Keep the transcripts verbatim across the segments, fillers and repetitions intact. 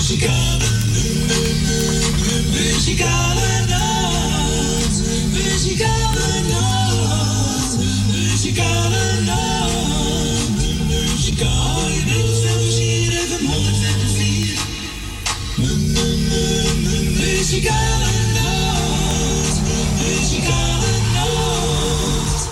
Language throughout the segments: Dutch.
Muzikale, muzikale nacht, muzikale nacht, muzikale nacht, muzikale nacht, honderd vier, muzikale nacht, muzikale nacht.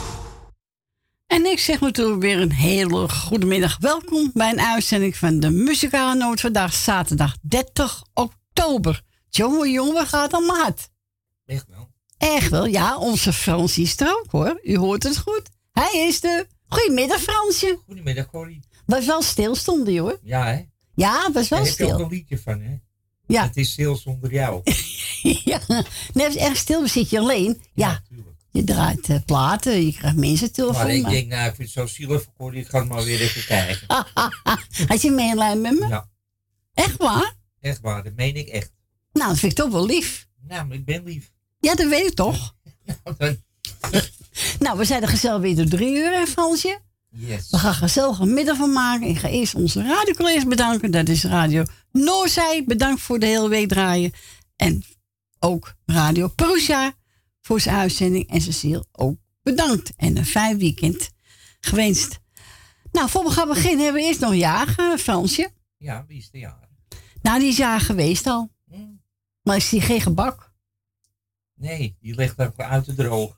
En ik zeg natuurlijk weer een hele goede middag. Welkom bij een uitzending van de Muzikale Noot. Vandaag zaterdag dertig oktober. Jongen, jongen, gaat allemaal hard. Echt wel? Echt wel, ja. Onze Frans is er ook, hoor. U hoort het goed. Hij is de... Goedemiddag, Fransje. Goedemiddag, Corrie. Was wel stil, stond hij, hoor. Ja, hè? Ja, was wel Daar stil. heb je ook een liedje van, hè? Ja. Het is stil zonder jou. Ja, net als erg stil, dan zit je alleen. Ja, Ja, tuurlijk. je draait uh, platen, je krijgt mensen telefoon. Maar ik denk, nou, ik vind het zo zielig, Corrie. Ik ga het maar weer even kijken. Had je medelijden met me? Ja, Echt waar? echt waar. Dat meen ik echt. Nou, dat vind ik toch wel lief. Nou, maar ik ben lief. Ja, dat weet ik toch. Nou, dan... Nou, we zijn er gezellig weer door drie uur, hè, Fransje? Yes. We gaan gezellig een middag van maken. Ik ga eerst onze radiocollega's bedanken. Dat is Radio Noorzij. Bedankt voor de hele week draaien. En ook Radio Perugia voor zijn uitzending. En Cecile ook bedankt. En een fijn weekend gewenst. Nou, voor we gaan beginnen hebben we eerst nog jagen, Fransje. Ja, wie is de jaar? Nou, die is jagen geweest al. Hm? Maar ik zie geen gebak. Nee, die ligt er uit te drogen.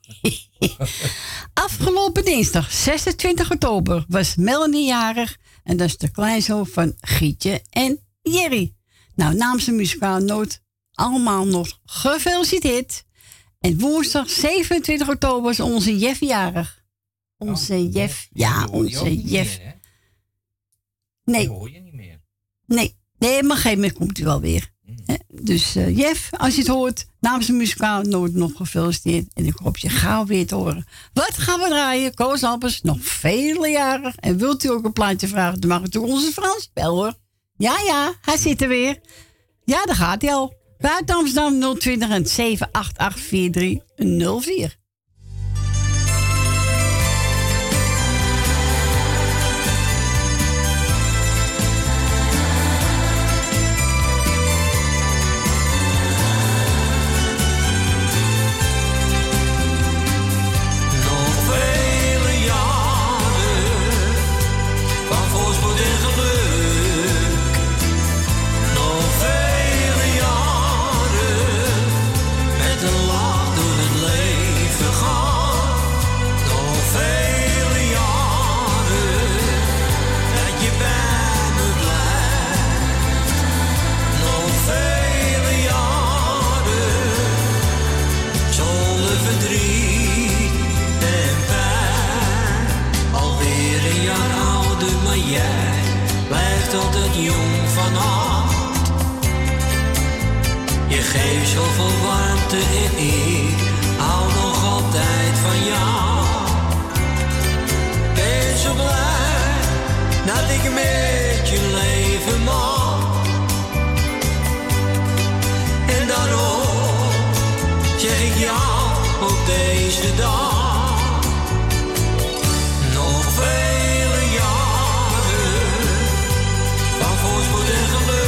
Afgelopen dinsdag, zesentwintig oktober, was Melanie jarig. En dat is de kleinzoon van Gietje en Jerry. Nou, namens de Muzikale Noot allemaal nog gefeliciteerd. En woensdag, zevenentwintig oktober, is onze Jeff jarig. Onze Oh, Jeff, die ja, hoor je ook onze niet Jeff. meer, hè? Nee, Die hoor je niet meer. nee, nee, maar op een gegeven moment komt hij wel weer. Hm. Hè? Dus uh, Jeff, als je het hoort, namens de Muzikale Noot nog gefeliciteerd. En ik hoop je gauw weer te horen. Wat gaan we draaien? Koos Alpers, nog vele jaren. En wilt u ook een plaatje vragen, dan mag het door onze Frans bel, hoor. Ja, ja, hij zit er weer. Ja, daar gaat hij al. Buiten Amsterdam nul twintig en zeven acht acht vier drie nul vier. Geef zoveel warmte en ik hou nog altijd van jou. Ben zo blij dat ik met je leven mag. En daarom zeg ik jou op deze dag nog vele jaren van voorspoed en geluk.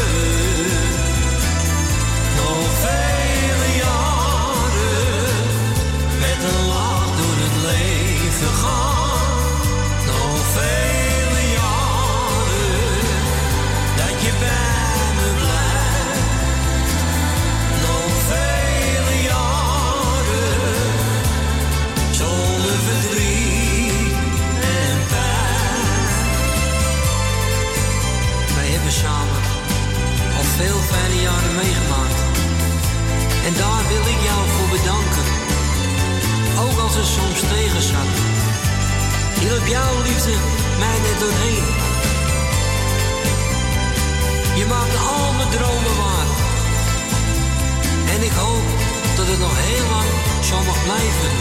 Vele jaren met een lach door het leven gaan. Nog vele jaren dat je bij me blijft. Nog vele jaren zonder verdriet en pijn. Wij hebben samen al veel fijne jaren meegemaakt. En daar wil ik jou voor bedanken. Ook als het soms tegen zat. Hielp jouw liefde mij net doorheen. Je maakt al mijn dromen waar. En ik hoop dat het nog heel lang zo mag blijven.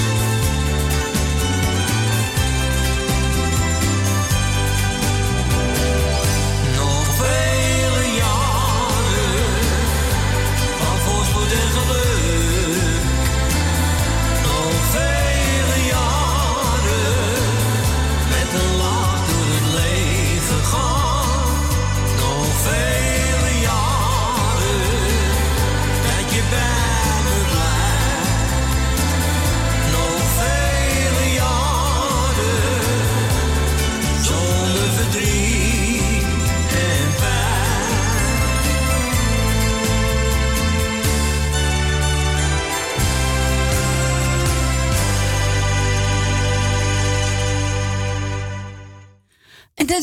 Nog vele jaren van voorspoed en geluk. Nog vele jaren met een lach door het leven gaan. Nog vele jaren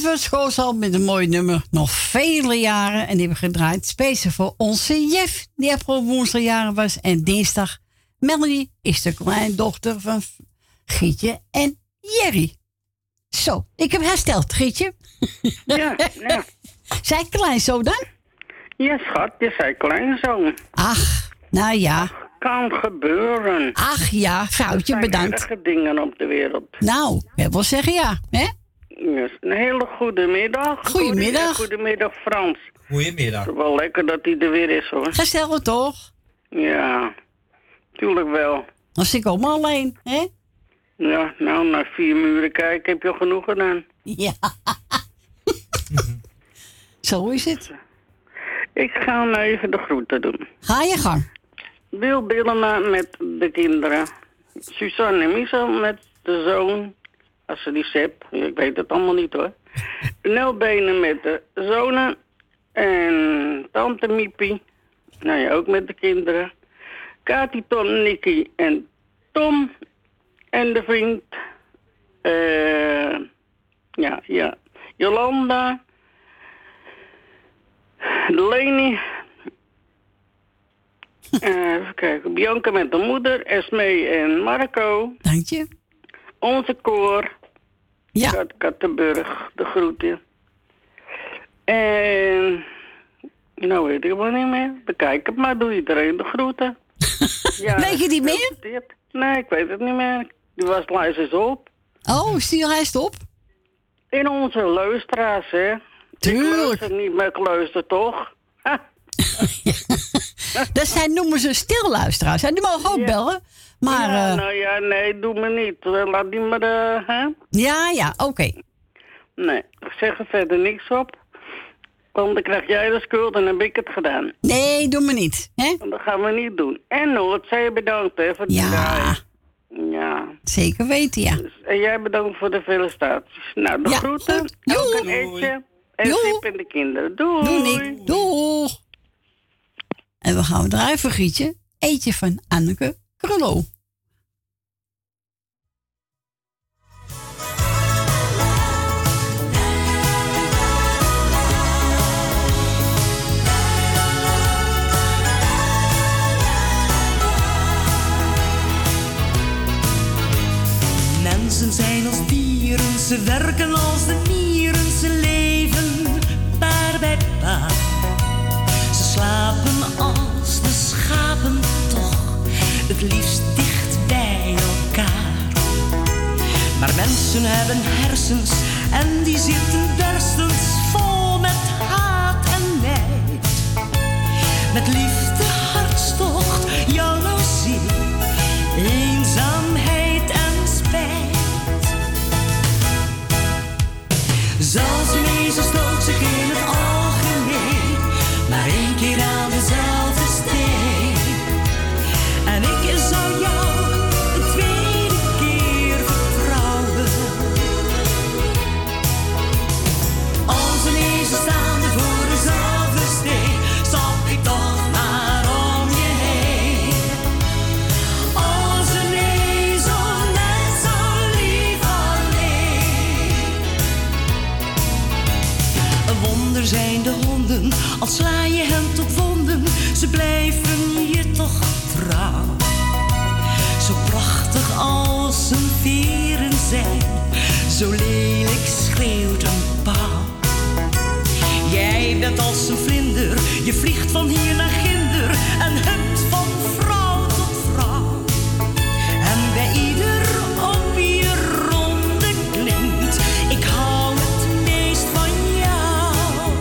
dit was Schoolsal met een mooi nummer. Nog vele jaren. En die hebben we gedraaid. Speciaal voor onze Jef. Die afgelopen woensdag jaren was. En dinsdag. Melanie is de kleindochter van Gietje en Jerry. Zo, ik heb hersteld, Gietje. Ja, ja. Zij kleinzoon dan? Ja, schat, je zei kleinzoon. Ach, nou ja. Kan gebeuren. Ach ja, foutje, er bedankt. Er zijn dingen op de wereld. Nou, ik wil wel zeggen ja, hè? Yes, een hele goede middag. Goedemiddag. Goedemiddag, Frans. Goedemiddag. Het is wel lekker dat hij er weer is, hoor. Gezellig toch? Ja, tuurlijk wel. Dan zit ik ook maar alleen, hè? Ja, nou, naar vier muren kijken heb je al genoeg gedaan. Ja. Zo is het. Ik ga nou even de groeten doen. Ga je gang. Wil Dillema met de kinderen. Suzanne en Michel met de zoon. Als ze die zet. Ik weet het allemaal niet hoor. Nel Benen met de zonen. En tante Miepie. Nou ja, ook met de kinderen. Kati, Tom, Nicky en Tom. En de vriend. Uh, ja, ja. Jolanda. Leni. Uh, even kijken. Bianca met de moeder. Esmee en Marco. Dank je. Onze koor. Ja. Kat Kattenburg. De groeten. En... Nou weet ik wel niet meer. Bekijk het maar. Doe iedereen de groeten. Ja, weet je niet meer? Nee, ik weet het niet meer. Die was lijstjes op. Oh, stuur hij op? In onze luisteraars, hè. Tuurlijk. Ik luister niet, maar ik luister toch. Dat zijn, noemen ze stilluisteraars. Die mogen ook ja. bellen. Maar, ja, uh... nou ja, nee, doe me niet. Laat die maar, uh, hè. Ja, ja, oké. Okay. Nee, ik zeg er verder niks op. Want dan krijg jij de schuld en dan heb ik het gedaan. Nee, doe me niet. Hè? Dat gaan we niet doen. En Noordzee bedankt hè, voor de ja. draai. Ja. Zeker weten, ja. Dus, en jij bedankt voor de felicitaties. Nou, de ja, groeten. Goed. Ook een etje. En Sip en de kinderen. Doei. Doei. Doei. En we gaan draaien voor Gietje. Eetje van Anneke Krullo. Mensen zijn als dieren, ze werken als de mieren, ze leven paar bij paar. Ze slapen als de schapen toch, het liefst dicht bij elkaar. Maar mensen hebben hersens en die zitten berstens vol met haat en nijd. Met liefde, hartstocht, jaloezie, eenzaamheid en spijt. Zoals een ezel stoot zich in het algemeen maar één keer aan dezelfde steen. En ik zou jou een tweede keer vertrouwen. Als een ezel staande voor dezelfde steen, stap ik toch maar om je heen. Als een ezel net zo lief alleen. Een wonder zijn de honden, al sla je hen tot wonden, ze blijven je toch trouw. Zo prachtig als hun veren zijn, zo lelijk schreeuwt een pauw. Jij bent als een vlinder, je vliegt van hier naar ginder en hupt van vrouw tot vrouw. En bij ieder op je ronde klinkt, ik hou het meest van jou.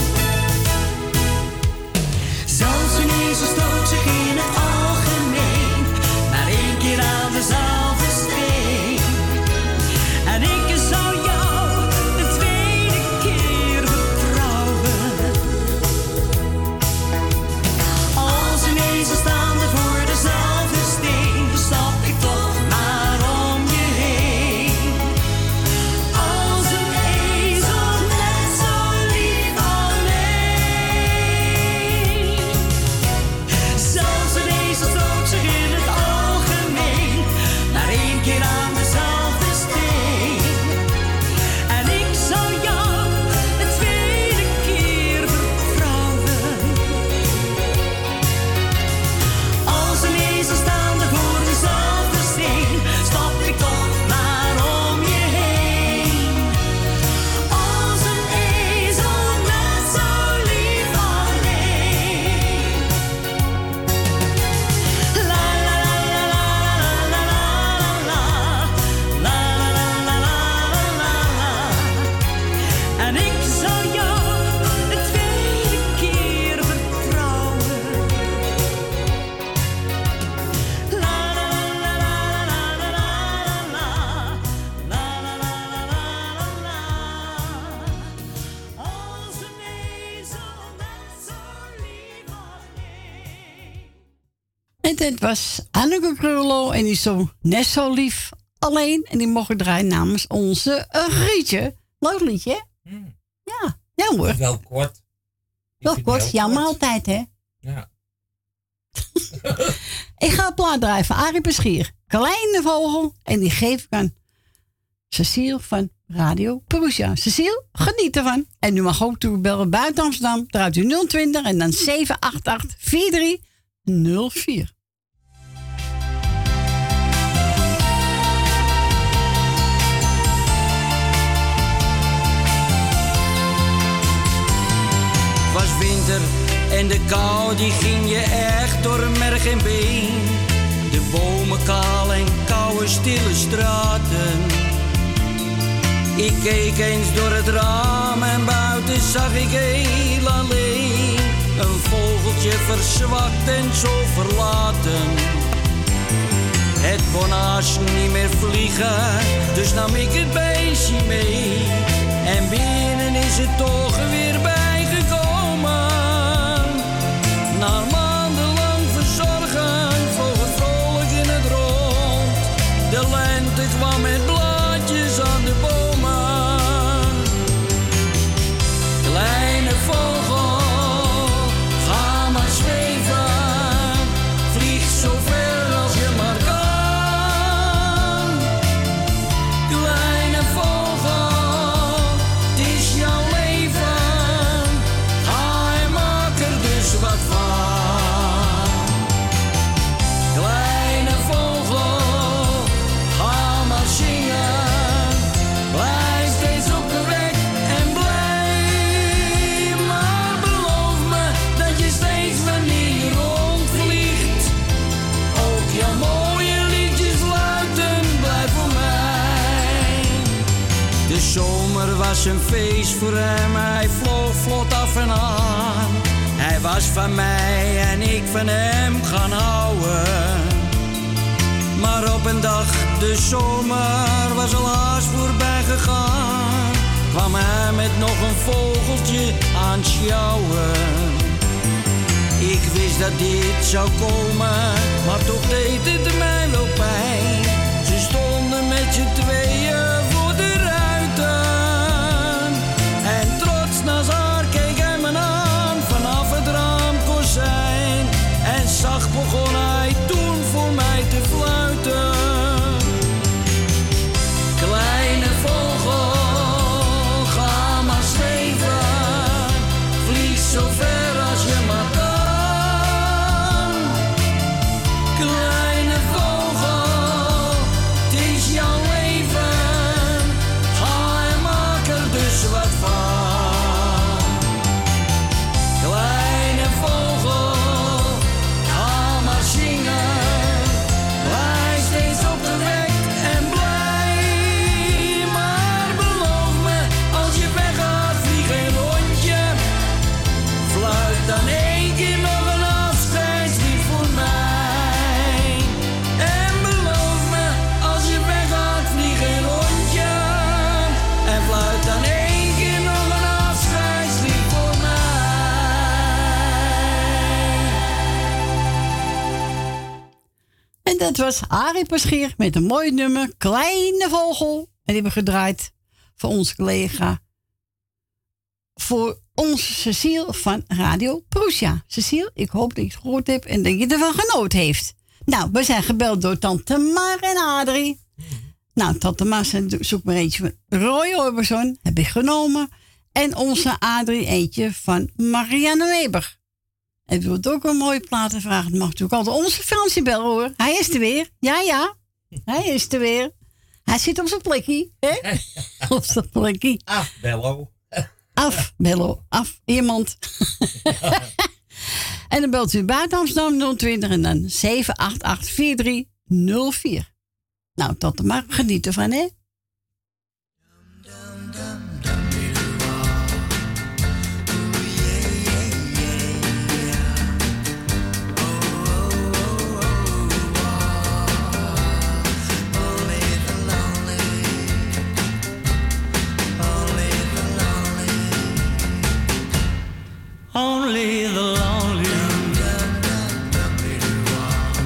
Zelfs een ezel stoot zich in het algemeen maar één keer aan dezelfde steen. En ik zou jou de tweede keer vertrouwen. En dit was Anneke Krullo en die zo net zo lief alleen. En die mocht draaien namens onze uh, Grietje. Leuk liedje, hè? Hmm. Ja, ja hoor. Wel kort. Wel kort, ja, maar altijd, hè? Ja. Ik ga een plaat draaien van Arie Peschier. Kleine vogel. En die geef ik aan Cecile van Radio Perusia. Cecile, geniet ervan. En u mag ook toebellen buiten Amsterdam. Draait u nul twintig en dan zeven acht acht vier drie nul vier. Het was winter en de kou die ging je echt door merg en been. De bomen kaal en koude stille straten. Ik keek eens door het raam en buiten zag ik heel alleen een vogeltje verzwakt en zo verlaten. Het kon haast niet meer vliegen, dus nam ik het beestje mee. En binnen is het toch weer bijgekomen. Na maandenlang verzorgen vloog het vrolijk in het rond. De lente kwam met blaadjes aan de bomen. Kleine vogel, ga maar zweven. Vlieg zo ver als je maar kan. Kleine vogel, het is jouw leven. Ga en maak er dus wat van. Kleine vogel, ga maar zingen. Blijf steeds op de weg en blij. Maar beloof me dat je steeds wanneer rondvliegt ook jouw mooie liedjes luiden, blijf voor mij. De zomer was een feest voor hem, hij vloog vlot af en aan. Hij was van mij en ik van hem gaan houden. Maar op een dag, de zomer was al haast voorbij gegaan, kwam hij met nog een vogeltje aan sjouwen. Ik wist dat dit zou komen, maar toch deed het mij wel pijn. Ze stonden met z'n tweeën voor de ruiten. En trots naast haar keek hij me aan vanaf het raamkozijn. En zacht begon hij toen voor mij te fluiten. Kleine vogel, ga maar zweven. Vlieg zo ver als je maar kan. Kleine vogel, het is jouw leven. Ga en maak er dus wat van. Kleine vogel, ga maar zingen. Blijf steeds op de weg en blij. Maar beloof me, als je weggaat, vlieg een rondje. Fluit dan één keer nog een afscheidslied voor mij. En beloof me, als je weggaat, vlieg een rondje. En fluit dan één keer nog een afscheidslied voor mij. En dat was Arie Peschier met een mooi nummer, Kleine Vogel. En die hebben we gedraaid voor onze collega, voor onze Cecile van Radio Perusia. Cecile, ik hoop dat je het gehoord hebt en dat je ervan genoten heeft. Nou, we zijn gebeld door tante Mar en Adrie. Nou, tante Mar zoek maar eentje van Roy Orbison, heb ik genomen. En onze Adrie eentje van Marianne Weber. En u wilt ook een mooie platen vragen, dan mag natuurlijk altijd onze Fransie bellen hoor. Hij is er weer. Ja, ja. Hij is er weer. Hij zit op zijn plekje. Hè? Op zijn plekje. Ah, Bello. Af, Bello. Af. Iemand. En dan belt u buiten Amsterdam nul twintig en dan zeven acht acht vier drie nul vier. Nou, tot dan maar. Geniet ervan, hè? Only the lonely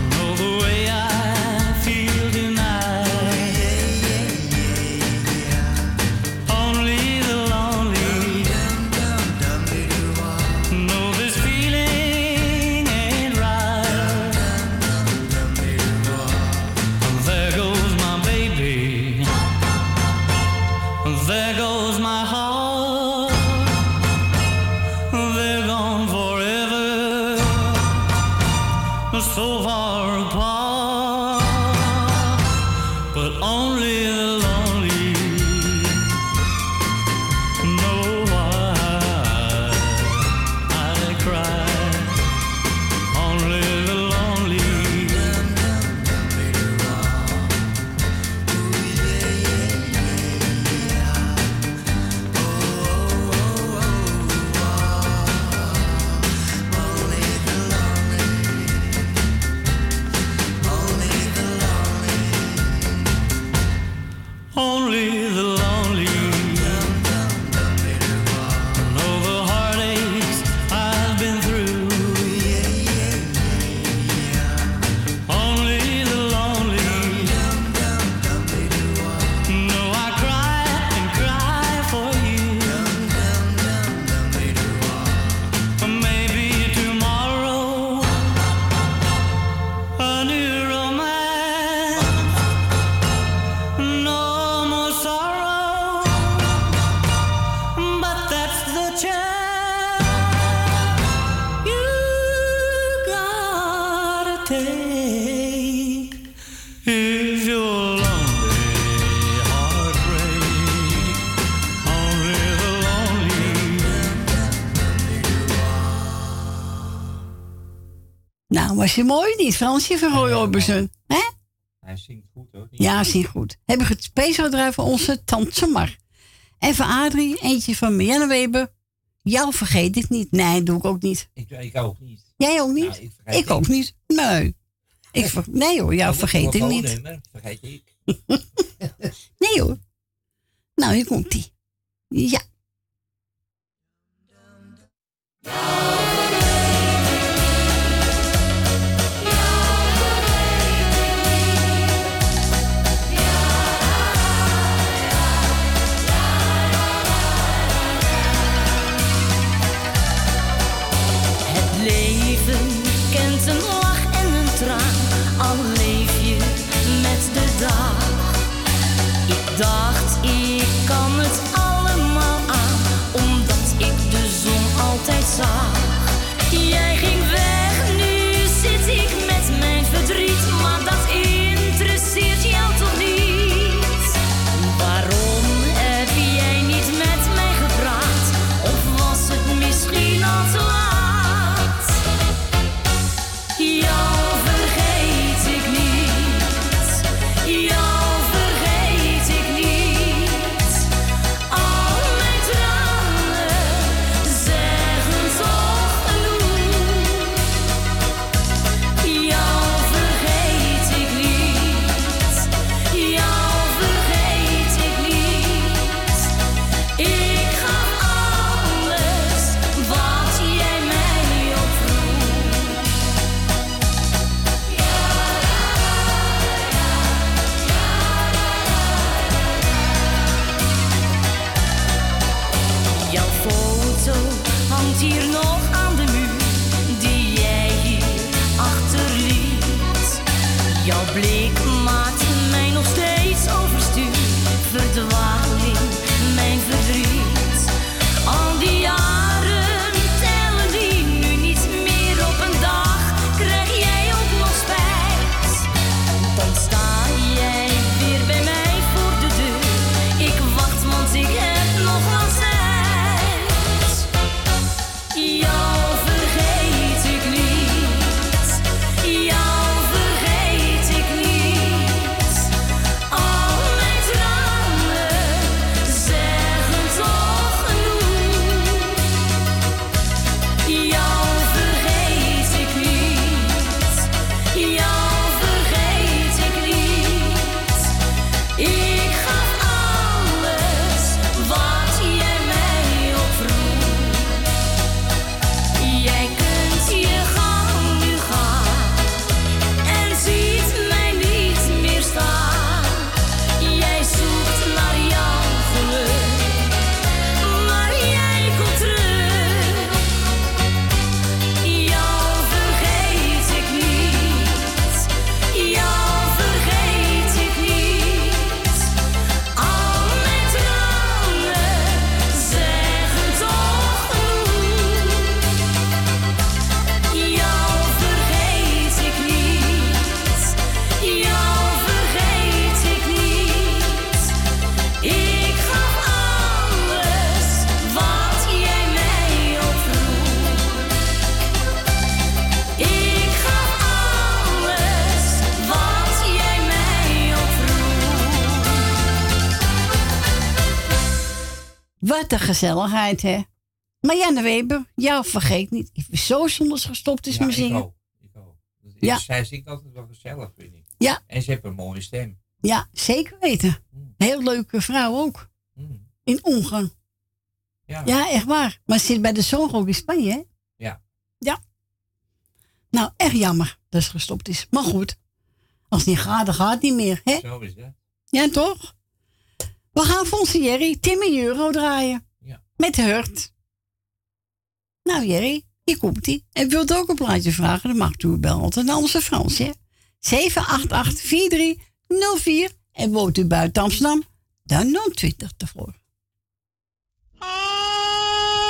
take is your lonely heartbreak. Only the lonely. Nou, was je mooi niet, Fransje van Roy Orbison, hè? Hij zingt goed, hoor. Ja, hij zingt goed. Heb ik het speciaal draaien voor onze tante Mar. En voor Adrie, eentje van Marianne Weber. Jou vergeet ik niet. Nee, doe ik ook niet. Ik, ik ook niet. Jij ook niet? Nou, ik vergeet ik ook niet. Nee. Ik ver... Nee hoor, jou Dat vergeet ik niet. nummer, vergeet ik. Nee hoor. Nou, hier komt ie. Ja. Kent een lach en een traan, al leef je met de dag. Ik dacht, ik kan het allemaal aan, omdat ik de zon altijd zag. Jij ging weg, nu zit ik met mijn verdriet, maar dat interesseert jou toch niet? Waarom heb jij niet met mij gepraat, of was het misschien al te laat? Jou vergeet ik niet, jou vergeet ik niet. Al mijn tranen zeggen toch genoeg. Jou vergeet ik niet, jou vergeet ik niet. Ik gaf alles wat jij mij opvroeg. Jouw foto hangt hier nog aan de muur, die jij hier achterliet. Jouw blik maakt mij nog steeds overstuur, verdwaling, mijn verdriet. Al die jaren tellen die nu niet meer op een dag, krijg jij ook nog spijt. Dan sta jij weer bij mij voor de deur. Ik wacht, want ik heb nog wat tijd. Jou vergeet ik niet, jou vergeet ik niet. Al mijn tranen zeggen toch genoeg. Jou vergeet ik niet, jou vergeet ik niet. Ik gaf alles wat jij mij opvroeg. Jij kunt je gang nu gaan en ziet mij niet meer staan. Jij zoekt naar jouw geluk, maar jij komt terug. Jou vergeet ik niet, jou vergeet ik niet. Al mijn tranen zeggen toch genoeg. Jou vergeet ik niet, jou vergeet ik niet. Ik gaf alles wat jij mij opvroeg. Ik gaf alles wat jij mij opvroeg. Wat een gezelligheid, hè? Marianne Weber, jou vergeet niet. Ik ben zo zondags gestopt is Ja, met ik zingen. ook. Ik ook. Dat is- Ja. Zij zingt altijd wel gezellig, vind ik. Ja. En ze heeft een mooie stem. Ja, zeker weten. Mm. Heel leuke vrouw ook. Mm. In omgang. Ja. Ja, echt waar. Maar ze zit bij de zoon ook in Spanje, hè? Ja. Ja. Nou, echt jammer dat ze gestopt is. Maar goed. Als het niet gaat, dan gaat het niet meer, hè? Zo is dat. Ja, toch? We gaan voor onze Jerry Tim en Euro draaien. Ja. Met Hurt. Nou, Jerry, hier komt ie. En wilt ook een plaatje vragen, dan mag u bellen. Altijd onze Frans, hè? zeven acht acht vier drie nul vier. En woont u buiten Amsterdam, dan nul twintig ervoor.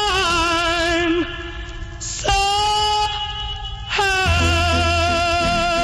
I'm so high.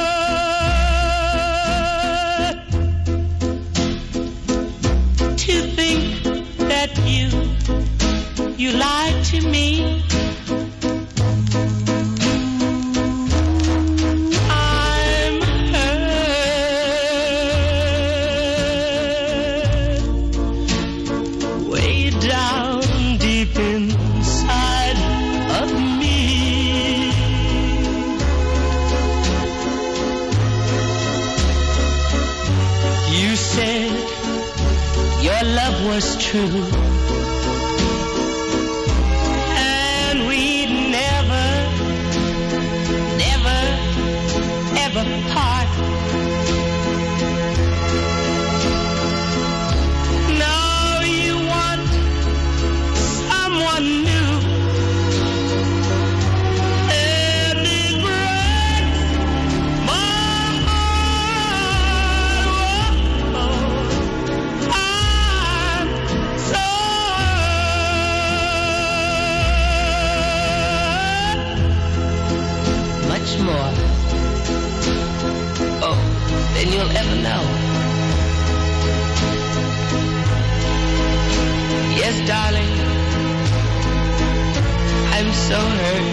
true. And we'd never, never, ever part. Now you want someone new. And it breaks my heart. Oh, I'm so much more. Oh, than you'll ever know. Yes, darling, I'm so hurt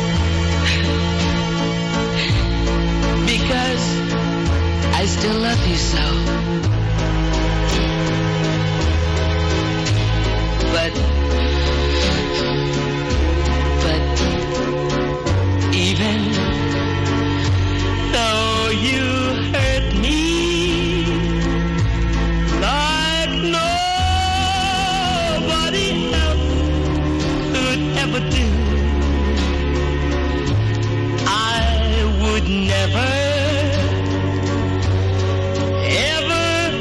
because I still love you so. But, but even though you hurt me like nobody else could ever do, I would never, ever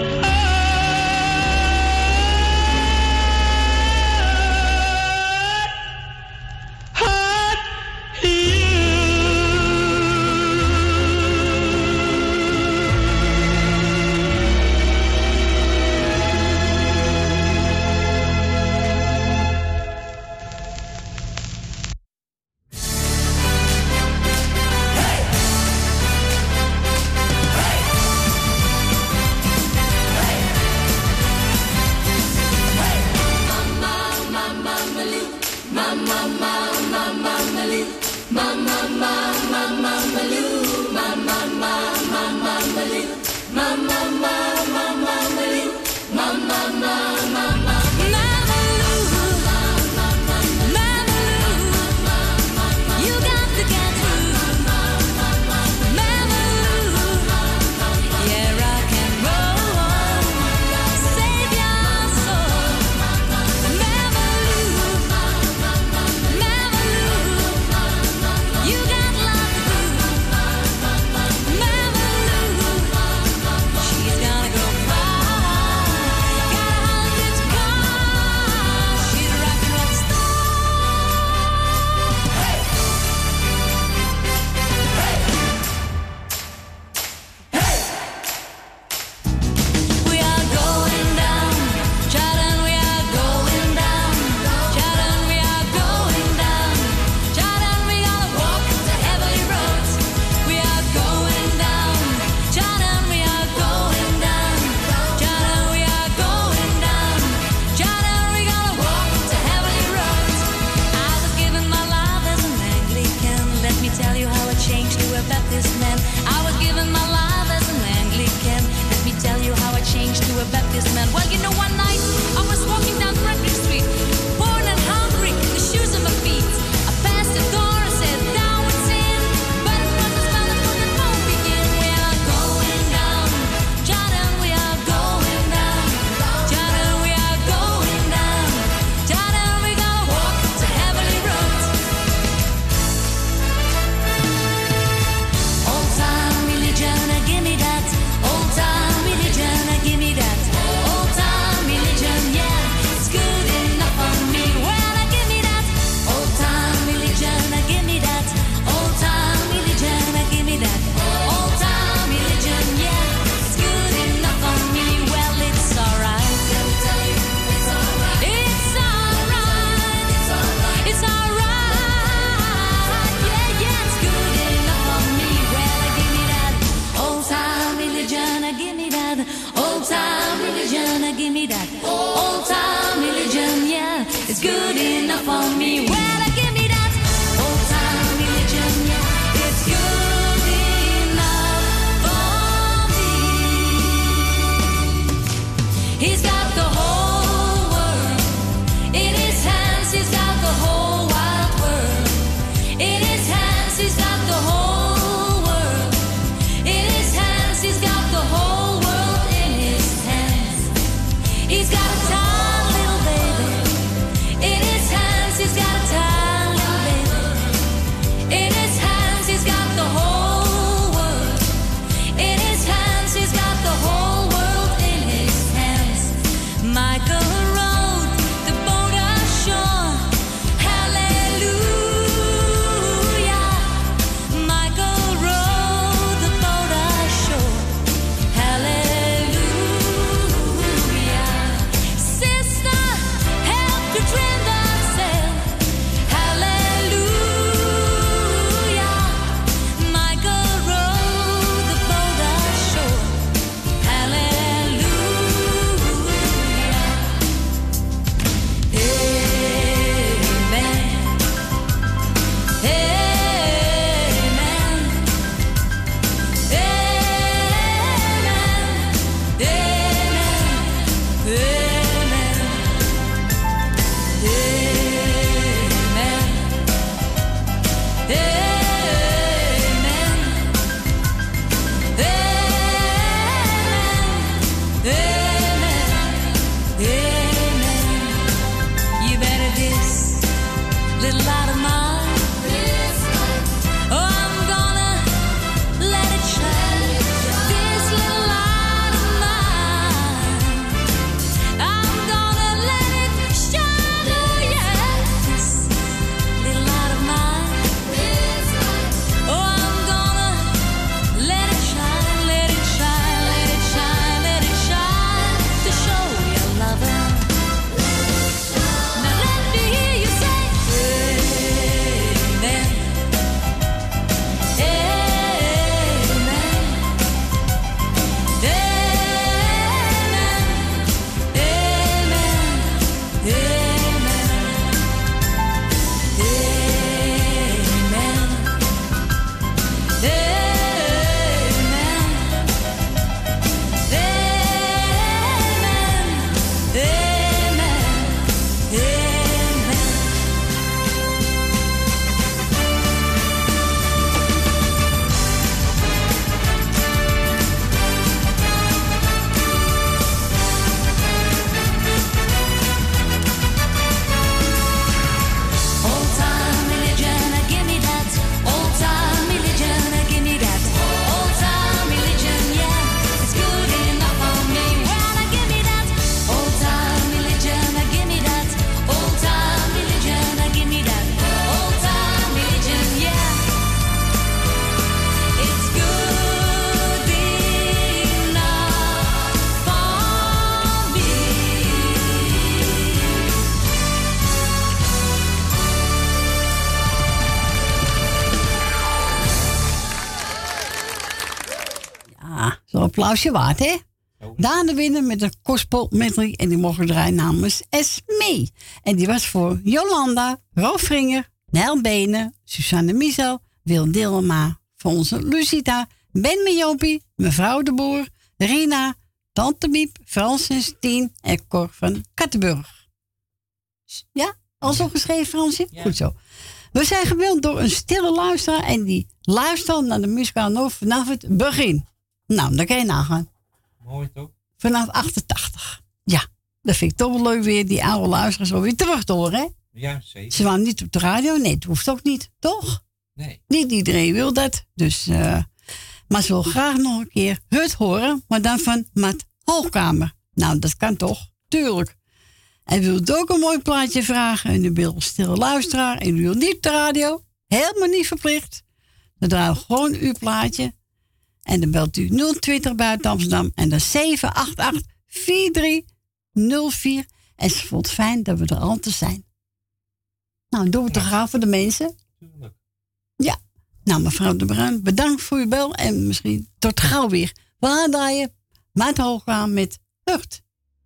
een applausje waard, hè? Oh. Daan winnen met een gospel medley. En die mogen draaien namens Esmee. En die was voor Jolanda, Rolf Vringer, Nel Benen, Susanne Miesel, Wil Dilma, voor onze Lucita, Ben Mejopie, mevrouw de Boer, Rina, Tante Miep, Frans en Stien en Cor van Kattenburg. Ja? Al zo geschreven, Fransje? Ja. Goed zo. We zijn gebeld door een stille luisteraar en die luistert naar de muzikale noot vanaf het begin. Nou, dan kan je nagaan. Mooi toch? Vanaf achtentachtig. Ja, dat vind ik toch wel leuk weer, die oude luisteraars wel weer terug te horen, hè? Ja, zeker. Ze waren niet op de radio, nee, dat hoeft ook niet, toch? Nee. Niet iedereen wil dat, dus... Uh, maar ze wil graag nog een keer het horen, maar dan van Matt Hoogkamer. Nou, dat kan toch? Tuurlijk. En u wilt ook een mooi plaatje vragen en u wilt een stille luisteraar en u wilt niet op de radio, helemaal niet verplicht. Dan draaien we gewoon uw plaatje en dan belt u nul twintig buiten Amsterdam en dan zeven acht acht vier drie nul vier. En ze vond het fijn dat we er altijd zijn. Nou, doen we het toch graag voor de mensen? Tuurlijk. Ja. Nou, mevrouw De Bruin, bedankt voor uw bel en misschien tot gauw weer. We gaan draaien Maat Hooggaan met Hurt.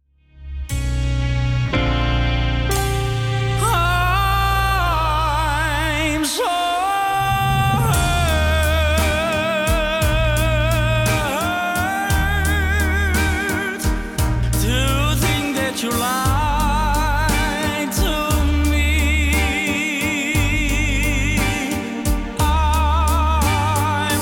I'm so hurt to think that you lied to me. I'm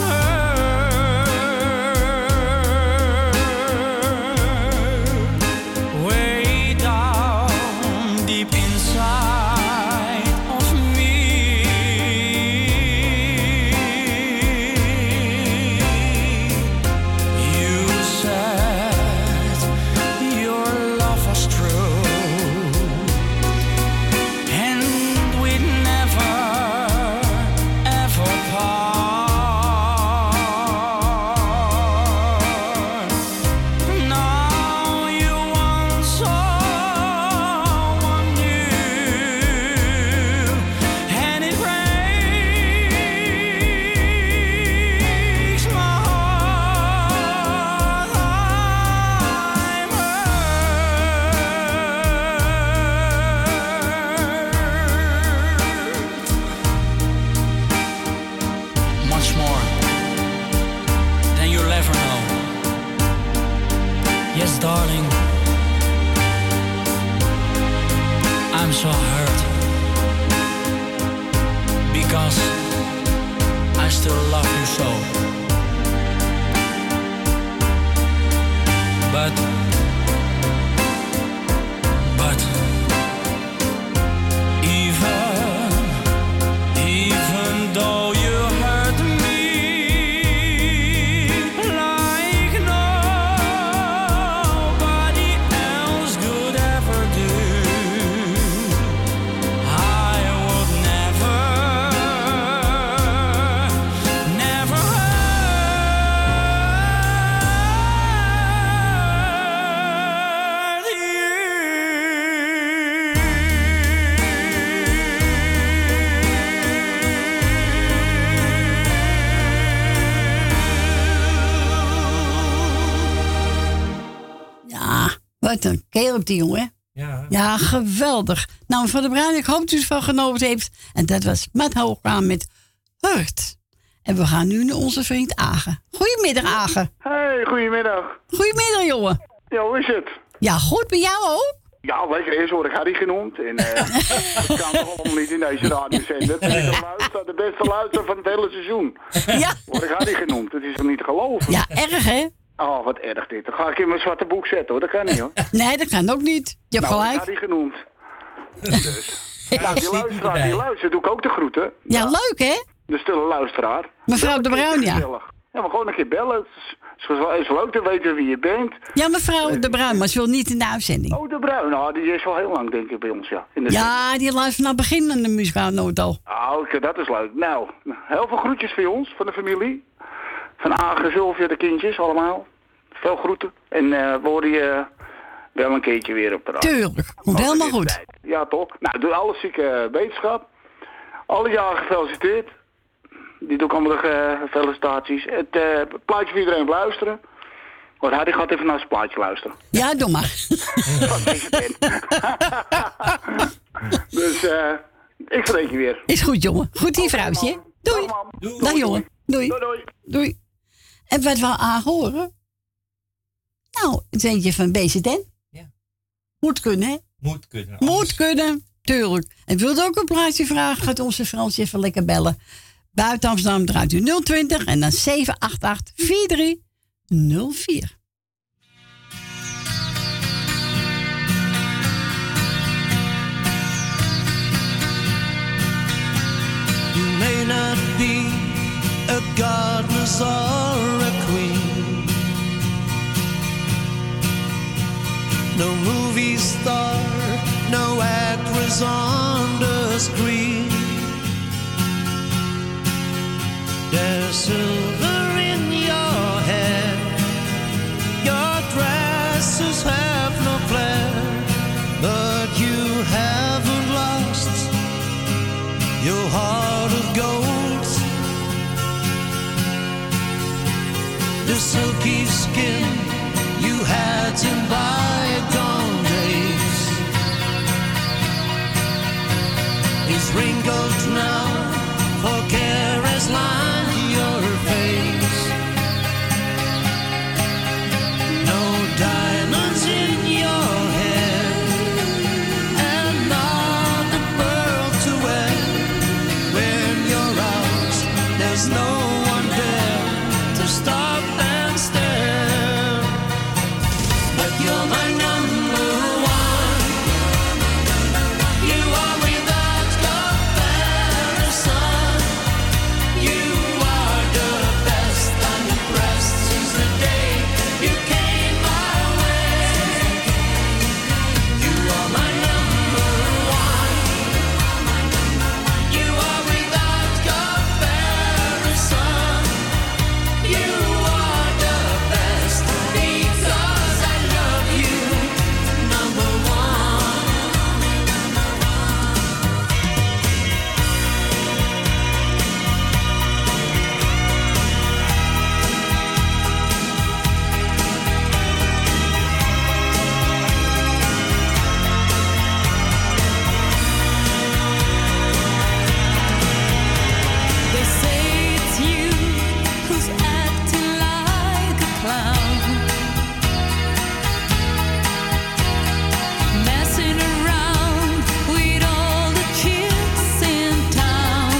hurt way down deep inside of me. You said your love was true, and we'd never ever part. Now you want someone new, and it breaks my heart. I'm hurt much more than you'll ever know. Yes, darling, I'm so hurt because I still love you so. But, but even, even though you hurt me like nobody else could ever do, I would never, never hurt Ja, wat een kerel op die jongen. Ja. Ja, geweldig. Nou, mevrouw De Bruin, ik hoop dat u het van genoten heeft. En dat was Matt Hooggaan met Hurt. En we gaan nu naar onze vriend Agen. Goedemiddag, Agen. Hey, goedemiddag. Goedemiddag, jongen. Ja, hoe is het? Ja, goed, bij jou ook? Ja, lekker is hoor, ik had die genoemd. En eh dat kan toch allemaal niet in deze radiozender. Dat is de, luister, de beste luister van het hele seizoen. Ja. Word ik had die genoemd, dat is toch niet te geloven? Ja, erg, hè? Oh, wat erg dit. Dan ga ik in mijn zwarte boek zetten hoor, dat kan niet hoor. Nee, dat kan ook niet. Je hebt Nou, ik gelijk. had die genoemd. Dus. Nou, die luisteraar, die luistert, doe ik ook de groeten. Ja, leuk, hè? De stille luisteraar. Mevrouw De Bruin, ja. Gezellig. Ja, maar gewoon een keer bellen. Het is, is, is leuk te weten wie je bent. Ja, mevrouw De Bruin, maar ze wil niet in de uitzending. Oh, De Bruin, nou, die is al heel lang denk ik bij ons, ja. In de Ja, die luistert naar het begin aan de muzikale noot al. Ah, oké, dat is leuk. Nou, heel veel groetjes voor ons, van de familie. Van Agen, Sylvia, de kindjes, allemaal. Veel groeten. En uh, we horen je wel een keertje weer op de radio. Tuurlijk, komt Over helemaal deze goed. tijd. Ja, toch? Nou, doe alle zieke wetenschap. Alle jaren gefeliciteerd. Die doe ik allemaal de uh, felicitaties. Het uh, plaatje voor iedereen op luisteren. Want Harry gaat even naar zijn plaatje luisteren. Ja, doe maar. Van deze tent. Dus eh, ik spreek je weer. Is goed, jongen. Goed hier, Oké, vrouwtje. man. Doei. Dag, man. Doei. Dag, jongen. Doei. Doei, doei. Doei. En wat we aan horen? Nou, het eentje van B Z N. Ja. Moet kunnen, hè? Moet kunnen. Moet Anders- kunnen, tuurlijk. En wilt ook een plaatje vragen, gaat onze Frans even lekker bellen. Buiten Amsterdam draait u nul twintig en dan zeven acht acht vier drie nul vier. You may not be a goddess or a queen, no movie star, no actress on the screen. There's silver in your hair, your dresses have no flair, but you haven't lost your heart of gold. The silky skin you had in bygone days is wrinkled now, for care has lined your face. No diamonds in your hair, and not a pearl to wear. When you're out, there's no one there to stop and stare. But you're my number one. You are without comparison. You are the best. I'm impressed since the day you came my way. You are my number one. You are without comparison. You are the best because I love you, number one. They say it's you who's acting like a clown, messing around with all the kids in town.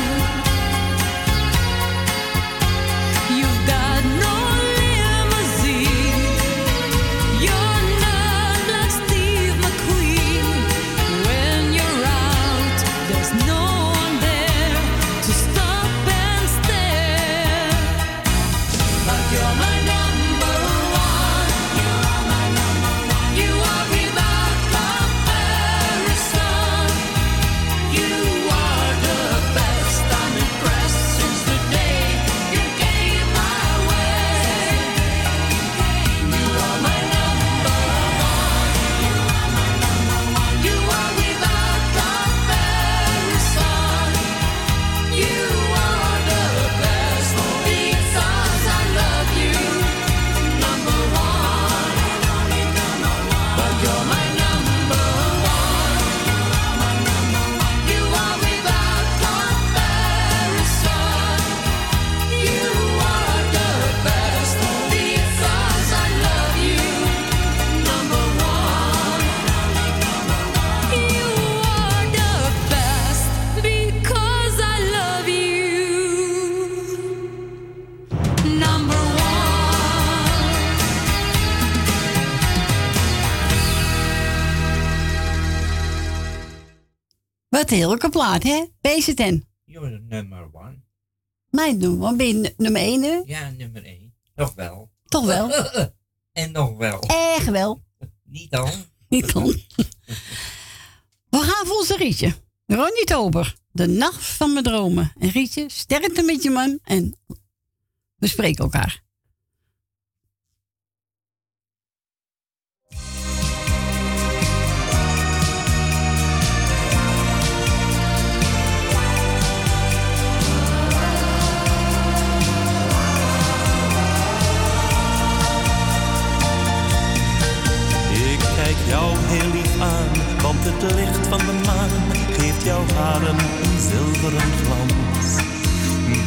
You've got no limousine, you're not like Steve McQueen. When you're out, there's no one there to stop and stare. But you're my number one. You are my number one. You are without comparison. You are the best. I'm impressed since the day you came my way. You are my number one. You are without comparison. You are the best because I love you, number one. But you're my number one. You are without comparison. You are the best because I love you, number one. You are the best because I love you, number one. Wat een heerlijke plaat, hè? B Z N. You're number one. Mijn nummer, ben je n- nummer één nu? Ja, nummer één. Nog wel. Toch wel? En nog wel. Echt wel. Niet dan. Niet dan. We gaan voor onze Rietje. Ronnie Tober. De nacht van mijn dromen. En Rietje, sterkte met je man. En we spreken elkaar.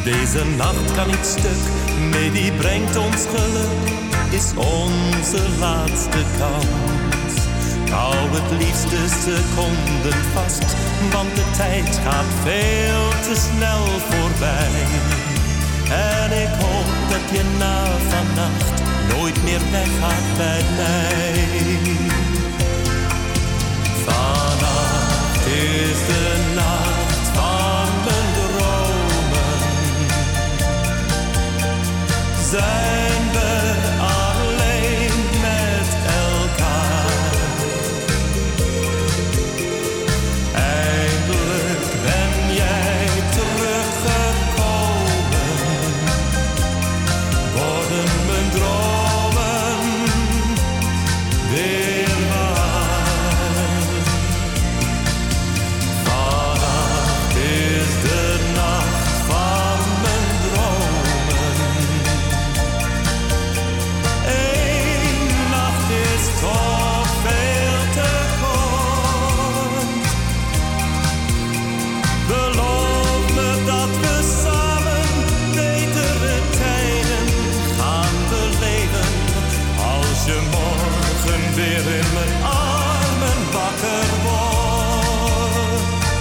Deze nacht kan niet stuk, nee die brengt ons geluk, is onze laatste kans. Hou het liefst de seconden vast, want de tijd gaat veel te snel voorbij. En ik hoop dat je na vannacht nooit meer weggaat bij mij. Vannacht is de nacht van mijn dromen. Zijn we alleen met elkaar. Eindelijk ben jij teruggekomen. Worden mijn dromen weer waar. Vannacht is de nacht van mijn dromen. Eén nacht is toch veel te kort. Beloof me dat we samen betere tijden gaan beleven. Als je morgen weer in mijn armen wakker wordt.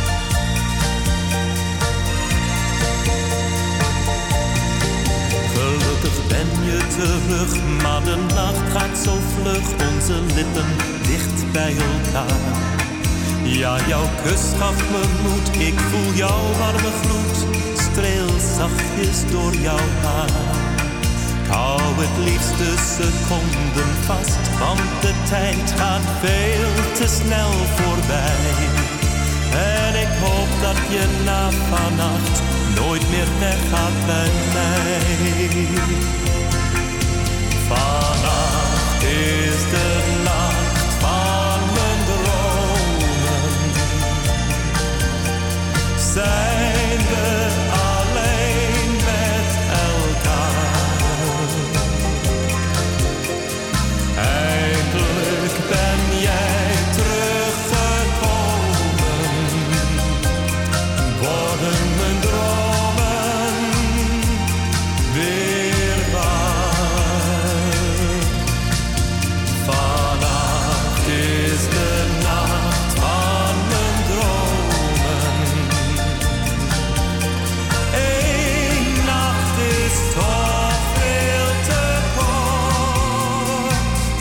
Gelukkig ben je terug, maar de nacht gaat zo vlug, onze lippen dicht bij elkaar. Ja, jouw kus gaf me moed, ik voel jouw warme gloed, streel zachtjes door jouw haar. Ik hou het liefst de seconden vast, want de tijd gaat veel te snel voorbij. En ik hoop dat je na vannacht nooit meer weggaat bij mij. Vannacht is de nacht van mijn dromen. Zijn we alleen met elkaar. Eindelijk ben jij teruggekomen. Worden mijn dromen weer waar. Vannacht is de nacht van mijn dromen. Eén nacht is toch veel te kort.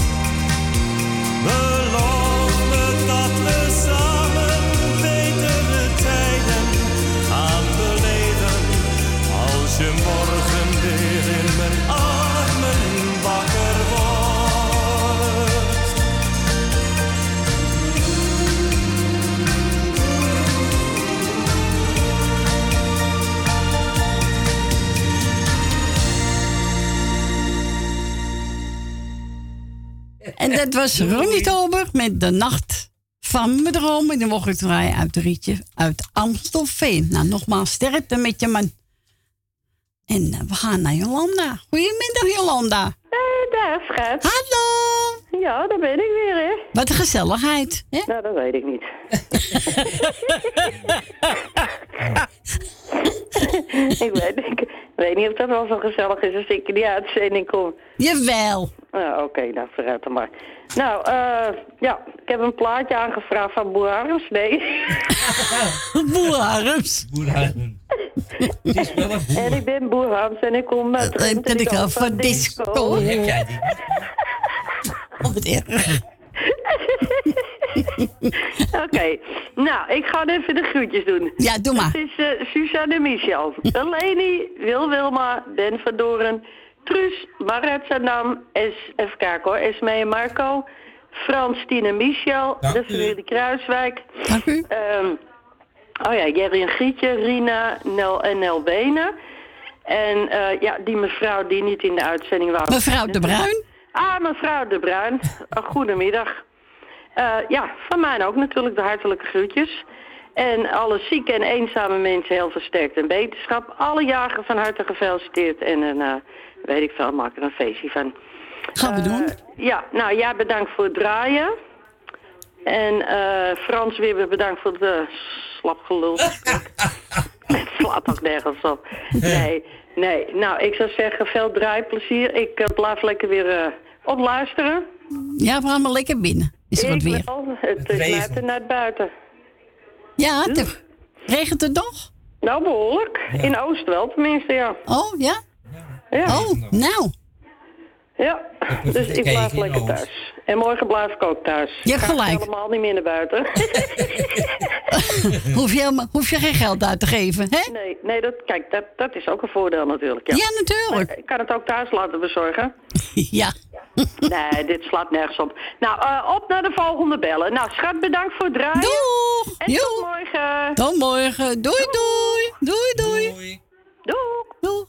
Beloof me dat we samen betere tijden gaan beleven. Als je morgen weer in mijn armen wakker wordt. En dat was Ronnie Tolberg met De Nacht van mijn dromen. Dan mocht ik draaien uit Rietje uit Amstelveen. Nou, nogmaals sterkte met je man. En uh, we gaan naar Jolanda. Goedemiddag, Jolanda. Hey, daar, schat. Hallo. Ja, daar ben ik weer, hè. Wat een gezelligheid. Hè? Nou, dat weet ik niet. ik, weet, ik weet niet of dat wel zo gezellig is als ik in die uitzending kom. Jawel. Nou, oké, okay, nou, vooruit dan maar. Nou, eh, uh, ja, ik heb een plaatje aangevraagd van Boer Harms, nee. Boer Harms. Boer Harms. Het is wel een boer. En ik ben Boer Harms en ik kom met uh, en ik hou van disco. disco. Heb jij die? Oh, wat erg. Oké, okay. Nou, ik ga even de groetjes doen. Ja, doe maar. Het is uh, Suzanne Michel, Leni, Wil Wilma, Ben van Doren, Truus, Maret Zanam, S, even kijken hoor, Esmee en Marco, Frans, Tine, Michel, Dank de u. familie Kruiswijk. Dank u. Um, oh ja, Jerry en Gietje, Rina, Nel en Nel Benen. En uh, ja, die mevrouw die niet in de uitzending was. Mevrouw De Bruin. Ah, mevrouw De Bruin. Uh, goedemiddag. Uh, ja, van mij ook natuurlijk de hartelijke groetjes. En alle zieke en eenzame mensen heel versterkt en beterschap. Alle jagers van harte gefeliciteerd. En een, uh, weet ik veel, maak er een feestje van. Gaan we Uh, doen. Ja, nou, jij bedankt voor het draaien. En uh, Frans weer bedankt voor het uh, slapgelul. Met slaat ook nergens op. Nee, nee. Nou, ik zou zeggen, veel draaiplezier. Ik uh, blijf lekker weer uh, op luisteren. Ja, we gaan maar lekker binnen. Is er wat weer? Wel, het is net naar buiten. Ja, het regent het nog? Nou, behoorlijk. Ja. In Oost wel, tenminste, ja. Oh, ja? Ja. Oh, nou. Ja, dus ik blijf lekker thuis. En morgen blijf ik ook thuis. Je hebt gelijk. Ik ga helemaal niet meer naar buiten. hoef, je helemaal, hoef je geen geld uit te geven, hè? Nee, nee dat, kijk, dat, dat is ook een voordeel natuurlijk. Ja, ja natuurlijk. Maar ik kan het ook thuis laten bezorgen. Ja. Nee, dit slaat nergens op. Nou, uh, op naar de volgende bellen. Nou, schat, bedankt voor het draaien. Doeg! En tot morgen. Tot morgen. Doei, doei. Doei, doei. Doei. Doeg. Doeg.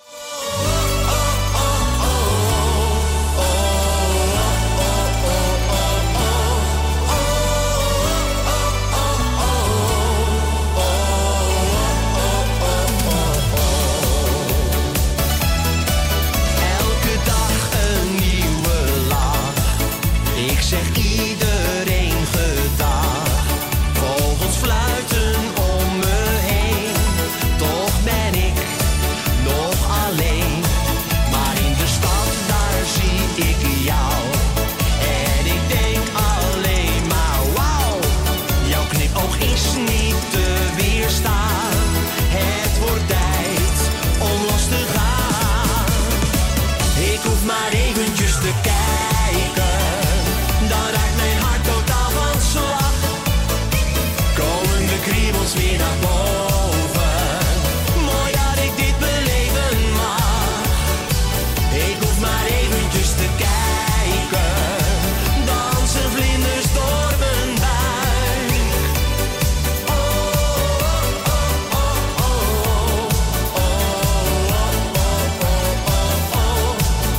Zeg iedereen gedag, vogels fluiten om me heen. Toch ben ik nog alleen, maar in de stad daar zie ik jou. En ik denk alleen maar wauw, jouw knipoog is niet te weerstaan. Het wordt tijd om los te gaan. Ik hoef maar eventjes te kijken. Weer naar boven. Mooi dat ik dit beleven mag. Ik hoef maar eventjes te kijken. Dansen vlinders door mijn buik. Oh, oh, oh, oh, oh. Oh, oh, oh, oh,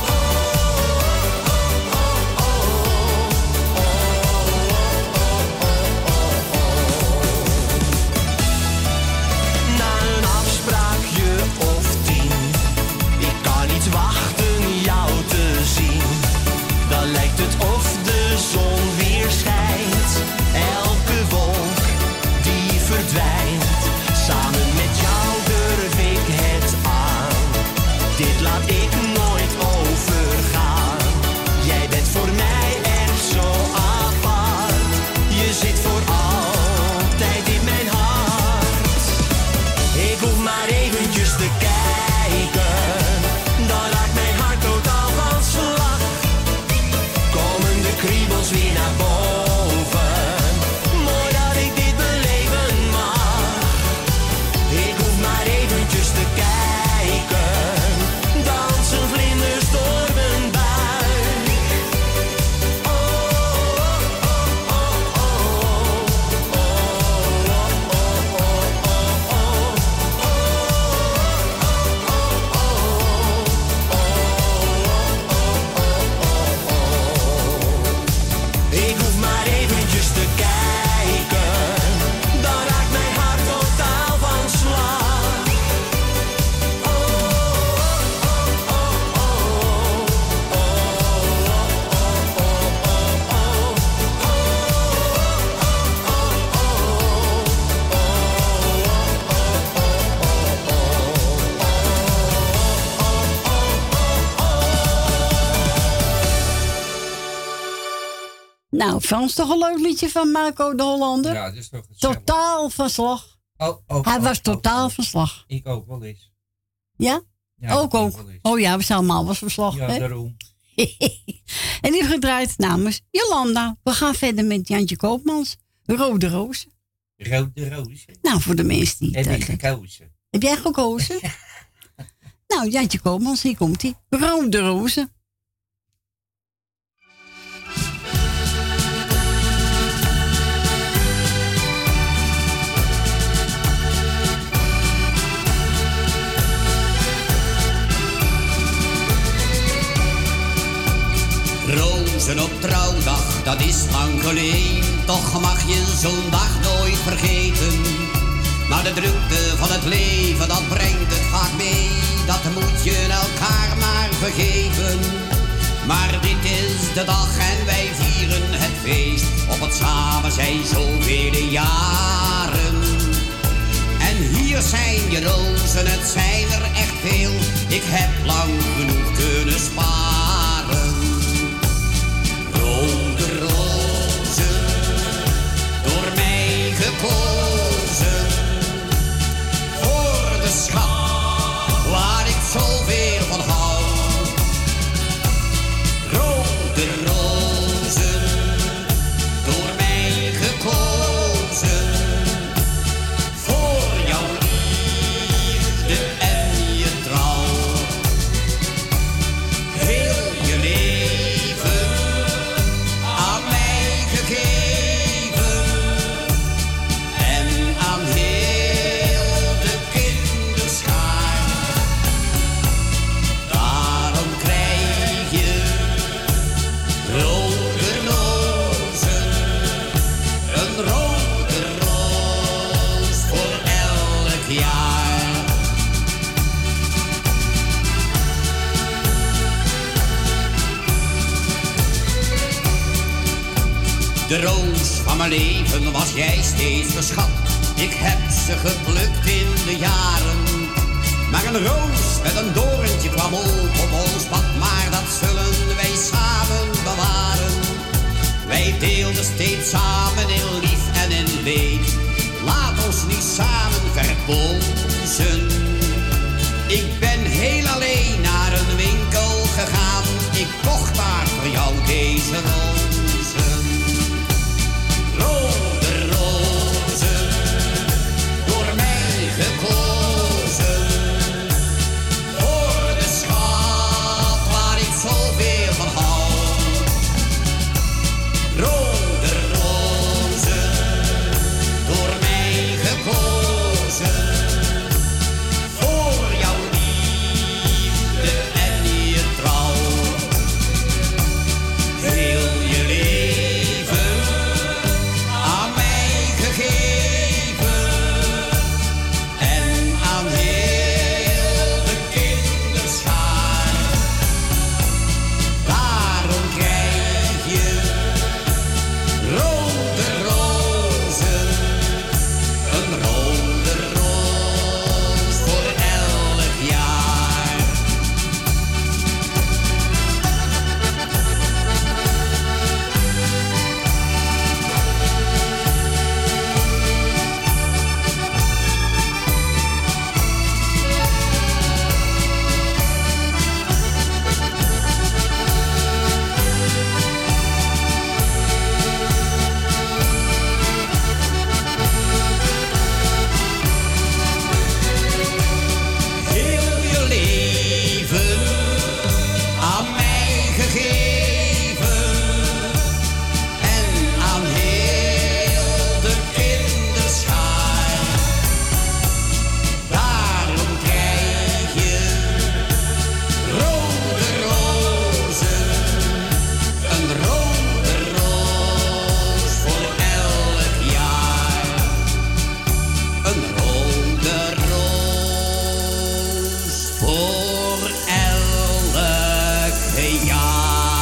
wachten jou te zien. Dan lijkt het of de zon weer schijnt. Elke wolk die verdwijnt. Samen met jou durf ik het aan. Dit laat ik nooit overgaan. Jij bent voor mij echt zo apart. Je zit voor altijd in mijn hart. Ik hoef maar eventjes te kijken. Kriebels weer naar boven. Mooi dat ik dit beleven mag. Ik hoef maar eventjes te kijken. Dansen vlinders door mijn buik. Oh, oh, oh, oh, oh. Oh, oh, oh, oh, oh. Ik hoef maar eventjes te kijken, dan raakt mijn hart totaal van slag. Oh, oh, oh, oh, oh, Nou, Frans, toch een leuk liedje van Marco de Hollander? Ja, dat is toch gezellig. Totaal van slag. Oh, oh, Hij oh, was oh, totaal oh. van slag. Ik ook wel eens. Ja? Ja, ook ook. wel eens. Oh ja, we zijn allemaal was van slag. Ja, hè? daarom. En die heeft gedraaid namens Jolanda. We gaan verder met Jantje Koopmans. Rode Rozen. Rode rozen. Nou, voor de mensen die... Heb dat- ik gekozen. Heb jij gekozen? Nou, Jantje Koopmans, hier komt hij. Rode Rozen. Rozen op trouwdag, dat is lang geleden. Toch mag je zo'n dag nooit vergeten. Maar de drukte van het leven, dat brengt het vaak mee. Dat moet je elkaar maar vergeven. Maar dit is de dag en wij vieren het feest. Op het samen zijn zoveel jaren. En hier hier zijn je rozen, het zijn er echt veel. Ik heb lang genoeg kunnen sparen. Rode rozen, door mij gekozen. Voor de schat, waar ik zoveel van hou. Rode rozen, door mij gekozen. Voor jouw liefde en je trouw. Heel je leven aan mij gegeven. En aan heel de kinderschaar. Daarom krijg je rode rozen. Een rode roos voor elk jaar. De roos van mijn leven was jij steeds geschat. Ik heb ze geplukt in de jaren. Maar een roos met een doorntje kwam op op ons pad. Maar dat zullen wij samen bewaren. Wij deelden steeds samen in lief en in leed. Laat ons niet samen verpozen. Ik ben heel alleen naar een winkel gegaan. Ik kocht daar voor jou deze rozen. Rode rozen, door mij gekozen. Voor de schat waar ik zoveel van hou. Rode rozen, door mij gekozen. Voor jouw liefde en je trouw. Heel je leven aan mij gegeven. En aan heel de kinderschaar. Daarom krijg je rode rozen. Een rode roos voor elk jaar. Heel je leven aan mij gegeven. En aan heel de kinderschaar. Daarom krijg je rode rozen. Een rode roos voor elk jaar. Een rode roos voor elk jaar.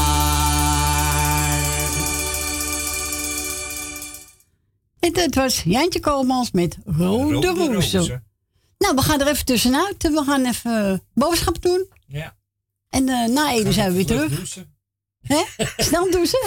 En dat was Jantje Koolmans met Rode, Rode Rozen. rozen. Nou, we gaan er even tussenuit. We gaan even uh, boodschap doen. Ja. En uh, na Ede zijn we weer Vlug terug. douchen. Hè? Snel douchen.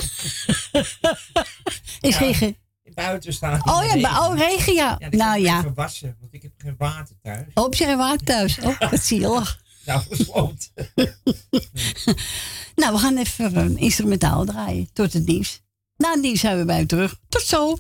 Is Ja. regen. Buiten staan. Oh ja, bij- oh, regen, ja. Ja, die Nou, kan ik ja. even wassen, want ik heb geen water thuis. Oh, op je water thuis. Oh, wat zielig. Nou, gesloten. Nou, we gaan even een instrumentaal draaien. Tot het nieuws. Na het nieuws zijn we bij u terug. Tot zo.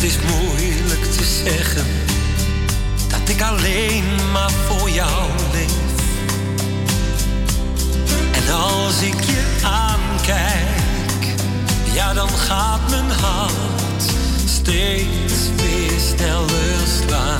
Het is moeilijk te zeggen dat ik alleen maar voor jou leef. En als ik je aankijk, ja dan gaat mijn hart steeds weer sneller slaan.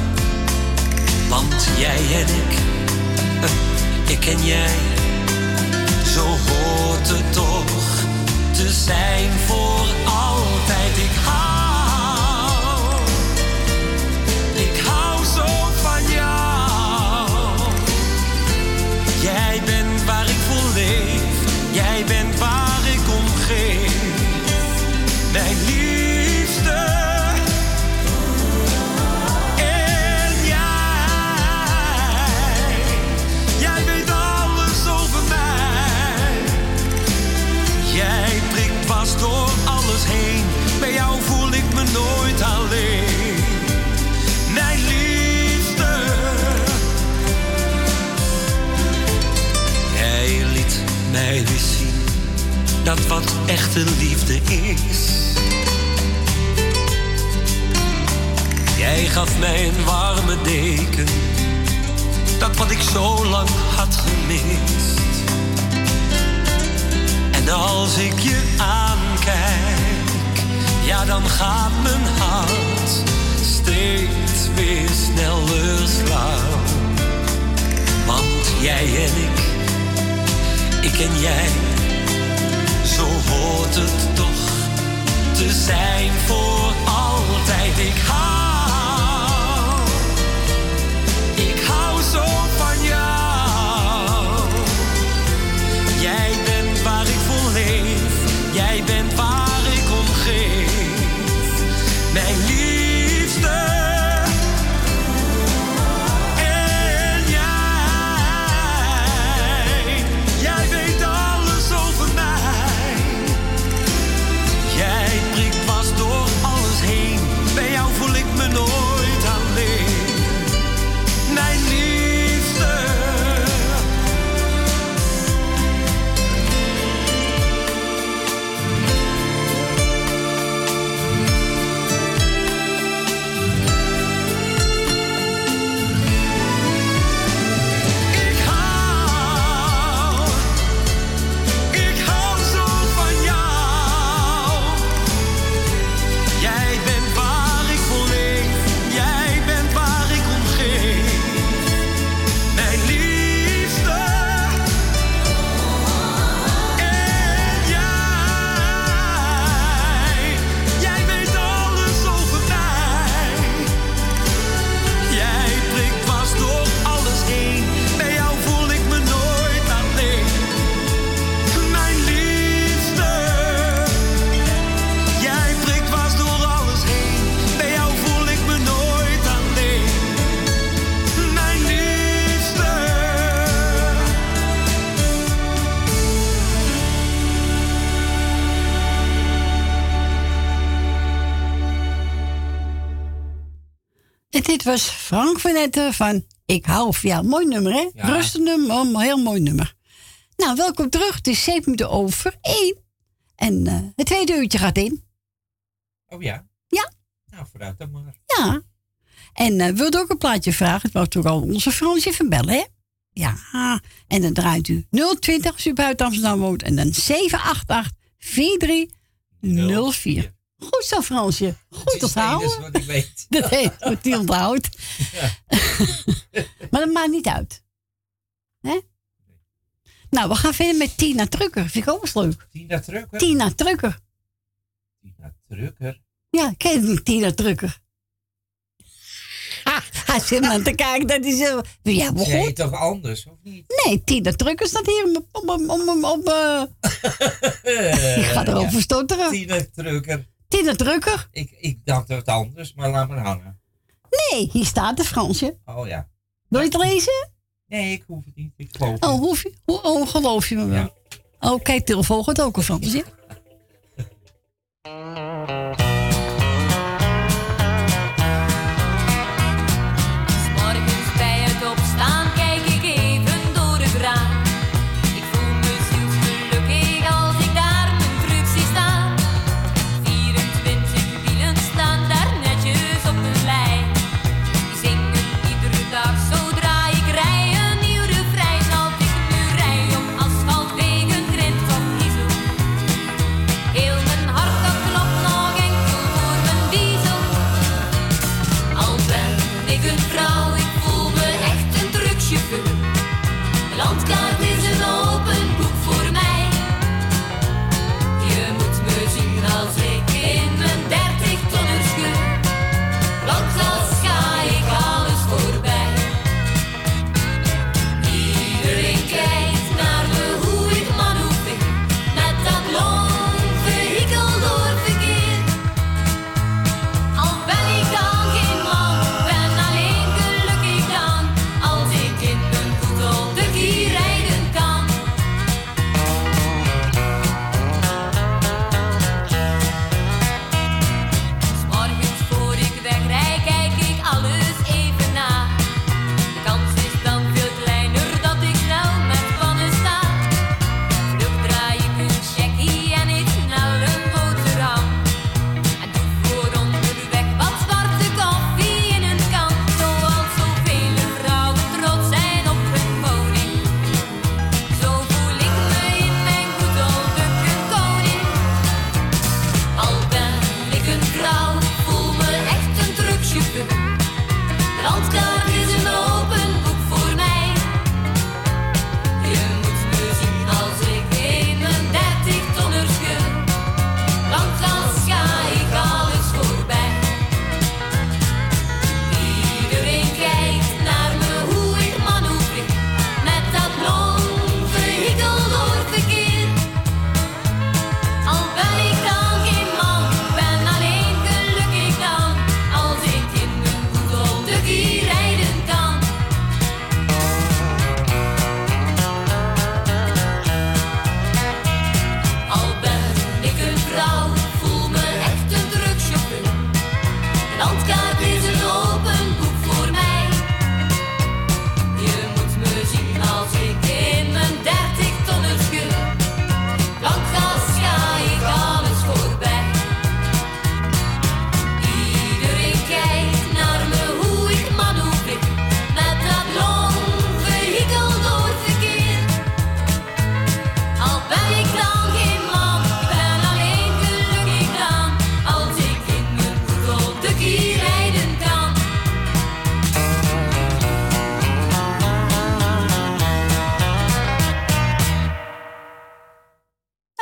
Want jij en ik, ik en jij, zo hoort het toch te zijn voor altijd. Ik hou, ik hou zo van jou. Jij bent waar ik voor leef, jij bent waar ik om geef. Mijn liefste. En jij, jij weet alles over mij. Jij prikt dwars door alles heen. Bij jou voel ik me nooit alleen. Mijn liefste. Jij liet mij weer zien dat wat echte liefde is. Jij gaf mij een warme deken, dat wat ik zo lang had gemist. En als ik je aankijk, ja dan gaat mijn hart steeds weer sneller slaan. Want jij en ik, ik en jij, zo hoort het toch te zijn voor altijd. Ik hou, ik hou zo van jou. Jij bent waar ik voor leef, jij bent waar ik om geef. Mijn liefste. En jij, jij weet alles over mij. Jij prikt dwars door alles heen. Bij jou voel ik me nooit alleen. Mijn liefste. Ik hou, ik hou zo van jou. Jij bent waar ik voor leef, jij bent waar ik om geef. Mijn liefste. En jij, jij weet alles over mij. Jij prikt dwars door alles heen. Bij jou voel ik me nooit alleen. Mijn liefste. Jij prikt dwars door alles heen. Bij jou voel ik me nooit alleen. Mijn liefste. En dit was Frank van Etten van Ik hou van jou. Mooi nummer, hè? Ja. Rustig nummer, een heel mooi nummer. Nou, welkom terug. Het is zeven minuten over één. En eh, het tweede uurtje gaat in. Oh ja? Ja. Nou, vooruit dan maar. Ja. En uh, wilt u ook een plaatje vragen? Het was toch al onze Fransje van bellen, hè? Ja. En dan draait u nul twintig als u buiten Amsterdam woont. En dan zeven acht acht vier drie nul vier. Goed zo, Fransje. Goed Het is het enige onthouden. wat ik weet. Dat heeft wat die onthoudt. Maar dat maakt niet uit. Hè? Nou, we gaan verder met Tina Trucker. Vind ik ook wel leuk. Tina Trucker? Tina Trucker. Tina Trucker? Ja, ken je niet Tina Trucker? Ah, hij zit me aan te kijken dat hij zo... Ja, maar Ze heet goed. toch anders, of niet? Nee, Tina Trucker staat hier om... om, om, om, om uh... Ik ga erover stotteren. Tina Trucker. Tina Trucker? Ik, ik dacht het anders, maar laat maar hangen. Nee, hier staat de Fransje. Oh ja. Wil je het lezen? Nee, ik hoef het niet. Ik geloof Oh, het. hoef je, oh, oh, geloof je me wel? Ja. Oh, kijk, telefoon gaat ook al Fransje. Morgens bij het opstaan kijk ik even door het raam. Ik voel me zielsgelukkig als ik daar mijn truck zie staan. vierentwintig wielen staan daar.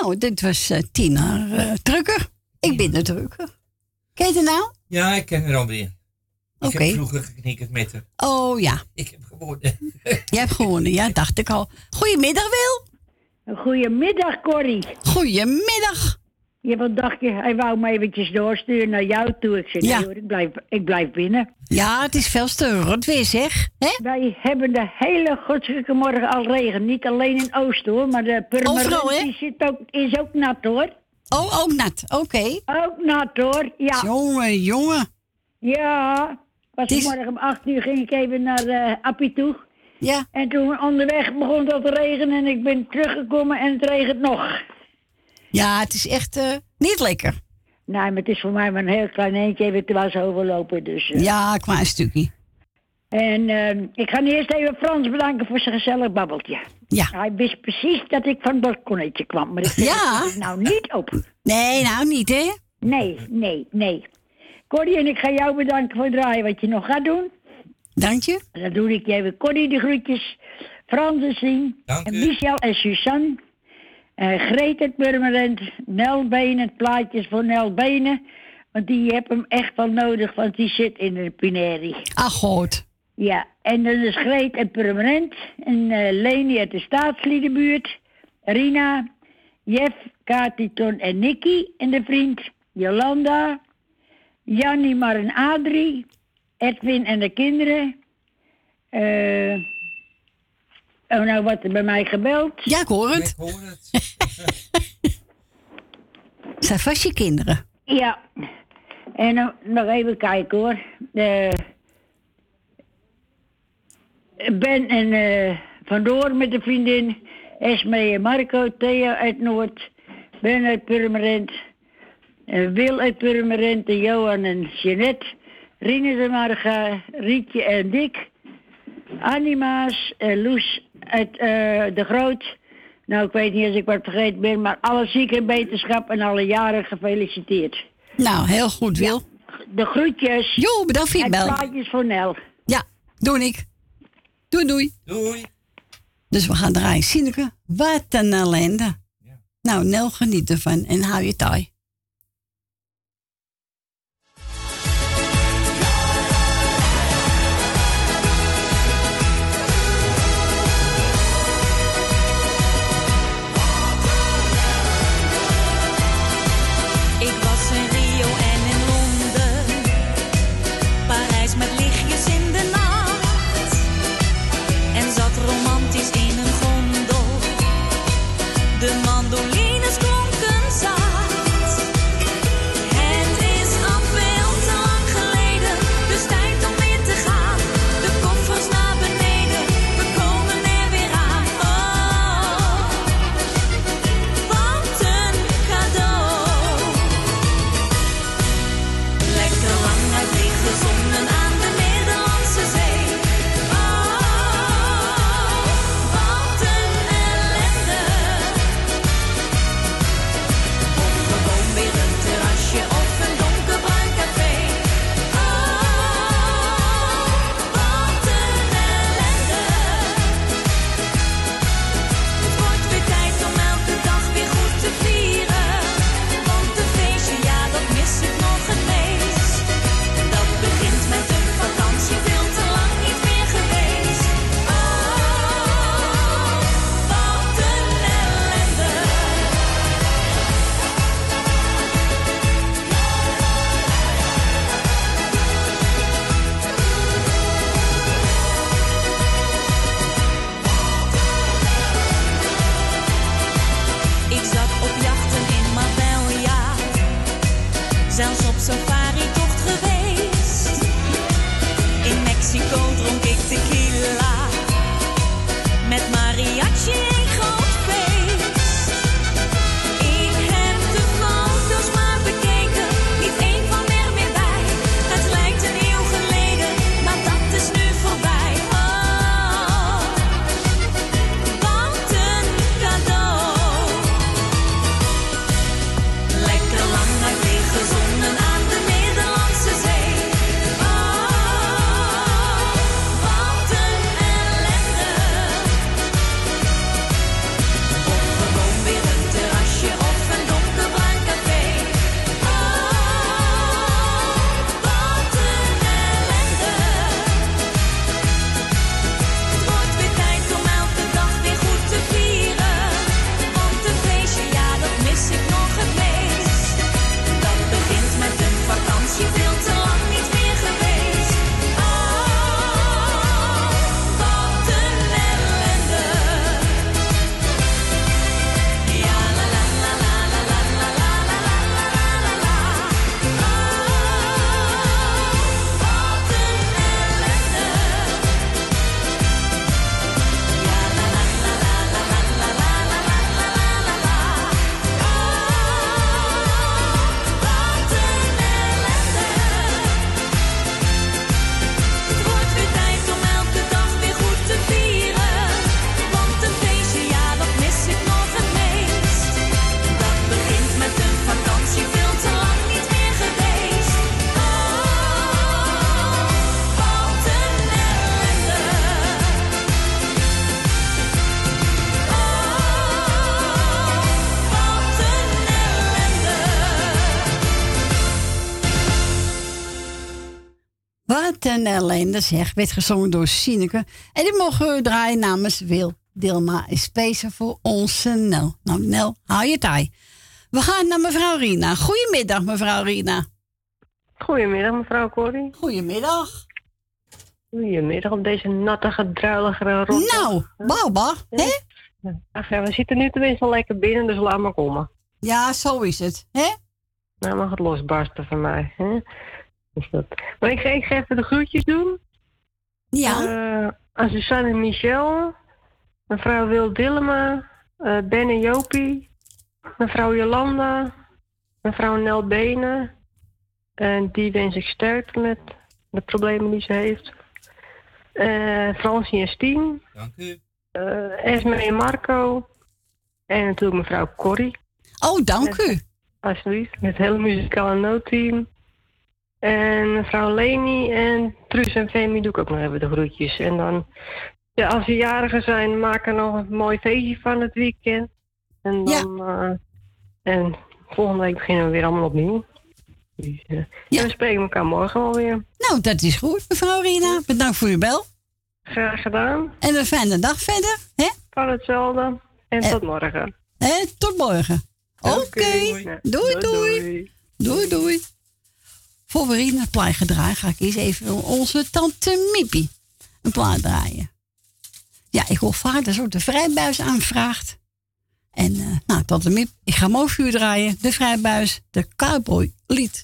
Nou, dit was uh, Tina uh, Drukker. Ik ben de Drukker. Ken je het nou? Ja, ik ken haar alweer. Ik Oké. heb vroeger geknikkerd met haar. Oh ja. Ik heb gewonnen. Jij hebt gewonnen, ja, dacht ik al. Goedemiddag, Wil. Goedemiddag, Corrie. Goedemiddag. Ja, wat dacht je? Hij wou me eventjes doorsturen naar jou toe. Ik zei, Ja. nee hoor, ik blijf, ik blijf binnen. Ja, het is veel te rot weer, zeg. Hè? Wij hebben de hele godsdienste morgen al regen. Niet alleen in Oost, hoor, maar de Overal, hè? Purmerend die zit ook, is ook nat, hoor. Oh, ook nat, oké. Ook nat, hoor, ja. Jongen, jongen. Ja, was Het is- morgen om acht uur ging ik even naar eh Appie toe. Ja. En toen onderweg begon het al te regenen en ik ben teruggekomen en het regent nog. Ja, het is echt uh, niet lekker. Nee, maar het is voor mij maar een heel klein eentje, even te was overlopen, dus... Uh. Ja, qua een stukje. En uh, ik ga nu eerst even Frans bedanken voor zijn gezellig babbeltje. Ja. Hij wist precies dat ik van het balkonnetje kwam, maar ik zeg Ja. het nou niet op. Nee, nou niet, hè? Nee, nee, nee. Corrie, en ik ga jou bedanken voor het draaien wat je nog gaat doen. Dank je. En dan doe ik je even Corrie de groetjes, Frans en Sien, Dank en u. Michel en Suzanne, en Greet het Purmerend, Nel Benen, plaatjes voor Nel Benen, want die heb hem echt wel nodig, want die zit in de pinerie. Ach, goed. Ja, en dan is Greet en Purmerend, en uh, Leni uit de Staatsliedenbuurt, Rina, Jeff, Kati, Ton en Nicky en de vriend, Jolanda, Jannie, Mar en Adrie, Edwin en de kinderen. Eh... oh, nou wordt er bij mij gebeld. Ja, ik hoor het. Ik hoor het. Zijn vast je kinderen. Ja. En uh, nog even kijken hoor. Uh, Ben en uh, Vandoor met de vriendin. Esme en Marco. Thea uit Noord. Ben uit Purmerend. Uh, Wil uit Purmerend. En Johan en Jeanette. Rinus en Marga. Rietje en Dick. Anima's. Uh, Loes uit uh, De Groot. Nou, ik weet niet als ik wat vergeten ben, maar alle zieken en beterschap en alle jaren gefeliciteerd. Nou, heel goed, Wil. De groetjes. Jo, bedankt voor je en bel. plaatjes voor Nel. Ja, doe ik. Doei, doei. Doei. Dus we gaan draaien. Sineke, wat een ellende. Ja. Nou, Nel, geniet ervan en hou je taai. Ik was in Rio en in Londen, Parijs met lichtjes in de nacht, en zat romantisch in een gondel. De mandolines klonken zacht. Wat een ellende zeg. Werd gezongen door Sineke. En die mogen we draaien namens Wil Dilma. Is speciaal voor onze Nel. Nou, Nel, hou je taai. We gaan naar mevrouw Rina. Goedemiddag, mevrouw Rina. Goedemiddag, mevrouw Corrie. Goedemiddag. Goedemiddag op deze natte, druilige rot. Nou, baba, hè? Ach ja, we zitten nu tenminste al lekker binnen, dus laat maar komen. Ja, zo is het, hè? Nou, mag het losbarsten van mij, hè? Dus dat. Maar ik ga, ik ga even de groetjes doen. Ja. Uh, aan Suzanne en Michel, mevrouw Wil Dillema, uh, Ben en Jopie, mevrouw Jolanda, mevrouw Nel Benen. En die wens ik sterkte met de problemen die ze heeft. Uh, Fransie en Stien. Dank u. Uh, Esme en Marco. En natuurlijk mevrouw Corrie. Oh, dank en, u. Alsjeblieft. Het hele muzikale noodteam. En mevrouw Leni en Truus en Femi doe ik ook nog even de groetjes. En dan, ja, als ze jarigen zijn, maak er nog een mooi feestje van het weekend. En dan, ja. Uh, en volgende week beginnen we weer allemaal opnieuw. Dus, uh, ja. En we spreken elkaar morgen alweer. Nou, dat is goed, mevrouw Rina. Bedankt voor uw bel. Graag gedaan. En een fijne dag verder, hè? Van hetzelfde. En eh, tot morgen. Eh, tot morgen. Oké. Okay. Doei. Doei, doei. Doei, doei. doei. Voor we Rina een plaat gaan draaien, ga ik eens even onze tante Miepie een plaat draaien. Ja, ik hoor vaak dat ze ook de vrijbuis aanvraagt. En, uh, nou, tante Miep, ik ga hem over u draaien. De vrijbuis, de cowboy lied.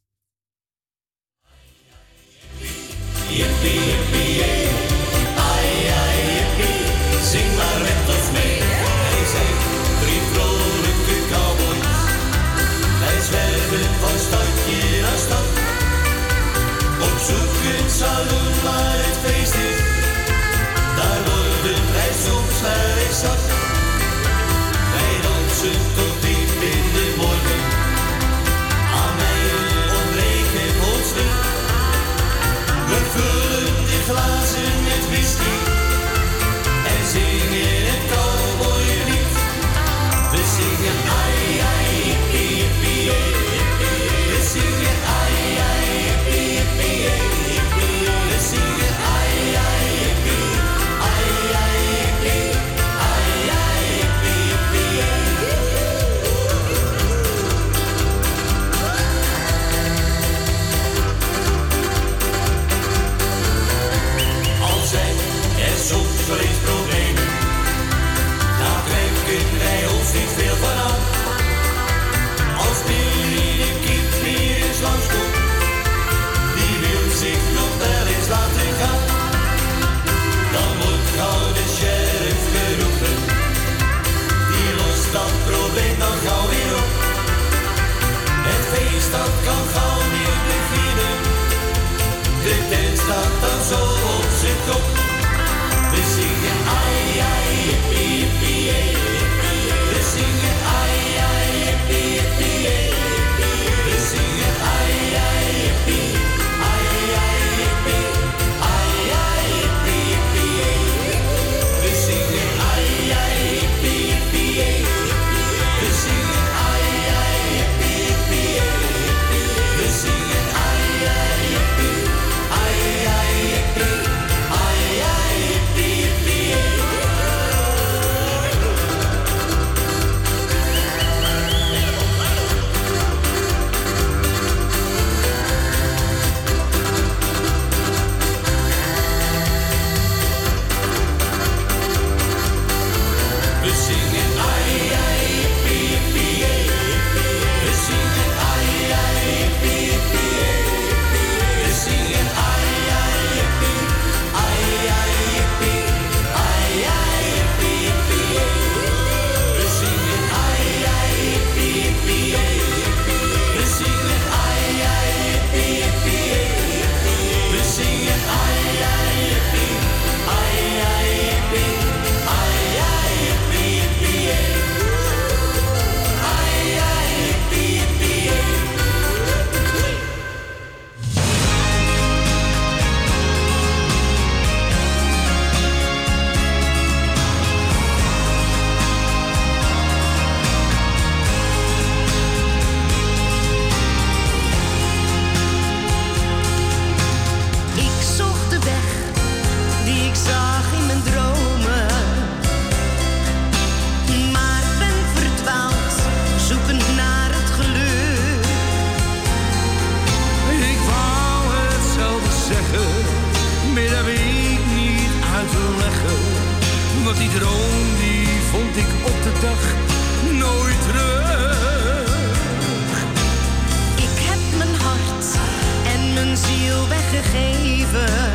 Jippie, jippie, jee. Ai, ai, jippie. Zing maar met ons mee. Hij zijn drie vrolijke cowboys. Wij zwerven van stadje naar stad. Op zoek in het saloon waar het feest is. Daar worden wij soms naar eens zat. Wij dansen tot diep in de morgen. Aan mij ontbreekt het ons niet. We vullen de glazen met whisky en zingen het cowboylied. We zingen ai ai jippie jippie jippie. We zingen ai ai jippie jippie jippie. We zingen ai die droom die vond ik op de dag nooit terug. Ik heb mijn hart en mijn ziel weggegeven.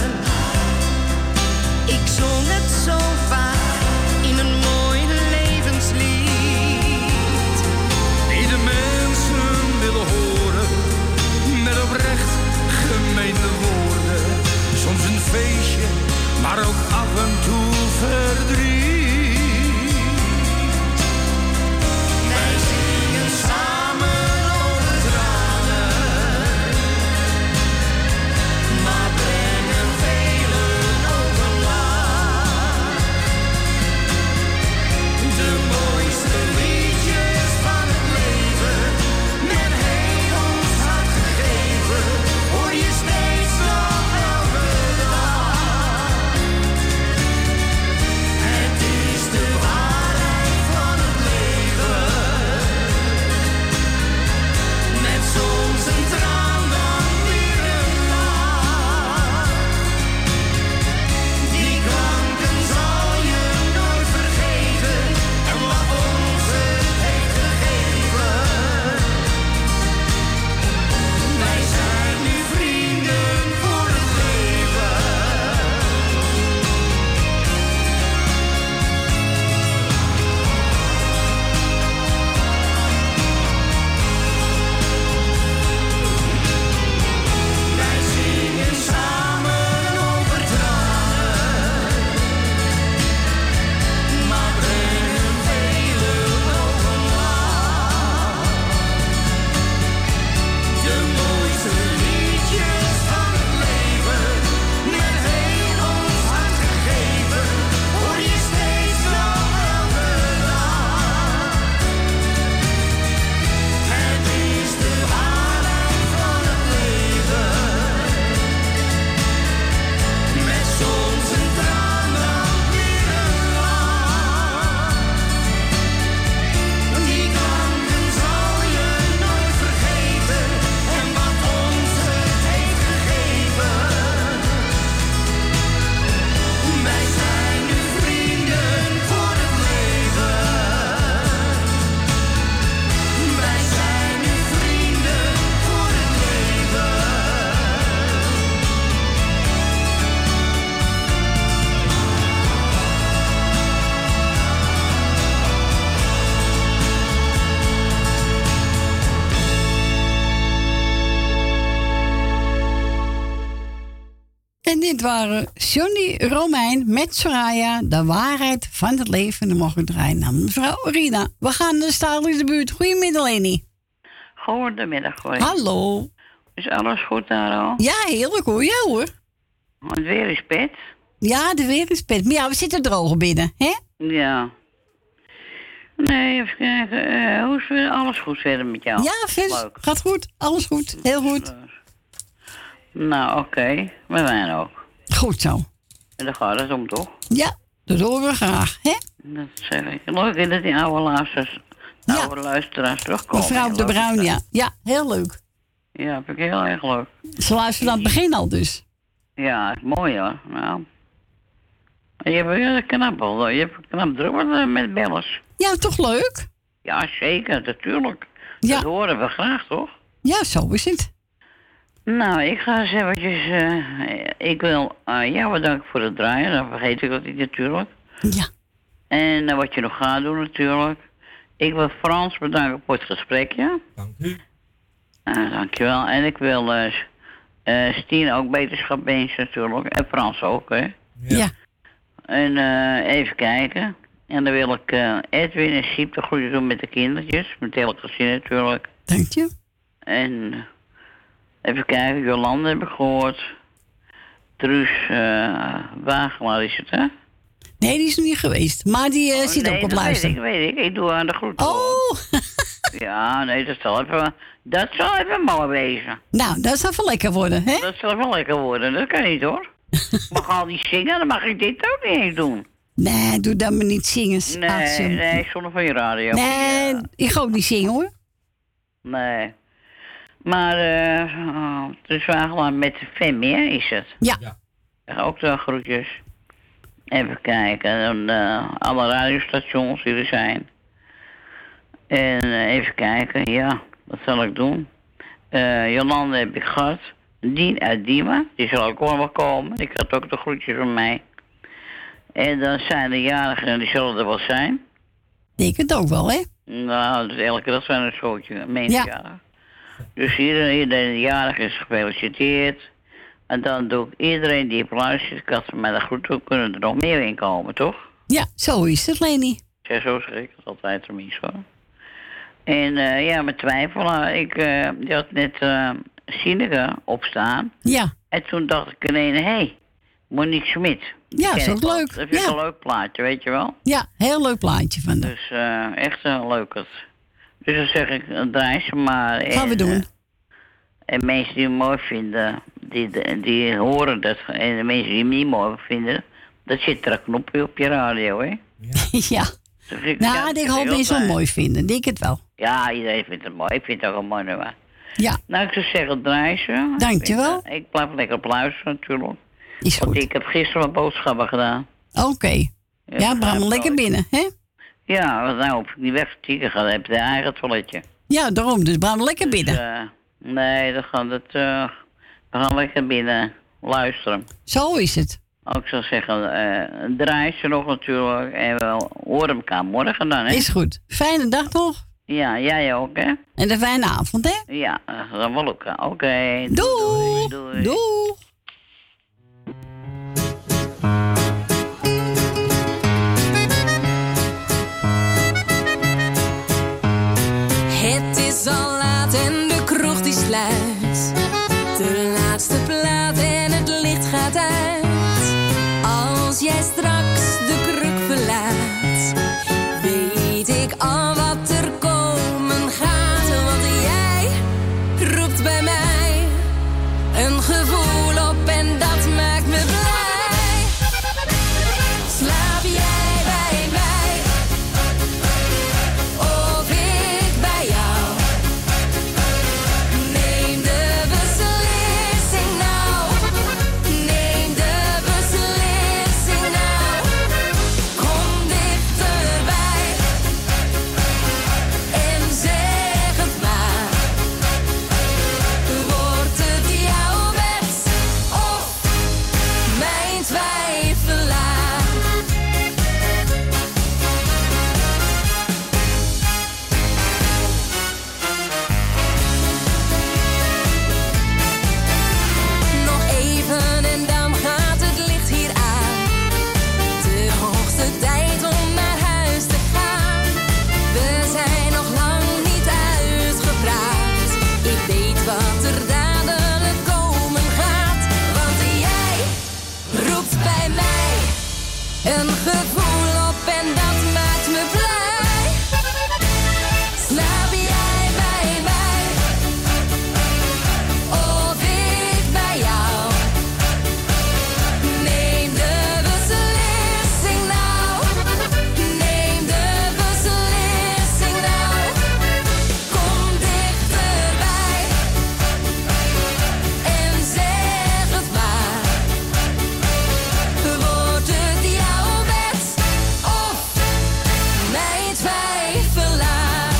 Ik zong het zo vaak in een mooi levenslied. Die de mensen willen horen, met oprecht gemeende woorden. Soms een feestje, maar ook af en toe verdriet. Wij zingen samen over tranen, maar brengen velen overlaag. De mooiste liedjes van het leven, met heel ons hart gegeven, hoor je steeds nog elke dag. Het is de waarheid van het leven, met soms een traan dan weer een lach. Die klanken zal je nooit vergeten, en wat ons het heeft gegeven. Wij zijn nu vrienden voor het leven. Wij zingen samen over tranen, maar brengen velen overlaag. De mooiste liedjes van het leven, met heel ons hart gegeven, hoor je steeds nog elke dag. Het is de waarheid van het leven, met soms een traan dan weer een lach. Die klanken zal je nooit vergeten, en wat ons het heeft gegeven. Wij zijn nu vrienden voor het leven. Wij zijn nu vrienden voor het leven. En dit waren Johnny Romein met Soraya, de waarheid van het leven. Dan mogen we draaien naar mevrouw Rina. We gaan naar Staal in de buurt. Goedemiddag, Leni. Goedemiddag, hoi. Hallo. Is alles goed daar al? Ja, heerlijk hoor. Ja hoor. Het weer is pet. Ja, de weer is pet. Maar ja, we zitten droog binnen, hè? Ja. Nee, even kijken. Eh, hoe is weer alles goed verder met jou? Ja, vis. Leuk. Gaat goed. Alles goed. Heel goed. Nou, oké. We zijn ook. Goed zo. En daar gaat het om, toch? Ja, dat horen we graag, hè? Dat zeg ik. Leuk is dat die oude luisteraars, oude luisteraars terugkomen. Mevrouw De Bruin, ja. Ja, heel leuk. Ja, vind ik heel erg leuk. Ze luisteren aan het begin al dus. Ja, is mooi hoor. Nou. Je hebt heel knap al. Je hebt knap druk met bellers. Ja, toch leuk? Ja, zeker, natuurlijk. Ja. Dat horen we graag, toch? Ja, zo is het. Nou, ik ga eens eventjes... Uh, ik wil uh, jou bedanken voor het draaien. Dan vergeet ik dat niet natuurlijk. Ja. En uh, wat je nog gaat doen natuurlijk. Ik wil Frans bedanken voor het gesprekje. Dank u. Uh, dankjewel. En ik wil uh, uh, Stien ook beterschap wensen natuurlijk. En Frans ook, hè. Ja. ja. En uh, even kijken. En dan wil ik uh, Edwin en Siep de groeten doen met de kindertjes. Met het hele gezin natuurlijk. Dank je. En uh, even kijken, Jolande heb ik gehoord. Truus uh, Wagelaar is het, hè? Nee, die is nog niet geweest. Maar die uh, oh, zit nee, ook op dat luisteren. Weet ik, weet ik. Ik doe aan de groeten. Oh! Ja, nee, dat zal even, dat zal even mooi wezen. Nou, dat zal wel lekker worden, hè? Dat zal wel lekker worden, dat kan niet hoor. Mag al niet zingen, dan mag ik dit ook niet eens doen. Nee, doe dat maar niet zingen. Nee, Atsum. nee, zonder van je radio. Nee, ja. ik ga ook niet zingen hoor. Nee. Maar, eh, uh, het is wel met Femi, hè, is het? Ja. ja. Ook de groetjes. Even kijken. Dan, uh, alle radiostations die er zijn. En uh, even kijken. Ja, wat zal ik doen? Uh, Jolande heb ik gehad. Dien uit Diemen. Die zal ook wel komen. Die had ook de groetjes van mij. En dan zijn de jarigen, die zullen er wel zijn. Ik het ook wel, hè? Nou, dus elke dag zijn er zootje mensen jarig. Ja. Dus iedereen, iedereen die jarig is gefeliciteerd. En dan doe ik iedereen die heeft luistert, ik had van mij de groeten, kunnen er nog meer in komen, toch? Ja, zo is het, Leni. Ja, zo zeg ik het altijd tenminste, hoor. En uh, ja, met twijfel, ik uh, die had net uh, Sineke opstaan. Ja. En toen dacht ik ineens, hé, hey, Monique Smit. Ja, dat is ook leuk. Dat is ja. een leuk plaatje, weet je wel? Ja, heel leuk plaatje van haar. Dus uh, echt een uh, leuk. Dus dan zeg ik, uh, draai ze maar. Gaan en, we doen. Uh, en mensen die het mooi vinden, die, die horen dat. En de mensen die het niet mooi vinden, dat zit er een knopje op je radio, hè? Ja. ja. Dus ik, nou, ja, ik hoop mensen het mooi vinden. Denk het wel. Ja, iedereen vindt het mooi. Ik vind het ook een mooi nummer. Ja. Nou, ik zou zeggen, draai ze. Dankjewel. Ik, ik blijf lekker op luisteren, natuurlijk. Is goed. Want ik heb gisteren wat boodschappen gedaan. Oké. Okay. Ja, ja brand me lekker binnen, hè? Ja, want nou op die weg vertieken gaat, heb je een eigen toiletje. Ja, daarom. Dus brand me lekker dus, binnen. Uh, nee, dan gaat het, uh, we gaan lekker binnen luisteren. Zo is het. Ik zou zeggen, uh, draai ze nog natuurlijk. En we horen elkaar morgen dan, hè? Is goed. Fijne dag nog. Ja, jij ook, hè? En een fijne avond, hè? Ja, dan wel ook. Oké. Okay. Doei. Doei. Doei. Doei. Het is al laat en de kroeg die sluit. De laatste plaat en het licht gaat uit. Als jij straks de kruk verlaat, weet ik al wat er komen gaat. Want jij roept bij mij een gevoel op en dat maakt me blij. Slaap jij bij mij of ik bij jou? Neem de beslissing nou, neem de beslissing nou. Kom dichterbij en zeg het maar. Wordt het jouw wet of mijn twijfelaar? Nog even en dan gaat het licht hier aan. De hoogste tijd om naar huis te gaan. We zijn nog lang niet uitgepraat. Ik weet wat er dadelijk komen gaat. Want jij roept bij mij een gevoel op en dat maakt me blij. Slaap jij bij mij of ik bij jou? Neem de beslissing nou, neem de beslissing nou. Kom dichterbij en zeg het maar. Wordt het jouw wet of mijn twijfelaar?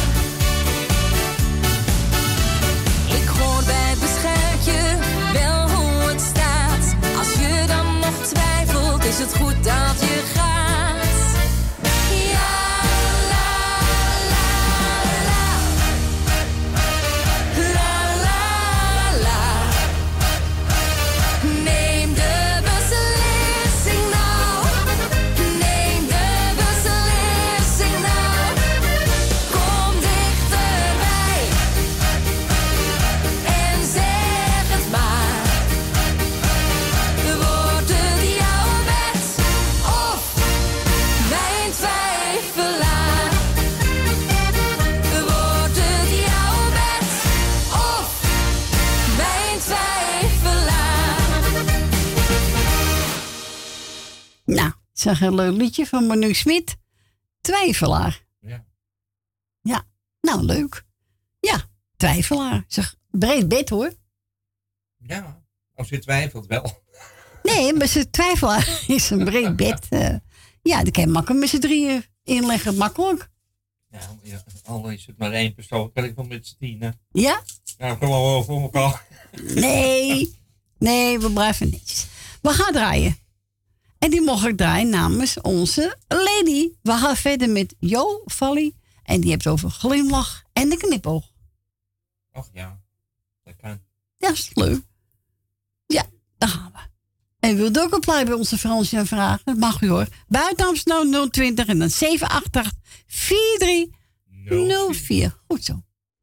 Ik hoor bij het beschuitje wel hoe het staat. Als je dan nog twijfelt, is het goed dat je gaat. Ja, la, la, la. La, la, la. Neem de beslissing nou, neem de beslissing nou. Kom dichterbij en zeg het maar. Wordt het jouw wet of mijn twijfelaar? Wordt het jouw wet of mijn twijfelaar? Nou, ik zag een leuk liedje van Monique Smit. Twijfelaar. Ja. Ja, nou leuk. Ja, twijfelaar. Zeg, breed bed hoor. Ja, als je twijfelt wel. Nee, Nee, maar ze twijfelen. Is een breed bed. Uh, ja, die kan je makkelijk met z'n drieën inleggen. Makkelijk. Ja, ja, al is het maar één persoon. Kan ik wel met z'n tienen. Ja? Ja, ik kan wel over elkaar. Nee. Nee, we blijven netjes. We gaan draaien. En die mocht ik draaien namens onze Lady. We gaan verder met Jo Valley. En die heeft over glimlach en de knipoog. Och ja, dat kan. Ja, is leuk. Ja, daar gaan we. En wilt ook een plaat bij onze Fransje vragen? Dat mag u hoor. Buiten Amsterdam nul twintig en dan zeven acht acht vier drie nul vier. Goed zo.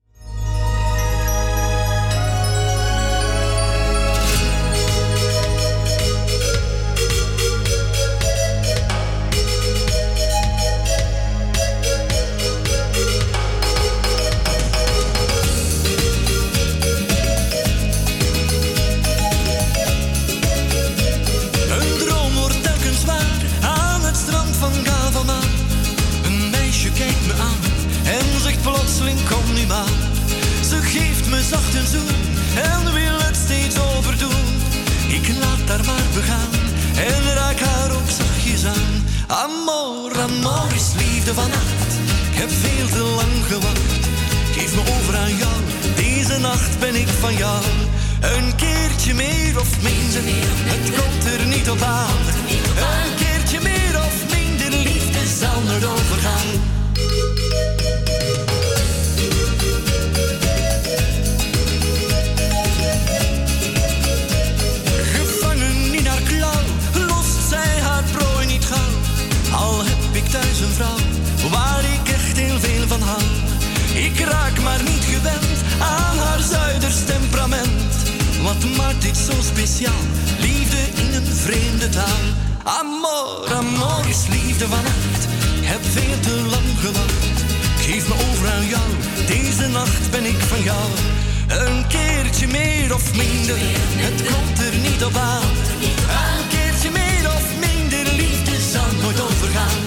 Plotseling kom nu maar. Ze geeft me zacht een zoen en wil het steeds overdoen. Ik laat haar maar begaan en raak haar ook zachtjes aan. Amor, amor is liefde vannacht. Ik heb veel te lang gewacht. Geef me over aan jou, deze nacht ben ik van jou. Een keertje meer of minder, het komt er niet op aan. Een keertje meer of minder, liefde zal nooit overgaan. Al heb ik thuis een vrouw waar ik echt heel veel van hou. Ik raak maar niet gewend aan haar Zuiders temperament. Wat maakt dit zo speciaal? Liefde in een vreemde taal. Amor, amor is liefde vannacht. Ik heb veel te lang gewacht. Geef me over aan jou, deze nacht ben ik van jou. Een keertje meer of minder, het komt er niet op aan. Een keertje meer of minder, liefde zal nooit overgaan.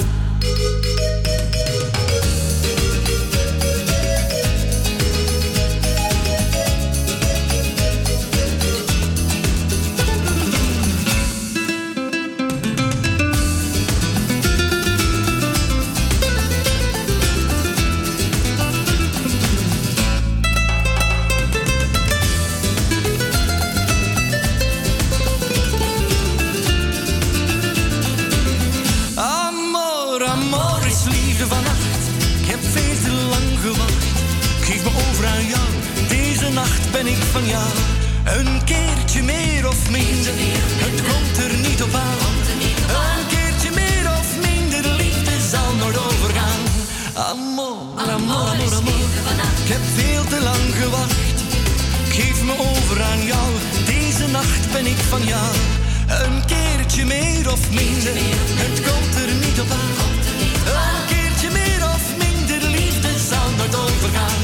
Nacht ben ik van jou. Een keertje meer of minder, het komt er niet op aan. Een keertje meer of minder, liefde zal nooit overgaan. Amor, amor, amor, amor. Ik heb veel te lang gewacht. Geef me over aan jou, deze nacht ben ik van jou. Een keertje meer of minder, het komt er niet op aan. Een keertje meer of minder, liefde zal nooit overgaan.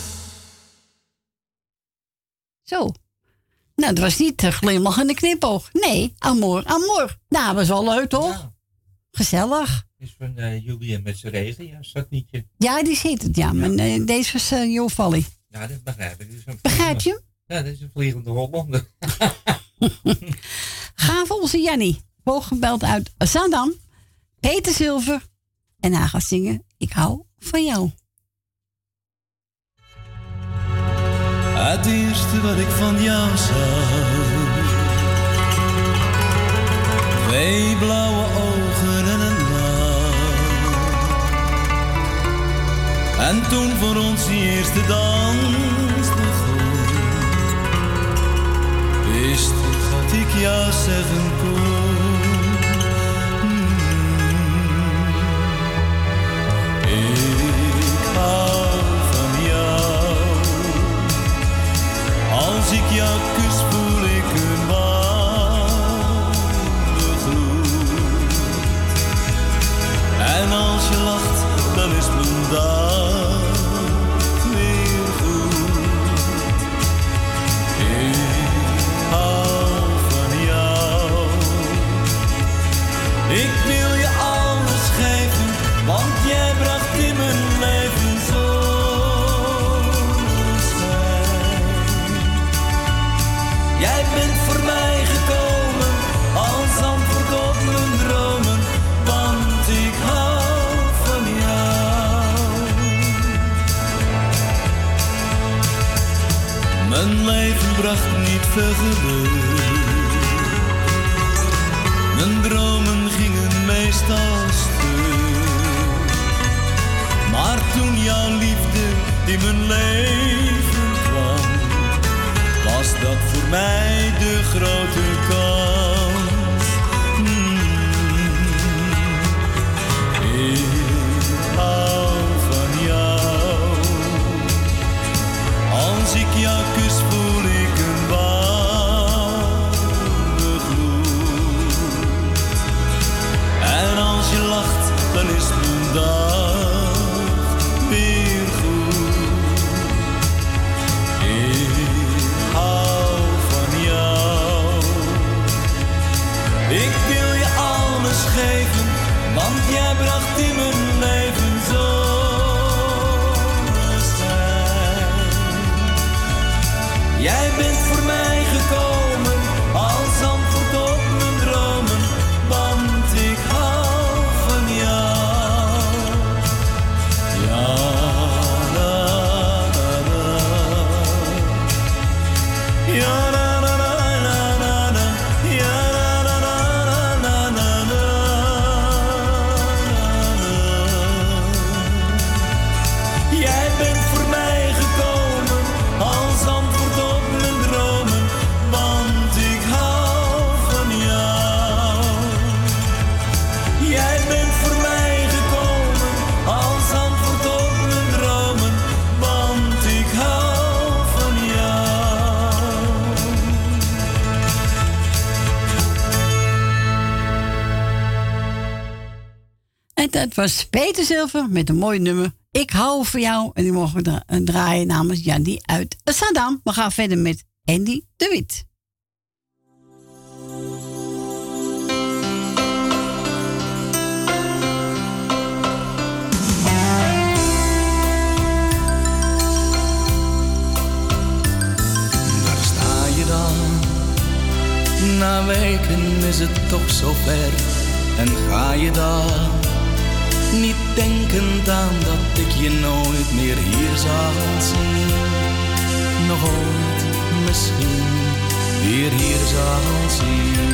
Zo. Nou, dat was niet uh, glimlach en de knipoog. Nee, amor, amor. Nou, was wel leuk, toch? Ja. Gezellig. Is van uh, Julian met zijn regen, ja, is dat nietje? Ja, die zit het, ja. ja. Maar uh, deze was uh, Jo Valley. Ja, dat begrijp ik. Dus begrijp je hem? Ja, dat is een vliegende Hollander. Gaan we onze Jannie. Hooggebeld uit Zaandam. Peter Zilver. En hij gaat zingen Ik hou van jou. Het eerste wat ik van jou zag, twee blauwe ogen en een lach. En toen voor ons die eerste dans begon, wist ik wat ik jou zeggen kon. Hmm. Ik hou van jou. Als ik jou kus, voel ik een warme gloed. En als je lacht, dan is mijn dag weer goed. Ik hou van jou. Ik wil je alles geven, want jij bracht in mijn leven zo. Jij Mijn leven bracht niet veel geluk. Mijn dromen gingen meestal stuk. Maar toen jouw liefde in mijn leven kwam, was dat voor mij de grote kans. Hmm. Ik hou van jou. Als ik jou kus voel ik een warme gloed. En als je lacht dan is mijn dag weer goed. Ik hou van jou. Ik wil je alles geven, want jij bracht in mijn leven zonneschijn. Jij bent voor mij gekomen als antwoord op mijn dromen, want ik hou van jou. Ja, la, la, la. Ja, la, la, la, la, la, la. Ja, la, la, la, la, la, la, la. Jij bent voor mij gekomen als antwoord op mijn dromen, want ik hou van jou. Jij bent voor mij gekomen als antwoord op mijn dromen, want ik hou van jou. En dat was Peter Zilver met een mooi nummer. Ik hou van jou. En die mogen we dra- draaien namens Jannie uit Saddam. We gaan verder met Andy de Wit. Daar sta je dan. Na weken is het toch zo ver. En ga je dan niet denkend aan dat ik je nooit meer hier zal zien. Nog ooit misschien weer hier zal zien.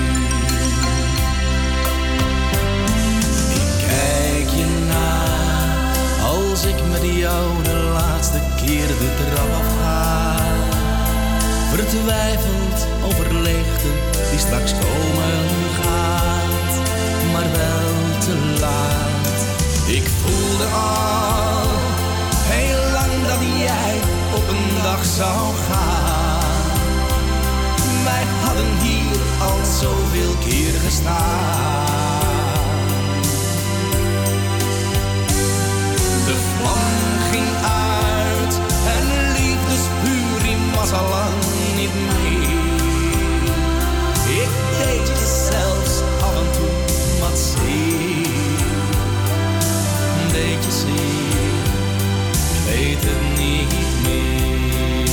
Ik kijk je na als ik met jou de laatste keer de trap afga. Vertwijfeld over leegte die straks komen gaat, maar wel te laat. Ik voelde al heel lang dat jij op een dag zou gaan. Wij hadden hier al zoveel keer gestaan. De vlam ging uit en liefdesvuur die was al lang niet meer. Ik deed je zelfs af en toe wat zeer. Deed je zeer, ik weet het niet meer.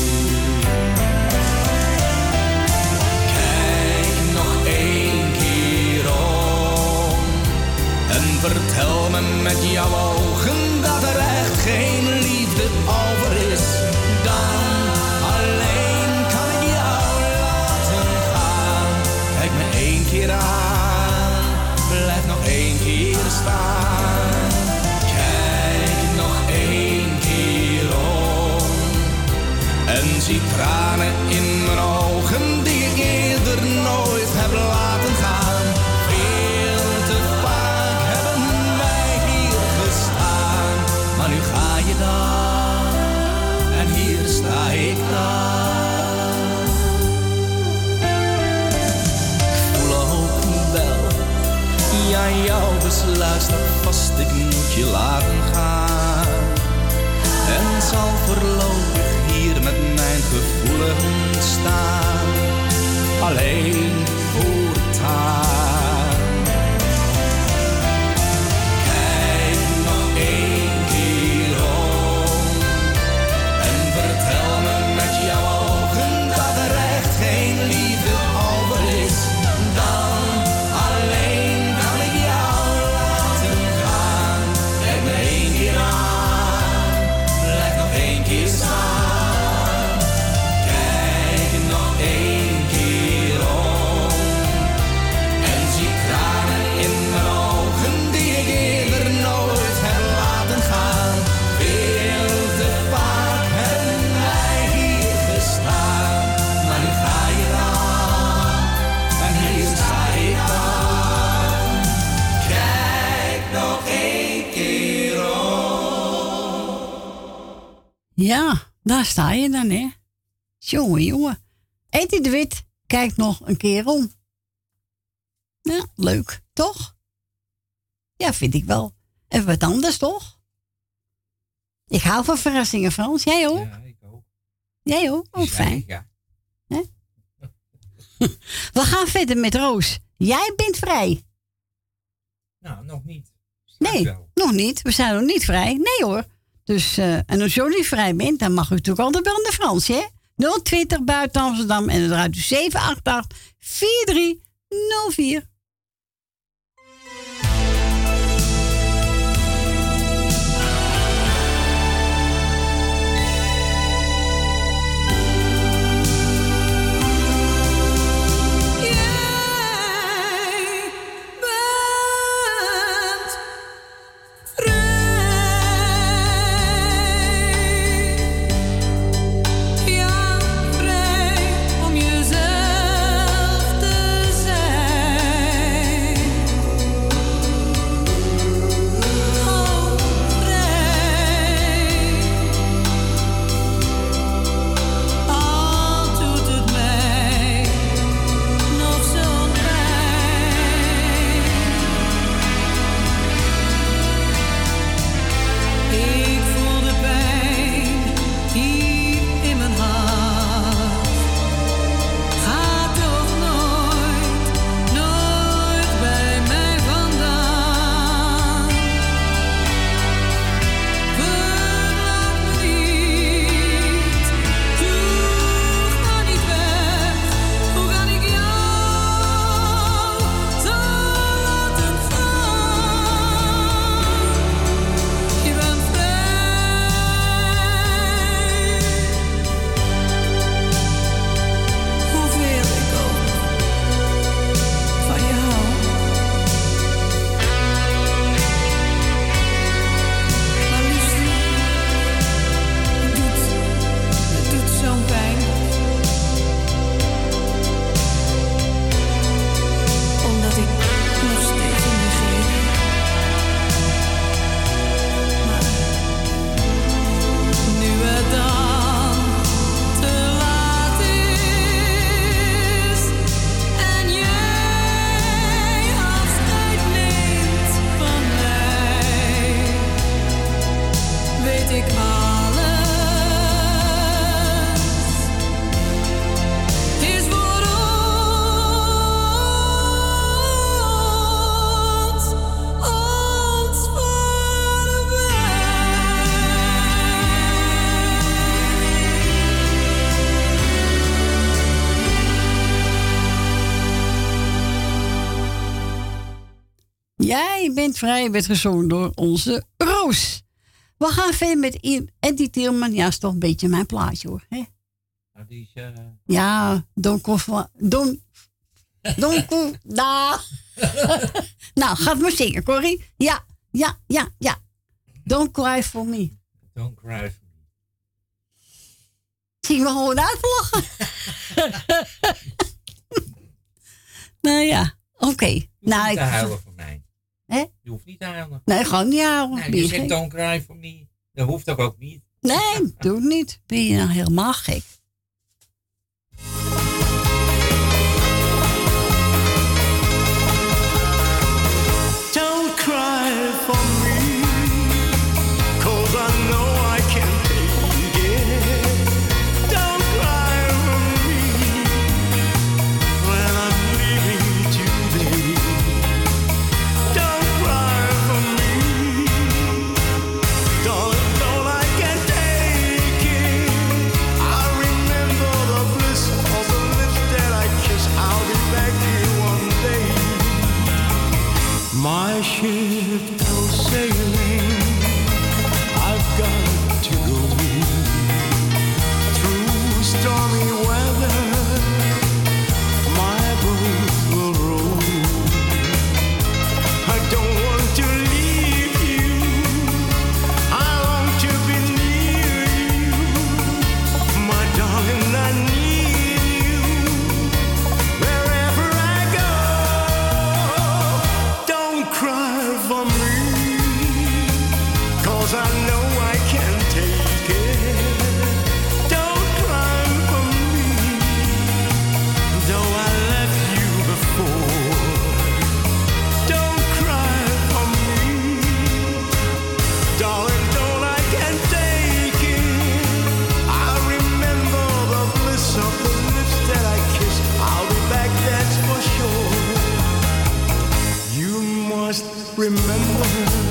Kijk nog één keer om en vertel me met jouw ogen dat er echt geen liefde over is. Dan alleen kan ik jou laten gaan. Kijk me één keer aan, blijf nog één keer staan. En zie tranen in mijn ogen die ik eerder nooit heb laten gaan. Veel te vaak hebben wij hier gestaan. Maar nu ga je dan en hier sta ik dan. Ik voel ook wel, ja jouw besluit staat vast. Ik moet je laten gaan. En zal voorlopig hier met mijn gevoelens staan, alleen voortaan. Kijk nog één keer om en vertel me met jouw ogen dat er echt geen liefde over is. Dan alleen kan ik jou laten gaan. Kijk me één keer aan, blijf nog één keer staan. Kijk Ja, daar sta je dan, hè. Jongen, jongen. Eddie de Wit kijkt nog een keer om. Ja, leuk, toch? Ja, vind ik wel. Even wat anders, toch? Ik hou van verrassingen, Frans. Jij ook? Ja, ik ook. Jij ook? Ook fijn. Ja. Hè? We gaan verder met Roos. Jij bent vrij. Nou, nog niet. Nee, wel. nog niet. We zijn nog niet vrij. Nee hoor. Dus, uh, en als je niet vrij bent, dan mag u natuurlijk altijd wel naar Frans, hè? nul twintig buiten Amsterdam en dan draait u zeven acht acht vier drie nul vier. Jij bent vrij, werd gezongen door onze Roos. We gaan verder met Eddie Tielman. Ja, is toch een beetje mijn plaatje hoor. Hè? Nou, die is, uh... Ja, Don Kof... Don... Don Kof... Nou... nou, gaat maar zingen, Corrie. Ja, ja, ja, ja. Don't cry for me. Don't cry for me. Zie me gewoon uitlachen. Nou ja, oké. Okay. Nou, niet te huilen voor mij. Hè? Je hoeft niet te huilen. Nee, gewoon niet huilen. Nee, je zegt don't cry for me. Dat hoeft ook ook niet. Nee, doe het niet. Ben je nou helemaal gek? Don't cry for me, 'cause I know I can't take it. Don't cry for me when I'm leaving today. Don't cry for me, darling, no, I can't take it. I remember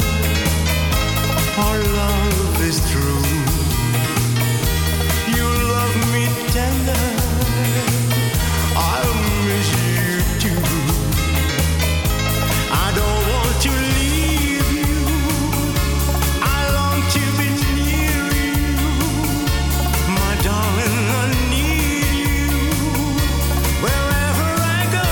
our love is true. You love me tender, I'll miss you too. I don't want to leave you, I long to be near you. My darling, I need you wherever I go.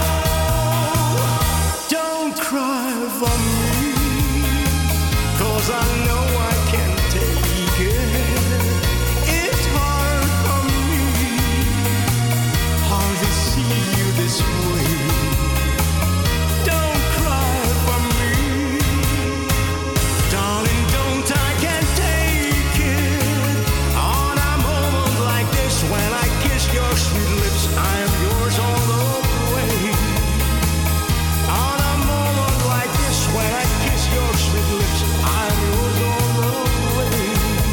Don't cry for me, 'cause I know I can't take it. It's hard for me, hard to see you this way. Don't cry for me, darling, don't, I can't take it. On a moment like this, when I kiss your sweet lips, I am yours all the way. On a moment like this, when I kiss your sweet lips, I am yours all the way.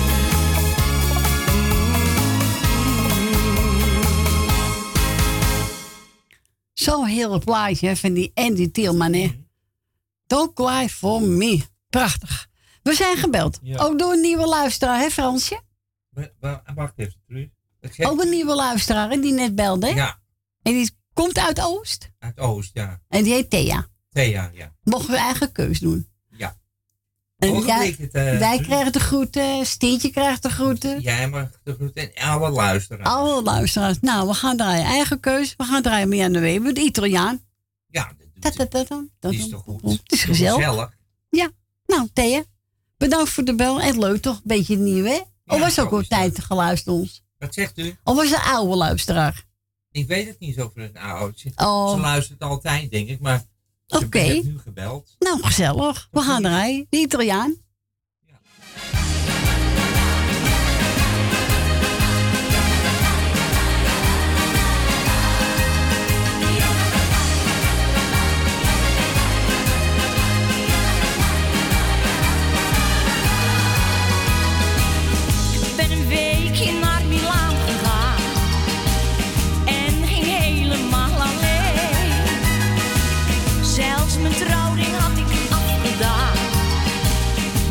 Zo'n heel plaatje hè, van die Andy Tielman, hè. Don't cry for me. Prachtig. We zijn gebeld. Ja. Ook door een nieuwe luisteraar, hè Fransje? Wa- wa- Wacht even, Truus. Wat zegt Ook een u? nieuwe luisteraar, hè, die net belde, hè? Ja, En die komt uit Oost. uit Oost, ja. En die heet Thea. Thea, ja. Mogen we eigen keus doen. Ja. En Volgende jij- week het, eh, wij Truus. krijgen de groeten, Stientje krijgt de groeten. Jij mag de groeten en alle luisteraars. Alle luisteraars. Nou, we gaan draaien eigen keus. We gaan draaien Marianne Weber, de Italiaan. Ja, dat doet dat, dat is toch goed? Het is gezellig. Ja, nou Thea, bedankt voor de bel. En leuk toch, beetje nieuw hè? Of was ook al tijd geluisterd ons? Wat zegt u? Of was de oude luisteraar? Ik weet het niet over een oude. Ze, Oh. ze luistert altijd, denk ik, maar ze Oké. heeft nu gebeld. Nou, gezellig. We gaan draaien. De Italiaan. Ik ben een weekje naar Milaan gegaan en ging helemaal alleen. Zelfs mijn trouwring had ik afgedaan.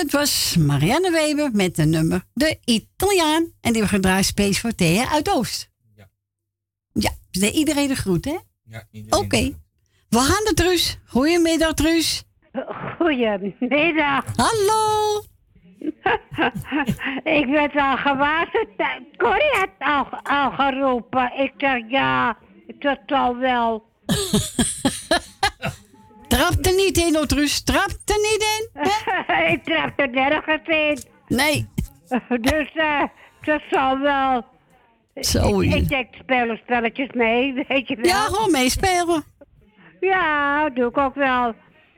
dat was Marianne Weber met de nummer De Italiaan. En die we gedraaid space voor Thea uit Oost. Ja. Ja, dus iedereen de groet, hè? Ja, Oké. Okay. We gaan de Truus. Goedemiddag, Truus. Goedemiddag. Hallo. Ik werd al gewaarschuwd. Corrie had al, al geroepen. Ik dacht, ja, dat zal wel. Trap er niet in, Truus. Trap er niet in. Ik trap er nergens in. Nee. Dus uh, dat zal wel. Zo. Ik, ik denk, spelen spelletjes mee, weet je wel. Ja, gewoon meespelen. Ja, doe ik ook wel.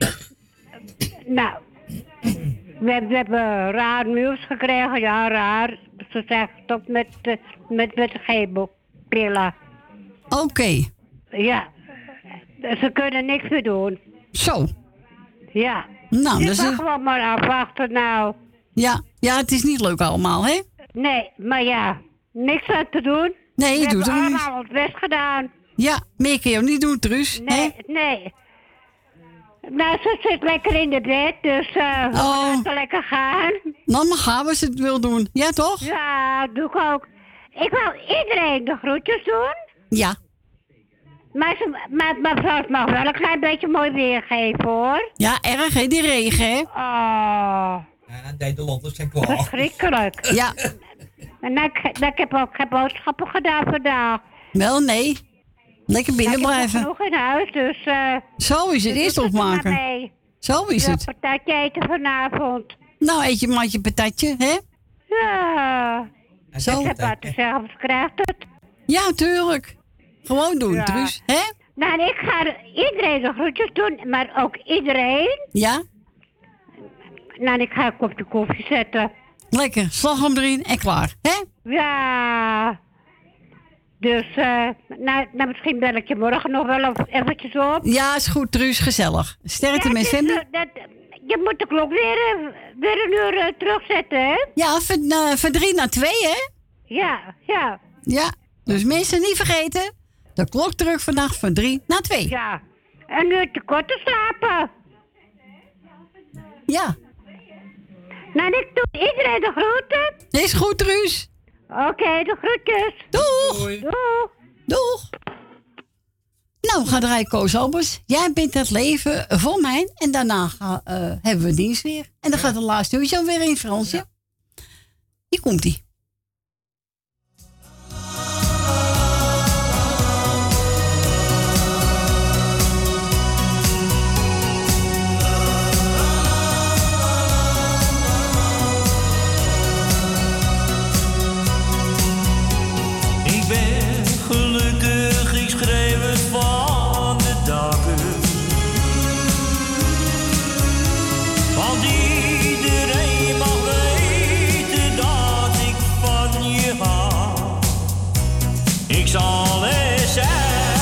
Nou, we, we hebben raar nieuws gekregen. Ja, raar. Ze zeggen toch met, uh, met, met de chemopillen. Oké. Okay. Ja. Ze kunnen niks meer doen. Zo. Ja. Nou, ik dus mag een... gewoon maar afwachten nou. Ja. Ja, het is niet leuk allemaal, hè? Nee, maar ja. Niks aan te doen. Nee, je doet er niet. We hebben allemaal ons best gedaan. Ja, meer kun je ook niet doen, Truus. Nee, hè? Nee. Nou, ze zit lekker in de bed, dus uh, we oh. laten lekker gaan. Dan mag gaan als ze het wil doen. Ja, toch? Ja, doe ik ook. Ik wil iedereen de groetjes doen. Ja. Maar, ze, maar, maar mevrouw mag wel een klein beetje mooi weer geven, hoor. Ja, erg, hè, die regen, hè? Oh. Ja, Nederlanders zijn klaar. Verschrikkelijk. Ja. En ik, ik heb ook geen boodschappen gedaan vandaag. Wel, nee. Lekker binnen blijven. Ik heb genoeg in huis, dus... Uh, Zo is het, eerst opmaken. Zo is het. Een patatje eten vanavond. Nou, eet je maar je patatje, hè? Ja. Zo. Ik heb wat te zeggen, of krijgt het. Ja, tuurlijk. Gewoon doen, ja. Truus, hè? Nou, ik ga iedereen de groetjes doen, maar ook iedereen. Ja? Nou, ik ga een kopje koffie zetten. Lekker, slagroom erin en klaar, hè? Ja. Dus, uh, nou, nou, misschien bel ik je morgen nog wel eventjes op. Ja, is goed, Truus, gezellig. Sterkte ja, met Femi. Dat, je moet de klok weer, uh, weer een uur uh, terugzetten, hè? Ja, van, uh, van drie naar twee, hè? Ja, ja. Ja, dus mensen niet vergeten. De klok terug vandaag van drie naar twee. Ja, een uurtje korter slapen. Ja. Nou, ik doe iedereen de groeten. Is goed, Truus. Oké, okay, de groetjes. Doeg. Doei. Doeg. Doeg. Nou, ga draaien, Koos Albers. Jij bent het leven voor mij. En daarna ga, uh, hebben we dienst weer. En dan gaat de laatste uurtje alweer in, Fransje. Ja. Hier komt-ie. Ik ben gelukkig, ik schreef het van de daken. Want iedereen mag weten dat ik van je hou. Ik zal er zijn,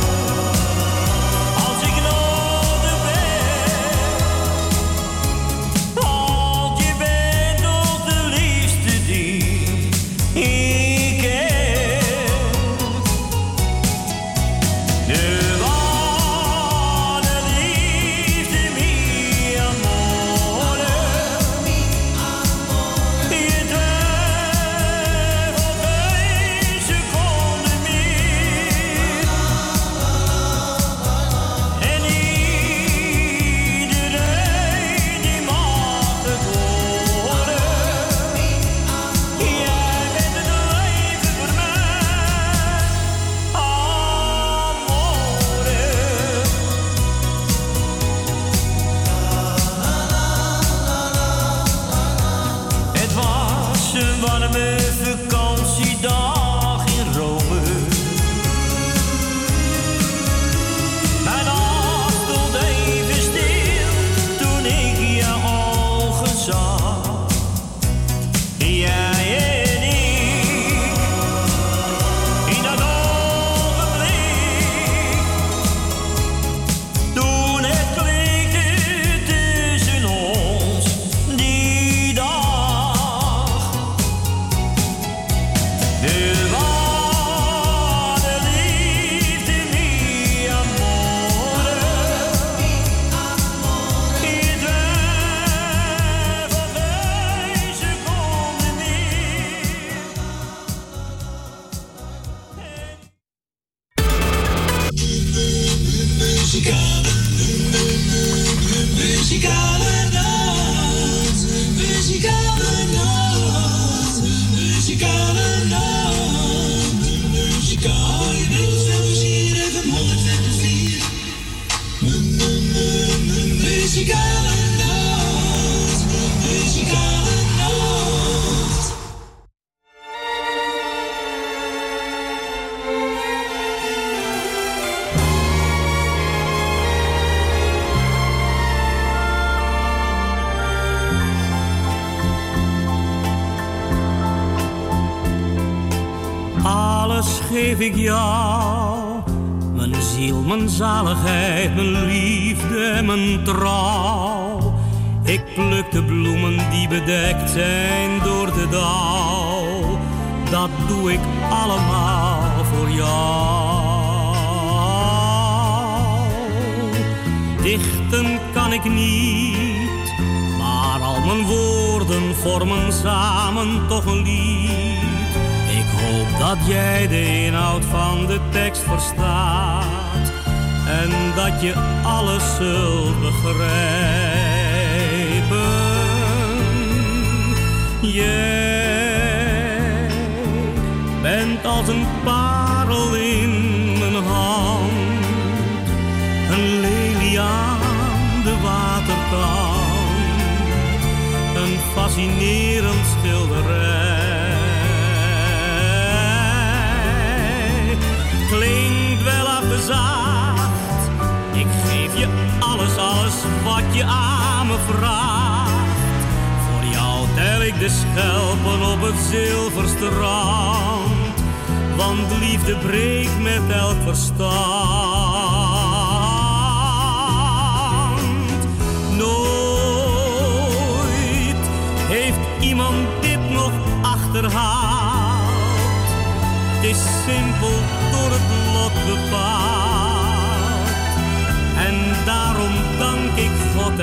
als ik nodig ben. Want je bent toch de liefste die ik ken. De ware liefde, mi amore. Je twijfelt geen seconde meer. En iedereen die mag het horen. Jij bent het leven voor mij, amore. Het was een warme vakantiedag in Rome. Mijn hart stond even stil toen ik jouw ogen zag. Jij en ik, in dat ogenblik, toen het klikte tussen ons die dag. Muzikale, muzikale nacht, muzikale nacht, muzikale nacht, muzikale nacht, even honderd vier. Muzikale nacht, muzikale nacht. Alles geef ik jou, mijn ziel, mijn zaligheid, mijn liefde en mijn trouw. Ik pluk de bloemen die bedekt zijn door de dauw. Dat doe ik allemaal voor jou. Dichten kan ik niet, maar al mijn woorden vormen samen toch een lied. Ik hoop dat jij de inhoud van de tekst verstaat en dat je alles zult begrijpen. Jij bent als een parel in mijn hand, een lelie aan de waterkant, een fascinerend schilderij. Klinkt wel afgezaagd, ik geef je alles, alles wat je aan me vraagt. Voor jou tel ik de schelpen op het zilverstrand, want liefde breekt met elk verstand. Nooit heeft iemand dit nog achterhaald. Het is simpel door het lot bepaald. En daarom dank ik God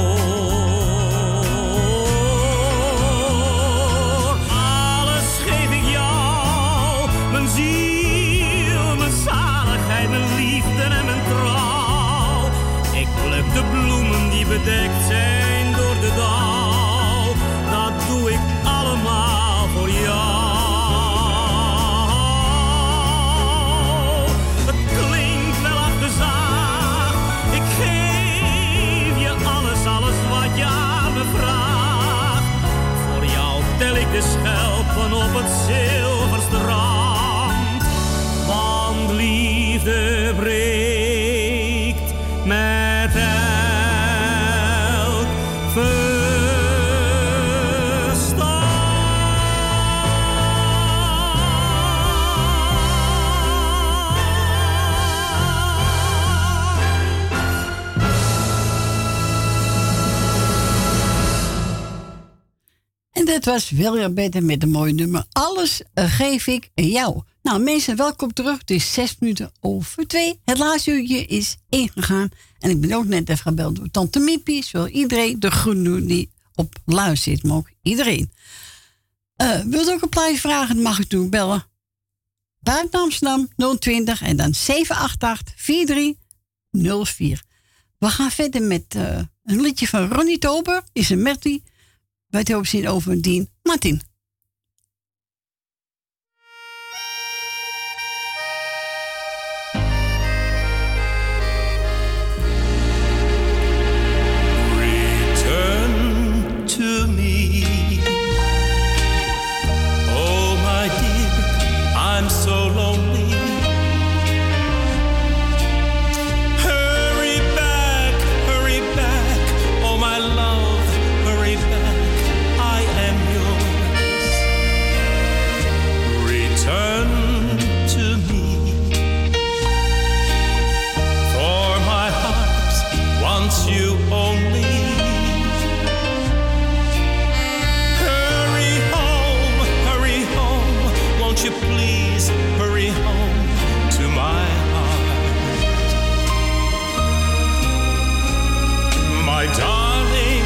ervoor. Alles geef ik jou, mijn ziel, mijn zaligheid, mijn liefde en mijn trouw. Ik pluk de bloemen die bedekt zijn door de dauw. Dat doe ik allemaal voor jou. De schelpen op het zilverstrand, want liefde breekt met elk verstand. En dat was William Better met een mooi nummer. Alles uh, geef ik jou. Nou mensen, welkom terug. Het is zes minuten over twee. Het laatste uurtje is ingegaan. En ik ben ook net even gebeld door Tante Miepie. Zowel iedereen de groene die op luister zit, maar ook iedereen. Uh, wilt u ook een plaatje vragen, dan mag u toen bellen. Buiten Amsterdam nul twintig en dan zeven acht acht vier drie nul vier. We gaan verder met uh, een liedje van Ronnie Tober. Is een Mertie. Wij het hopen zien over Dien Martin. Return to me. Oh my dear, I'm so lonely. Hurry back, hurry back. Oh my love, hurry back. I am yours. Return to me. For my heart wants you only. Hurry home, hurry home. Won't you please hurry home to my heart? My darling,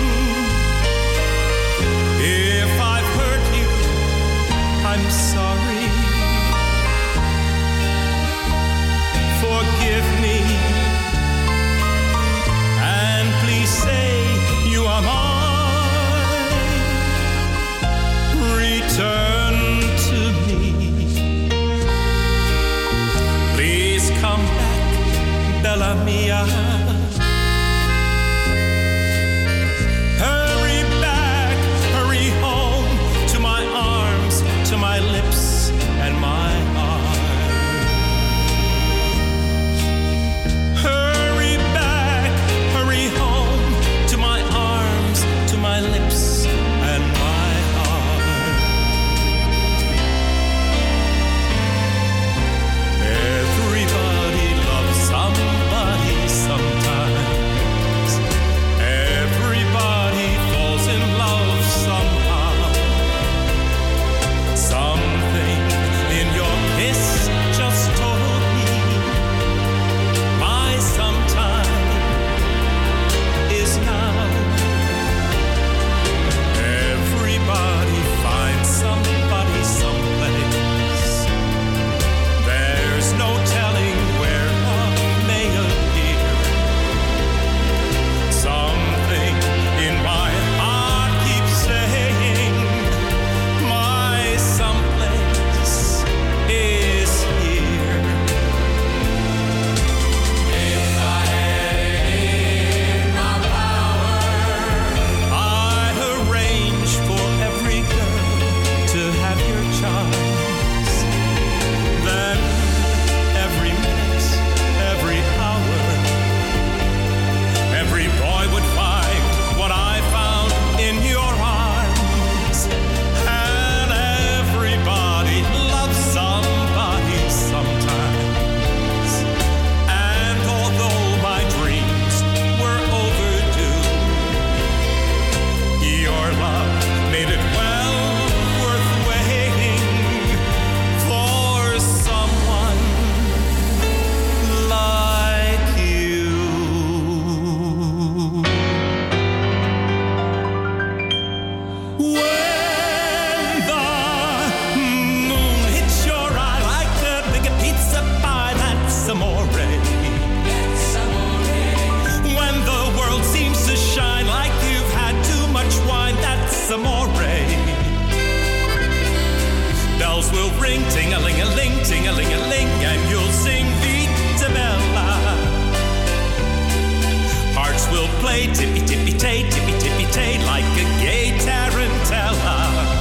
if I've hurt you, I'm sorry. Forgive me, to my lips and my heart. Hurry back, hurry home to my arms, to my lips and my heart. Everybody loves somebody sometimes. Everybody falls in love somehow. Something in your kiss just told me my sometime is now. Everybody finds somebody someplace. There's no telling where love may appear. Something in my heart keeps saying my someplace is here. If I had it in my power, I'd arrange for every girl to have your charms. Then every minute, every hour, every boy would find what I found in your arms. And everybody loves somebody sometimes. And although my dreams were overdue, your love made it well worth waiting for someone like you. When the moon hits your eye like a big pizza pie, that's amore. That's amore. When the world seems to shine like you've had too much wine, that's amore. Bells will ring, ting-a-ling-a-ling, ting-a-ling-a-ling, and you'll sing Vita Bella. Hearts will play tippy-tippy-tay, tippy-tippy-tay, like a gay tarantella.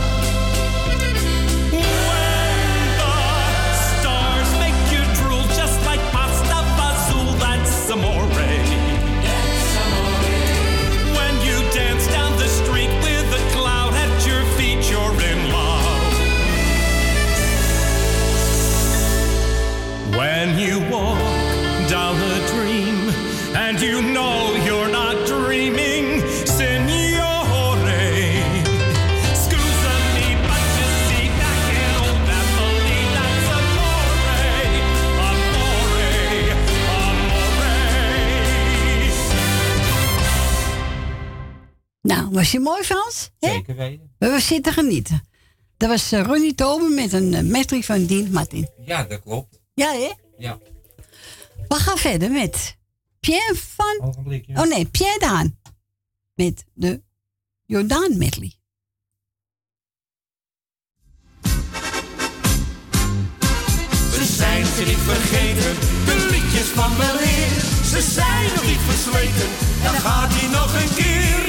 When the stars make you drool just like pasta fazool, that's amore. That's amore. When you dance down the street with a cloud at your feet, you're in love. When you walk down a dream and you know you're not dreaming, signore. Scusa me, but you see, back in old Napoli, that's amore, amore, amore. Nou, was je mooi, Frans? Hè? Zeker weten. We zitten genieten. Dat was uh, Ronnie Tober met een uh, medley van Dean Martin. Ja, dat klopt. Ja, hè? Ja. We gaan verder met Pierre van... Ogenblikje. Oh nee, Pierre Daan. Met de Jordaan medley. We zijn ze niet vergeten, de liedjes van weleer. Ze zijn nog niet versleten, dan gaat hij nog een keer.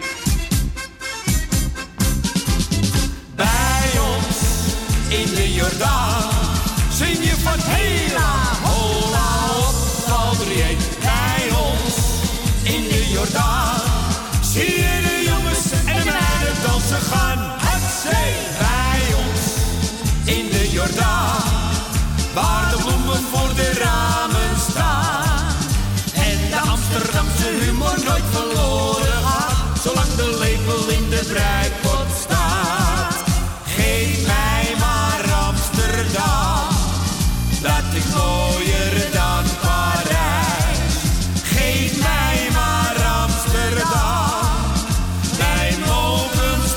Bij ons in de Jordaan zing je van hela, hola, op, valdrieet. Bij ons in de Jordaan zie je de jongens en de meiden dansen gaan. Hatzee! Bij ons in de Jordaan, waar de bloemen voor de ramen staan. En de Amsterdamse humor nooit verloren gaat, zolang de lepel in de breipot staat. Geef mij maar Amsterdam, dat is mooier dan Parijs. Geef mij maar Amsterdam, mijn mogens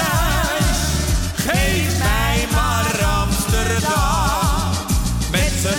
paradijs. Geef mij maar Amsterdam, met z'n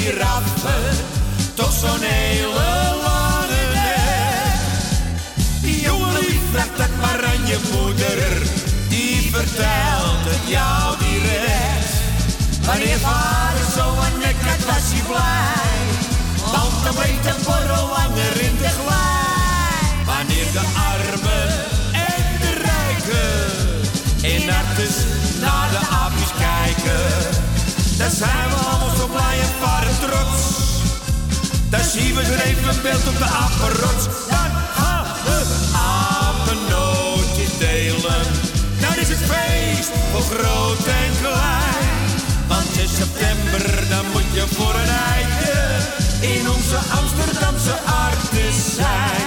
giraffen, toch zo'n hele lange nek. Die jongen die vraagt dat maar aan je moeder, die vertelt het jou direct. Wanneer vader zo'n nek had, was hij blij, want dan bleef de borrel langer in de glij. Wanneer de armen en de rijken in hartjes naar de aapjes kijken, dan zijn we allemaal zo blij en varen trots. Dan zien we er even een beeld op de apenrots. Dan gaan we apennootjes delen. Dan is het feest voor groot en klein. Want in september dan moet je voor een eitje in onze Amsterdamse artes zijn.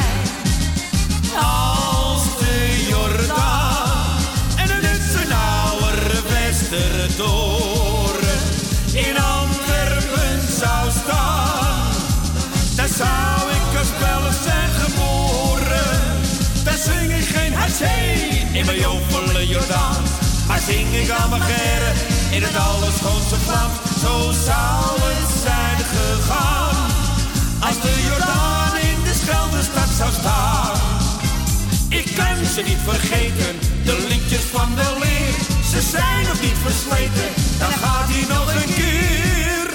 Als de Jordaan en een is een oude Westertoren in Antwerpen zou staan, dan zou ik als Belg zijn geboren. Dan zing ik geen hatsé in mijn jovele Jordaan, maar zing ik Amagere in het allerschoonste Vlaams. Zo zou het zijn gegaan als de Jordaan in de Scheldestad zou staan. Ik kan ze niet vergeten, de liedjes van de leer. Ze zijn nog niet versleten, dan gaat hij nog een keer.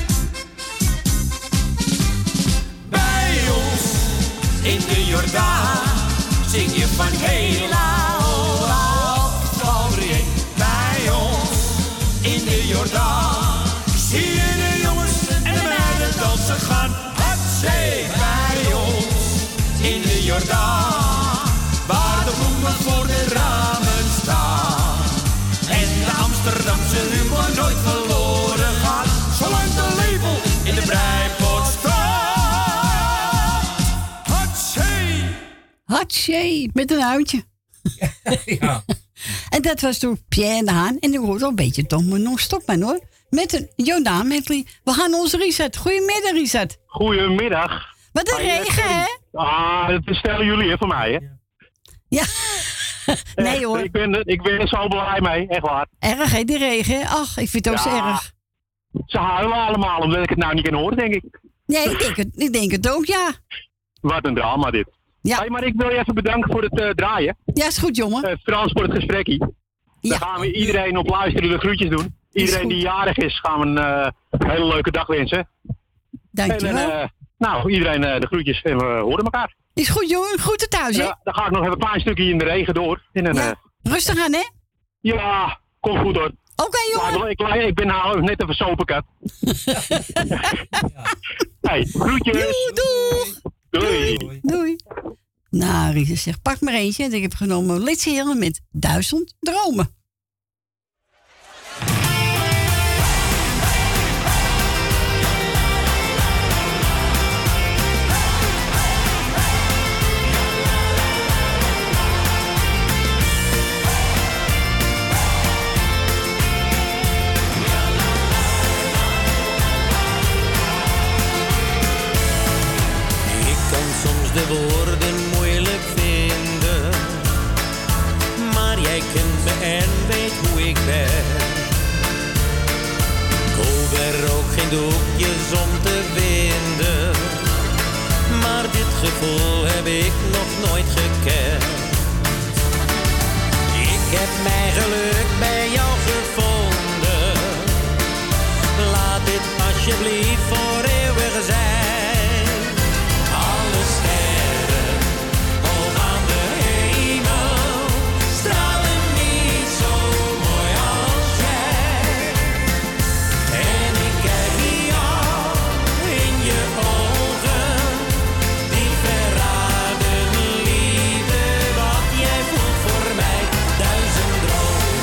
Bij ons in de Jordaan zing je van hela hola Gabriel. Bij ons in de Jordaan zie je de jongens en de meiden dansen gaan. Hatsé, bij ons in de Jordaan, waar de bloemen voor de ramen staan en de Amsterdamse humor nooit verloren gaat, zolang de label in de breipot staat. Hatsé! Hatsé, met een uitje. Ja. En dat was door Pierre de Haan. En ik hoorde al een beetje Tom non-stopman hoor. Met een Jordaan medley. We gaan onze Richard. Goedemiddag Richard. Goedemiddag. Wat een regen hè? Ah, dat stellen jullie hè, voor mij hè? Ja. Nee Echt, hoor. Ik ben, ik ben er zo blij mee, echt waar. Erg hè, die regen hè? Ach, ik vind het ook zo Ja. erg. Ze huilen allemaal omdat ik het nou niet kan horen, denk ik. Nee, ik denk het, ik denk het ook, ja. Wat een drama dit. Ja. Hey, maar ik wil je even bedanken voor het uh, draaien. Ja, is goed jongen. Uh, Frans voor het gesprekje. Dan gaan we iedereen op luisteren de groetjes doen. Iedereen die jarig is, gaan we een uh, hele leuke dag wensen. Dankjewel. En uh, nou, iedereen uh, de groetjes en we horen elkaar. Is goed jongen, groeten thuis hè? Ja, dan ga ik nog even een klein stukje in de regen door. En dan, Ja. uh, Rustig aan hè? ja, komt goed hoor. Oké okay, jongen. Ik, ik, ik ben nou net even sopenkat. Hey, groetjes. Doei, doeg. Doei. Doei. Doei. Nou, Richard zegt, pak maar eentje. En ik heb genomen Litse Heren met Duizend Dromen. De woorden moeilijk vinden, maar jij kent me en weet hoe ik ben. Ik hoef er ook geen doekjes om te winden, maar dit gevoel heb ik nog nooit gekend. Ik heb mijn geluk bij jou gevonden, laat dit alsjeblieft voor eeuwig zijn.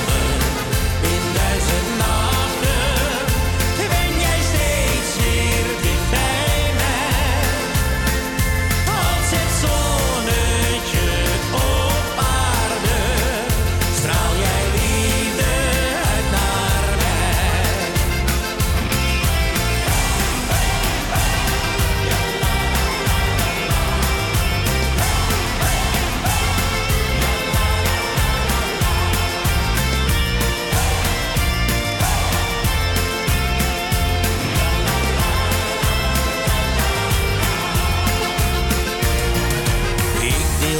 Duizend dromen in duizend nachten, ben jij steeds weer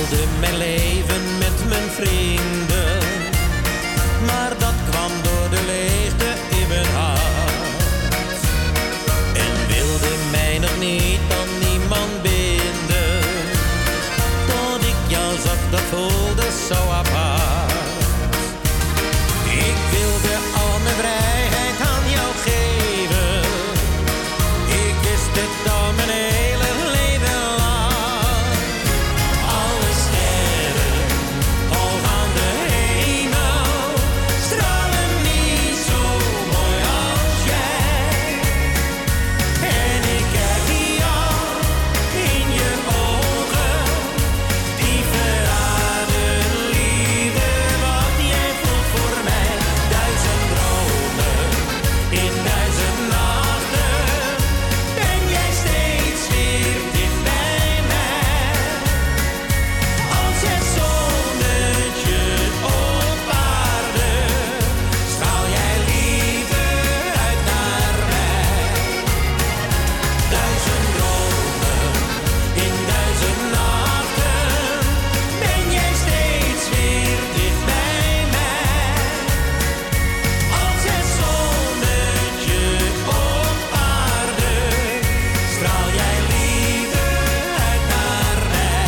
wilde mijn leven met mijn vrienden, maar dat kwam door de leegte in mijn hart. En wilde mij nog niet aan niemand binden, tot ik jou zag, dat voelde zo apart. Ik wilde al mijn vrijheid aan jou geven, ik wist het al mijn hele leven lang. Alle sterren, hoog aan de hemel, stralen niet zo mooi als jij. En ik kijk jou in je ogen, die verraden liefde wat jij voelt voor mij. Duizend dromen in duizend nachten, ben jij steeds weer dicht bij mij. Als het zonnetje op aarde, straal jij liefde uit naar mij. Duizend dromen in duizend nachten, ben jij steeds weer dicht bij mij. Als het zonnetje op aarde, straal jij liefde uit naar mij.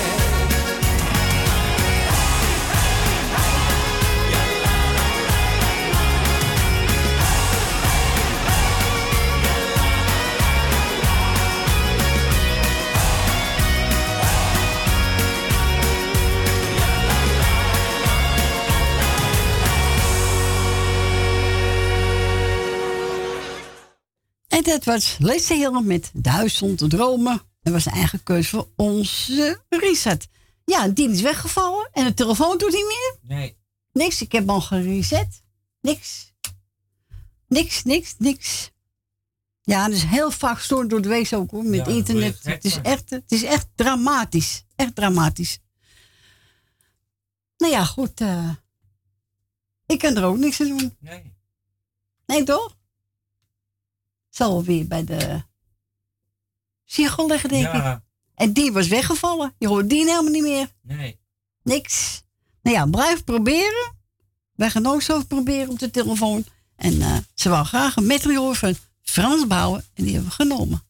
En dat was Leslie Hill met Duizend Dromen. Dat was een eigen keuze voor onze Richard. Ja, die is weggevallen en de telefoon doet niet meer. Nee. Niks, ik heb hem al gereset. Niks. Niks, niks, niks. Ja, dat is heel vaak gestoord door de wees ook hoor, met Ja, daar word je internet. gek Het is, van. echt, het is echt dramatisch. Echt dramatisch. Nou ja, goed. eh, ik kan er ook niks aan doen. Nee. Nee, toch? Zal weer bij de Siegel liggen, denk Ja. ik. En die was weggevallen. Je hoort die helemaal niet meer. Nee. Niks. Nou ja, blijf proberen. Wij gaan ook zo proberen op de telefoon. En eh, ze wou graag een medley horen van Frans Bauer. En die hebben we genomen.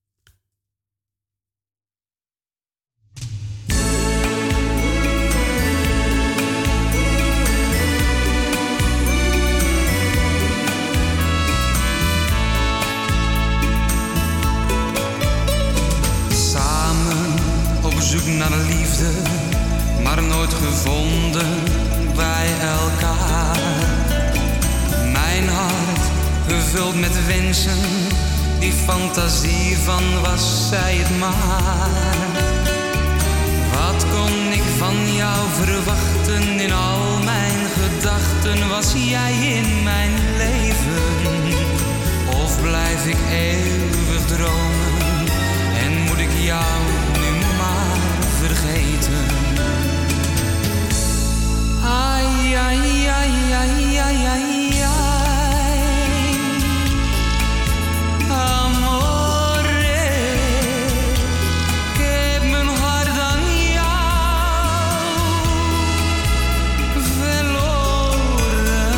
Samen op zoek naar liefde, maar nooit gevonden bij elkaar. Mijn hart gevuld met wensen, die fantasie van was zij het maar. Wat kon ik van jou verwachten? In al mijn gedachten was jij in mijn leven. Of blijf ik eeuwig dromen en moet ik jou nu maar vergeten? Ai, ai, ai, ai, ai, ai, ai. Amore, ik heb mijn hart aan jou verloren.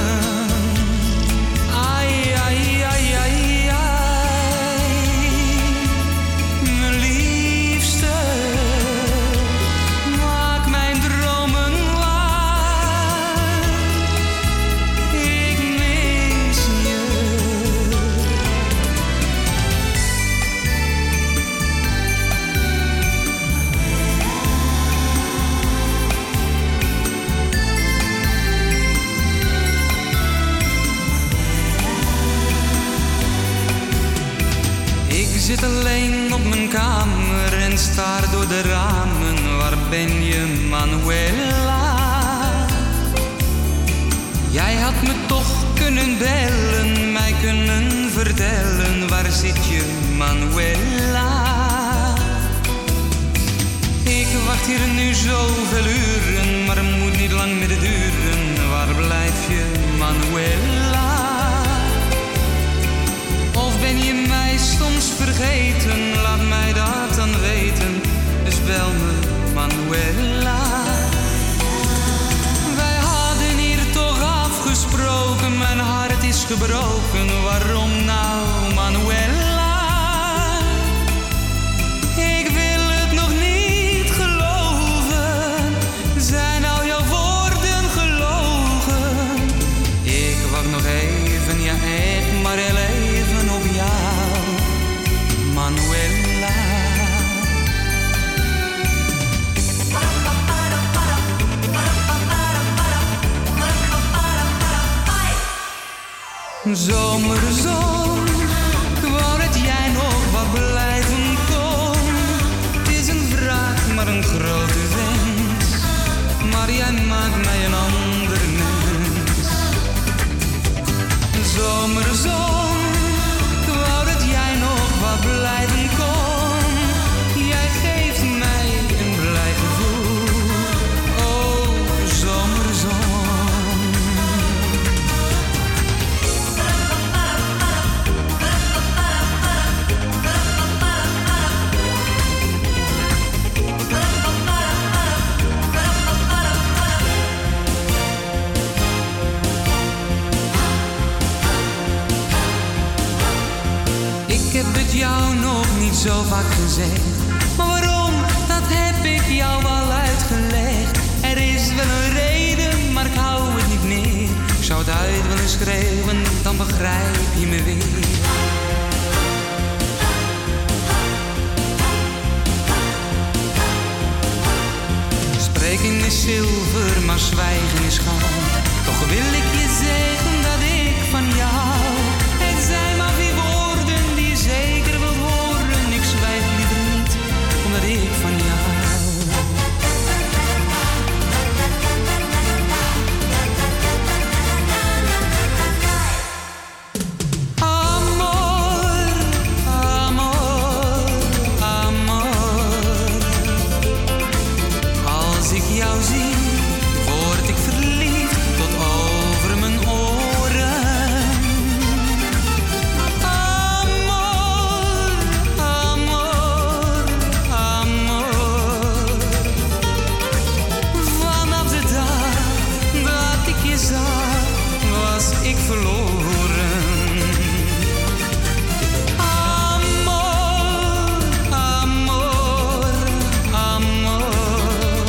Ai, ai, ai, ai, ai. Mijn liefste, maak mijn dromen waar. Ik mis je. Ik zit alleen op mijn kamer en staar door de ramen. Waar ben je, Manuela? Jij had me toch kunnen bellen, mij kunnen vertellen. Waar zit je, Manuela? Ik wacht hier nu zoveel uren, maar het moet niet lang meer duren. Waar blijf je, Manuela? Of ben je mij soms vergeten? Laat mij dat dan weten. Dus bel me Manuela. Wij hadden hier toch afgesproken, mijn hart is gebroken. Waarom nou, Manuela? Ik wil het nog niet geloven. Zijn al jouw woorden gelogen? Ik wacht nog even, ja echt maar heel even op jou, Manuela. Zomerzon, ik wou dat jij nog wat blijven kon. Het is een vraag, maar een grote wens. Maar jij maakt mij een ander mens. Zomerzon, ik wou dat jij nog wat blijven kon. Jij geeft mij een blij gevoel. Oh, zomerzon. Ik heb het jou nog niet zo vaak gezegd. Maar waarom, dat heb ik jou al uitgelegd. Er is wel een reden, maar ik hou het niet meer. Ik zou het uit willen schreeuwen, dan begrijp je me weer. Spreken is zilver, maar zwijgen is goud. Toch wil ik je zeggen dat ik van jou. Het zijn maar vier woorden die je zeker wilt horen. Ik zwijg liever niet, omdat ik van jou. Amor, amor, amor. Als ik jou zie, word ik verliefd tot over mijn oren. Amor, amor, amor. Vanaf de dag dat ik je zag, was ik verloren. Amor, amor, amor.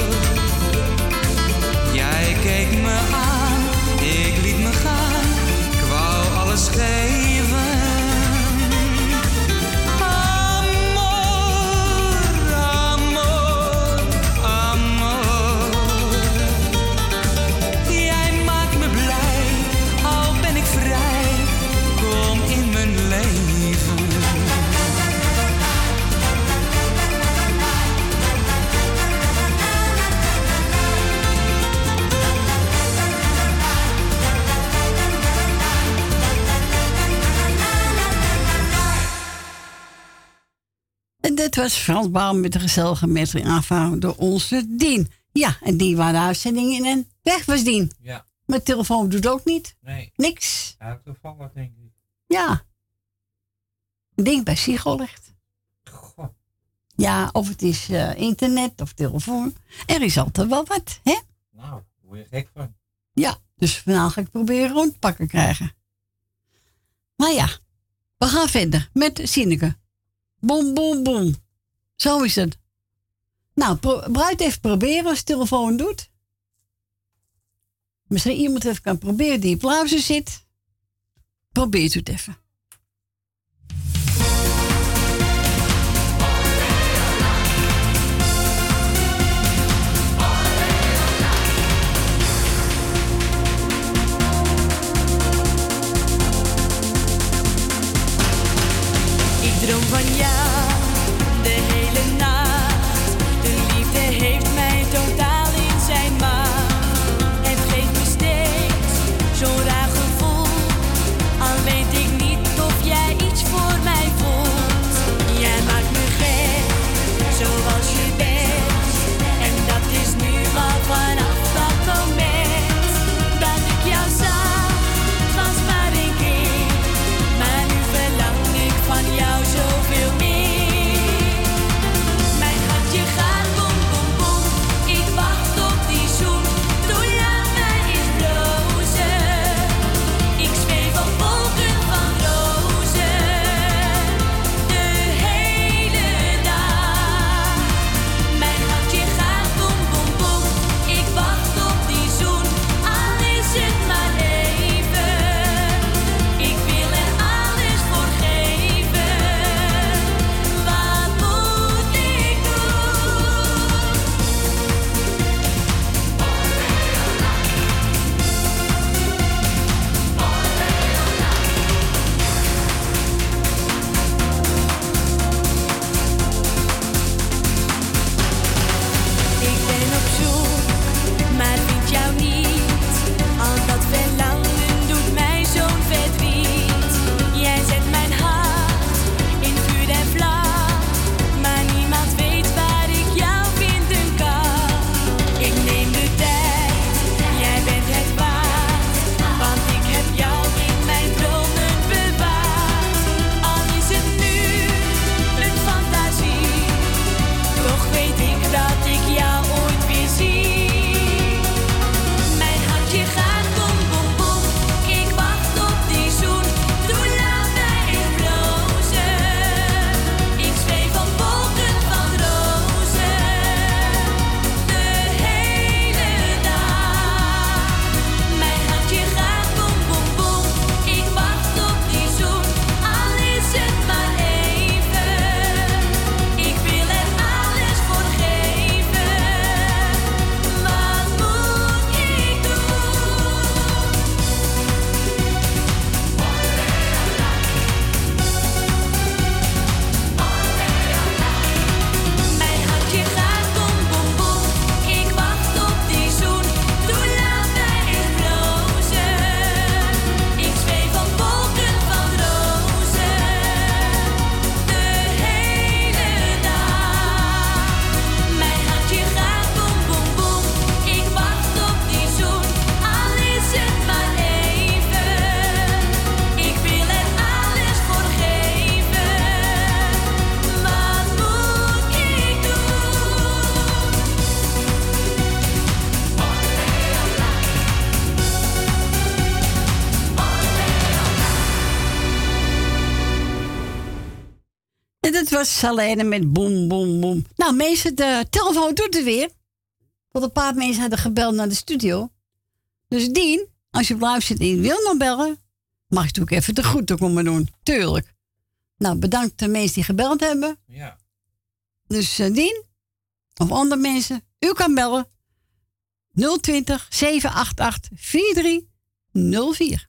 Jij keek me aan, ik liet me gaan, ik wou alles geven. Amor, amor, amor. Jij maakt me blij, al ben ik vrij, kom in mijn leven. En dit was Frans Baum met de gezellige medley aanvangen door onze Dien. Ja, en die waren de uitzending in en weg was Dien. Ja. Mijn telefoon doet ook niet. Nee. Niks. Ja, toevallig denk ik. Ja. Ik denk bij Sigo ligt. God. Ja, of het is uh, internet of telefoon. Er is altijd wel wat, hè? Nou, daar word je gek van. Ja, dus vandaag ga ik proberen rond pakken krijgen. Maar ja, we gaan verder met Sineke. Boom, boom, boom. Zo is het. Nou, pro- Bruid even proberen als de telefoon doet. Misschien iemand even kan proberen die op luister zit. Probeert u het even. Ik droom van jou de hele nacht. De liefde heeft mij totaal in zijn macht. Het geeft me steeds zo'n raar gevoel. Al weet ik niet op zoek, maar vind jou niet. Al dat verlangen doet mij zo'n verdriet. Jij zet mijn hart in vuur en vlam, maar niemand weet waar ik jou vinden kan. Ik neem de tijd, jij bent het waard, want ik heb jou in mijn dromen bewaard. Al is het nu een fantasie, toch weet ik dat ik jou ooit weer zie. Mijn hartje gaat bom bom bom, ik wacht op die zoen. Doe laat mij eens blozen, ik zweef van wolken van rozen de hele dag. Mijn hartje gaat bom bom bom, ik wacht op die zoen. Al is het maar even, ik wil er alles voor geven. Wat moet ik doen? Mijn hartje gaat bom bom bom, ik wacht op die zoen. Doe laat mij eens blozen, ik zweef van wolken van rozen de hele dag. Mijn hartje gaat bom bom bom, ik wacht op die zoen. Al is het maar even, ik wil er alles voor geven. Wat moet ik doen? En dat was Salene met boem, boem, boem. Nou, mensen, de telefoon doet het weer. Want een paar mensen hadden gebeld naar de studio. Dus Dien, als je op live zit en je wil nog bellen, mag je natuurlijk even de groeten komen doen. Tuurlijk. Nou, bedankt de mensen die gebeld hebben. Ja. Dus uh, Dien, of andere mensen, u kan bellen. nul twintig, zeven acht acht, vier drie nul vier.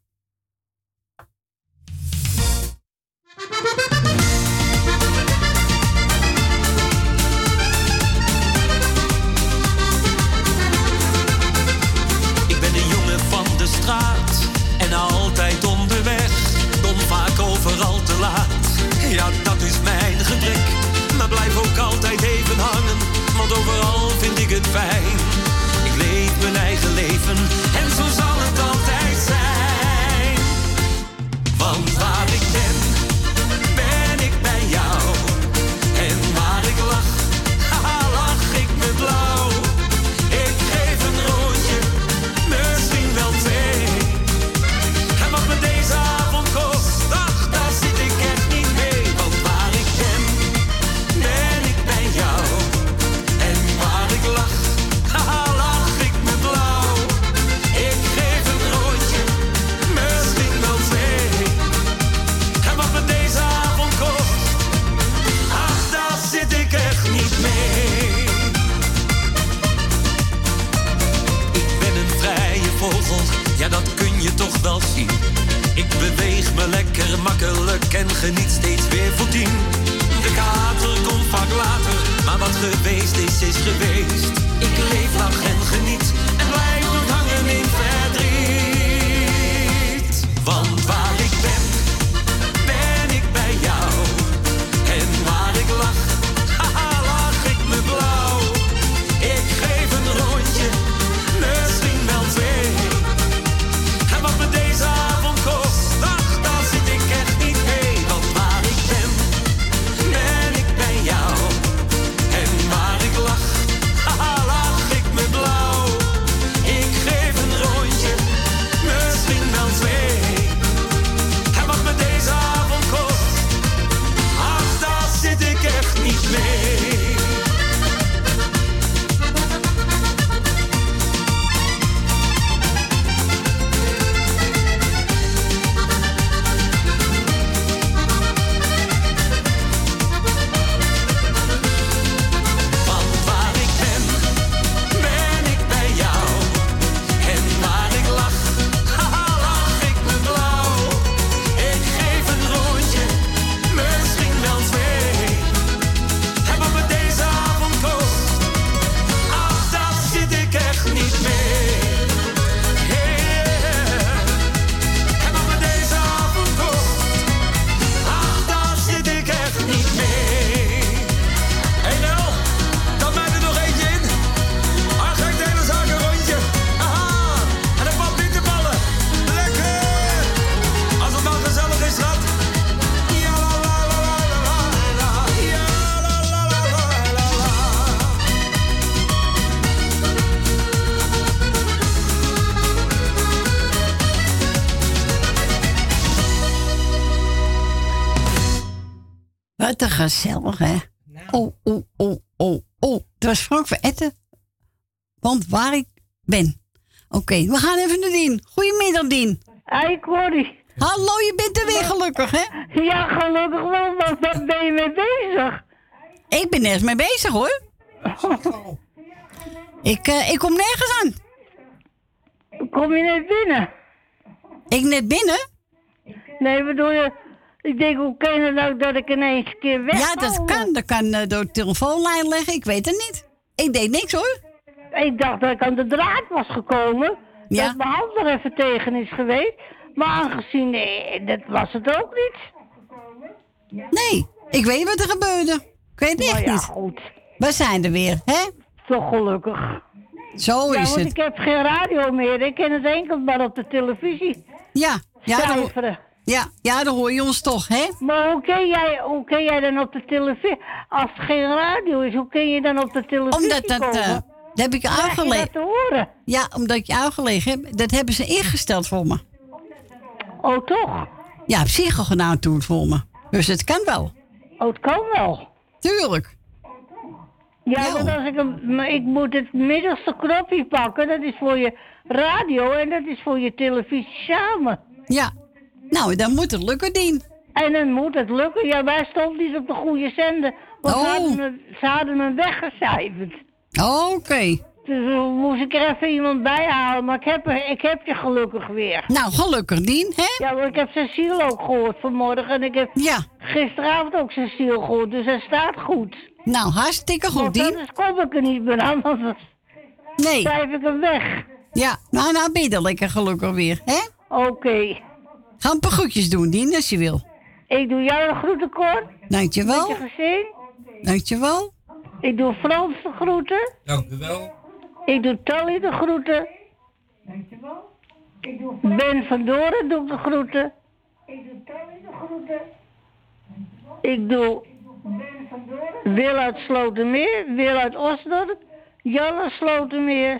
Ik ben een jongen van de straat en altijd onderweg. Kom vaak overal te laat, ja dat is mijn gebrek. Maar blijf ook altijd even hangen, want overal vind ik het fijn. Ik leef mijn eigen leven en zo zal het altijd zijn. Want waar ik ben, ben ik bij jou. En waar ik lach, haha, lach ik me blauw. Ik geef een roodje, misschien wel twee. En wat me deze avond kost, ach, daar zit ik echt niet mee. Want waar ik ben, ben ik bij jou. En waar ik lach, haha, lach ik me blauw. Ik geef een roodje, misschien wel twee. En wat me deze avond kost, ach, daar zit ik echt niet mee. Ik ben een vrije vogel, ja dat kun je toch wel zien. Ik beweeg me lekker makkelijk en geniet steeds weer voor tien. De kater komt vaak later, maar wat geweest is, is geweest. Ik leef, lach en geniet en blijf nog hangen in verdriet. Want waar ik ben, ben ik bij jou. En waar ik lach, haha, lach ik me blauw. Ik geef een rondje, misschien wel twee. En wat me deze avond kost, ach, daar zit ik echt niet mee. Want waar ik ben, ben ik bij jou. En waar ik lach, haha, Wat een gezellig, hè? Oh, oh, oh, oh, oh. Het was Frank van Etten. Want waar ik ben. Oké, okay, we gaan even naar Dien. Goedemiddag, Dien. Hoi, Corrie. Hallo, je bent er weer gelukkig, hè? Ja, gelukkig wel, want daar ben je mee bezig. Ik ben nergens mee bezig, hoor. ik, uh, ik kom nergens aan. Kom je net binnen? Ik net binnen? Nee, bedoel je... Ik denk, hoe kan het nou dat ik ineens een keer weg Ja, dat kan. Dat kan uh, door de telefoonlijn leggen. Ik weet het niet. Ik deed niks, hoor. Ik dacht dat ik aan de draad was gekomen. Ja. Dat mijn hand er even tegen is geweest. Maar aangezien, nee, dat was het ook niet. Nee, ik weet wat er gebeurde. Ik weet het echt maar ja, niet. goed. We zijn er weer, hè? Toch gelukkig. Zo ja, is want het. ik heb geen radio meer. Ik ken het enkel maar op de televisie. Ja, ja, dan, Cijferen. ja, ja, dan hoor je ons toch, hè? Maar hoe kun jij, hoe kun jij dan op de televisie... Als het geen radio is, hoe kun je dan op de televisie Omdat dat... komen? Uh, dat heb ik Krijg je uitgelegd. dat te horen? Ja, omdat ik je uitgelegd heb. Dat hebben ze ingesteld voor me. Oh, toch? Ja, psychogenaamd toen voor me. Dus het kan wel. Oh, het kan wel. Tuurlijk. Ja, want als ik, hem, ik moet het middelste knopje pakken. Dat is voor je radio en dat is voor je televisie samen. Ja. Nou, dan moet het lukken, Dien. En dan moet het lukken. Ja, wij stonden niet op de goede zender. Want Oh. ze, hadden hem, ze hadden hem weggecijferd. Oké. Okay. Dus uh, moest ik er even iemand bij halen. Maar ik heb, er- ik heb je gelukkig weer. Nou, gelukkig, Dien, hè? Ja, want ik heb Cecile ook gehoord vanmorgen. En ik heb ja. gisteravond ook Cecile gehoord. Dus hij staat goed. Nou, hartstikke goed, want Dien. anders kom ik er niet meer aan. Want dan Nee. schrijf ik hem weg. Ja, nou, nou ben je er lekker gelukkig weer, hè? Oké. Okay. Ga een paar groetjes doen, Dien, als je wil. Ik doe jou de groeten, Cor. Dankjewel. Met je gezin. Dankjewel. Ik doe Frans de groeten. Dank u wel. Ik doe Tally de groeten. Dankjewel. Ik doe Ben van Doren doe ik de groeten. Ik doe Tally de groeten. Ik doe Ben van Doren. Wil uit Slotermeer. Wil uit Osdorp. Jan uit Slotermeer.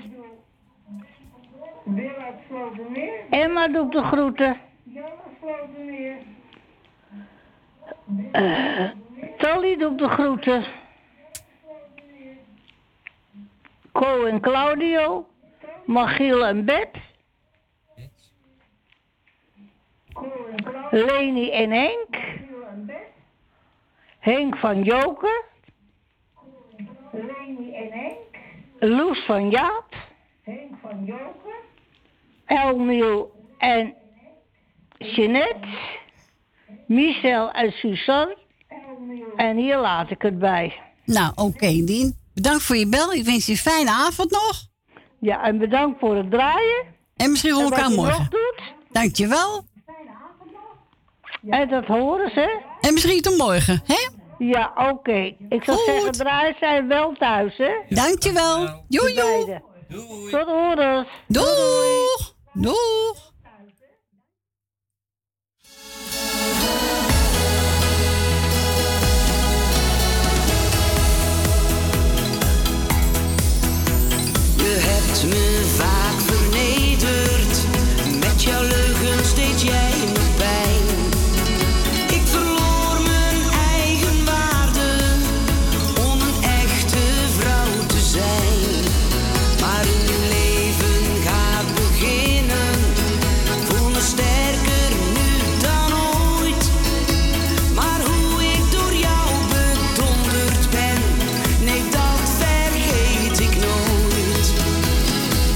Wil uit Slotermeer. Emma doe ik de groeten. Jan uit Slotermeer. Uh, Tally doe ik de groeten. Co en Claudio, Magiel en Beb, Leni en Henk, Henk van Joker, Leni en Henk, Loes van Jaap, Henk van Joker, Elmiel en Jeanette, Michel en Suzanne, en hier laat ik het bij. Nou, oké, okay, Dien. Bedankt voor je bel. Ik wens je een fijne avond nog. Ja, en bedankt voor het draaien. En misschien hoor ik aan morgen. Doet. Dankjewel. En dat horen ze. En misschien tot morgen, hè? Ja, oké. Okay. Ik zou Goed. zeggen, draaien zijn wel thuis, hè? Dankjewel. Joe, joe. Doei. Tot horens. Doeg. Doeg. Je hebt me vaak vernederd, met jouw leugens deed jij me pijn. Ik verloor mijn eigen waarde om een echte vrouw te zijn. Maar een leven gaat beginnen, voel me sterker nu dan ooit. Maar hoe ik door jou bedonderd ben, nee dat vergeet ik nooit.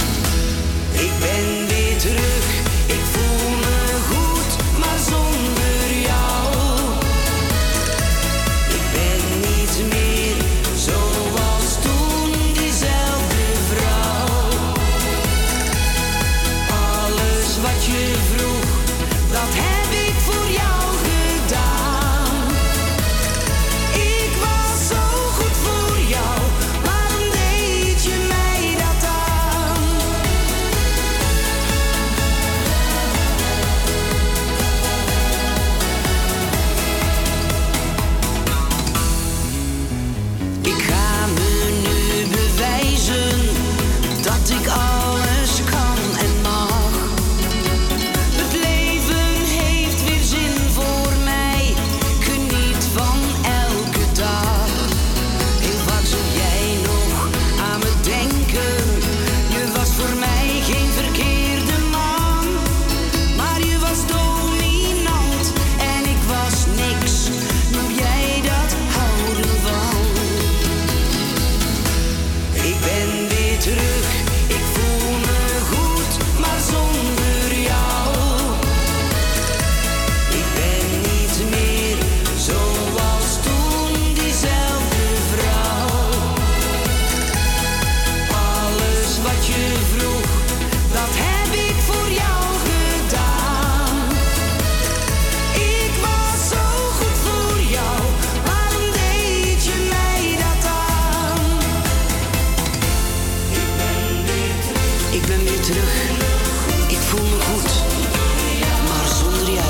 Ik ben weer terug, ik voel me goed, maar zonder jou.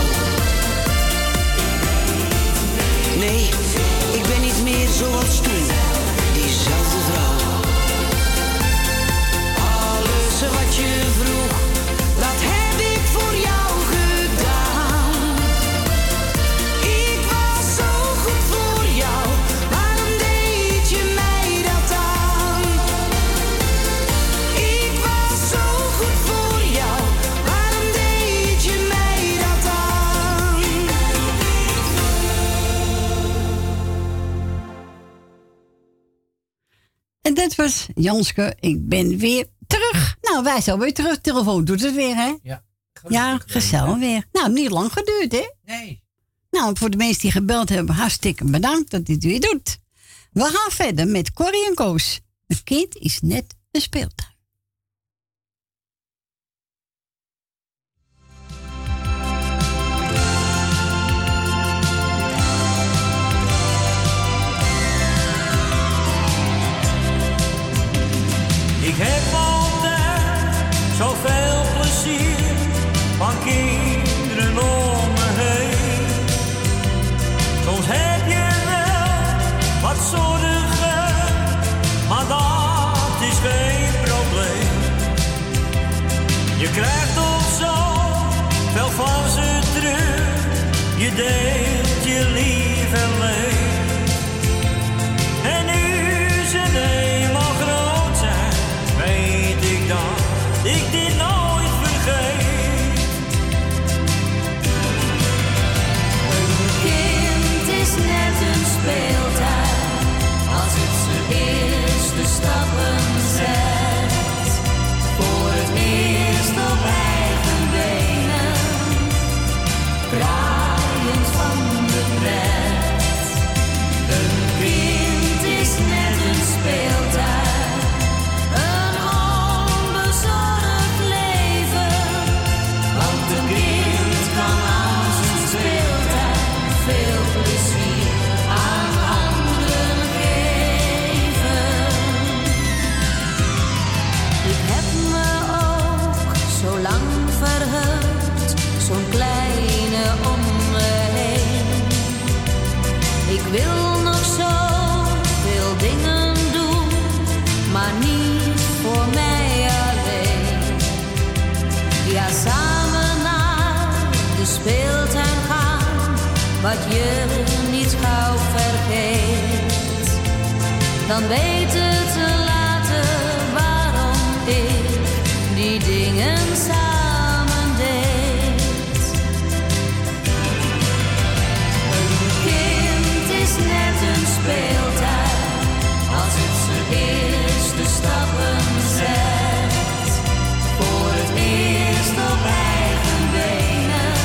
Nee, ik ben niet meer zoals toen, diezelfde vrouw. Alles wat je vroeg, dat heb ik voor jou gedaan. Ik was zo goed voor jou, waarom deed je mij dat aan? Ik was zo goed voor jou, waarom deed je mij dat aan? En dat was Janske, ik ben weer terug. Nou, wij zijn weer terug. Telefoon doet het weer, hè? Ja. Ja, gezellig weer. Nou, niet lang geduurd, hè? Nee. Nou, voor de mensen die gebeld hebben, hartstikke bedankt dat hij het weer doet. We gaan verder met Corrie en Koos. Het kind is net een speeltuin. Ik heb altijd zoveel plezier van kinderen om me heen. Soms heb je wel wat zorgen, maar dat is geen probleem. Je krijgt toch zo veel van ze terug, je deelt je lief en leed. En nu ze eenmaal groot zijn, weet ik dat ik dit nooit vergeet. Een kind is net een speeltuin, als het zijn eerste stappen zet. Voor het eerst op eigen benen, draaiend van de pret. Een kind is net een speeltuin, een onbezorgd leven. Want een kind kan aan zijn speeltuin veel plezier aan anderen geven. Ik heb me ook zo lang verheugd, zo'n kleine om me heen. Ik wil nog zo veel dingen doen, maar niet voor mij alleen. Ja, samen naar de speeltuin gaan, wat je niet gauw vergeet. Dan weet het later waarom ik die dingen samen deed. Een kind is net een speeltuin, als het zijn eerste stappen zet. Voor het eerst op eigen benen,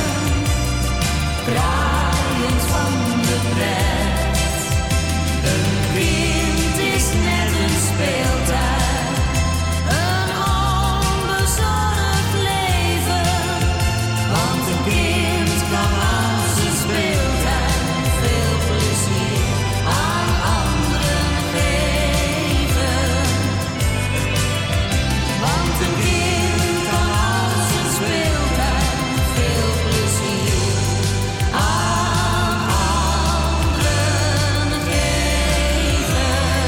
draaiend van de pret. Een kind is net een speeltuin, een onbezorgd leven. Want een kind kan aan zijn speeltuin veel plezier aan anderen geven. Want een kind kan aan zijn speeltuin veel plezier aan anderen geven.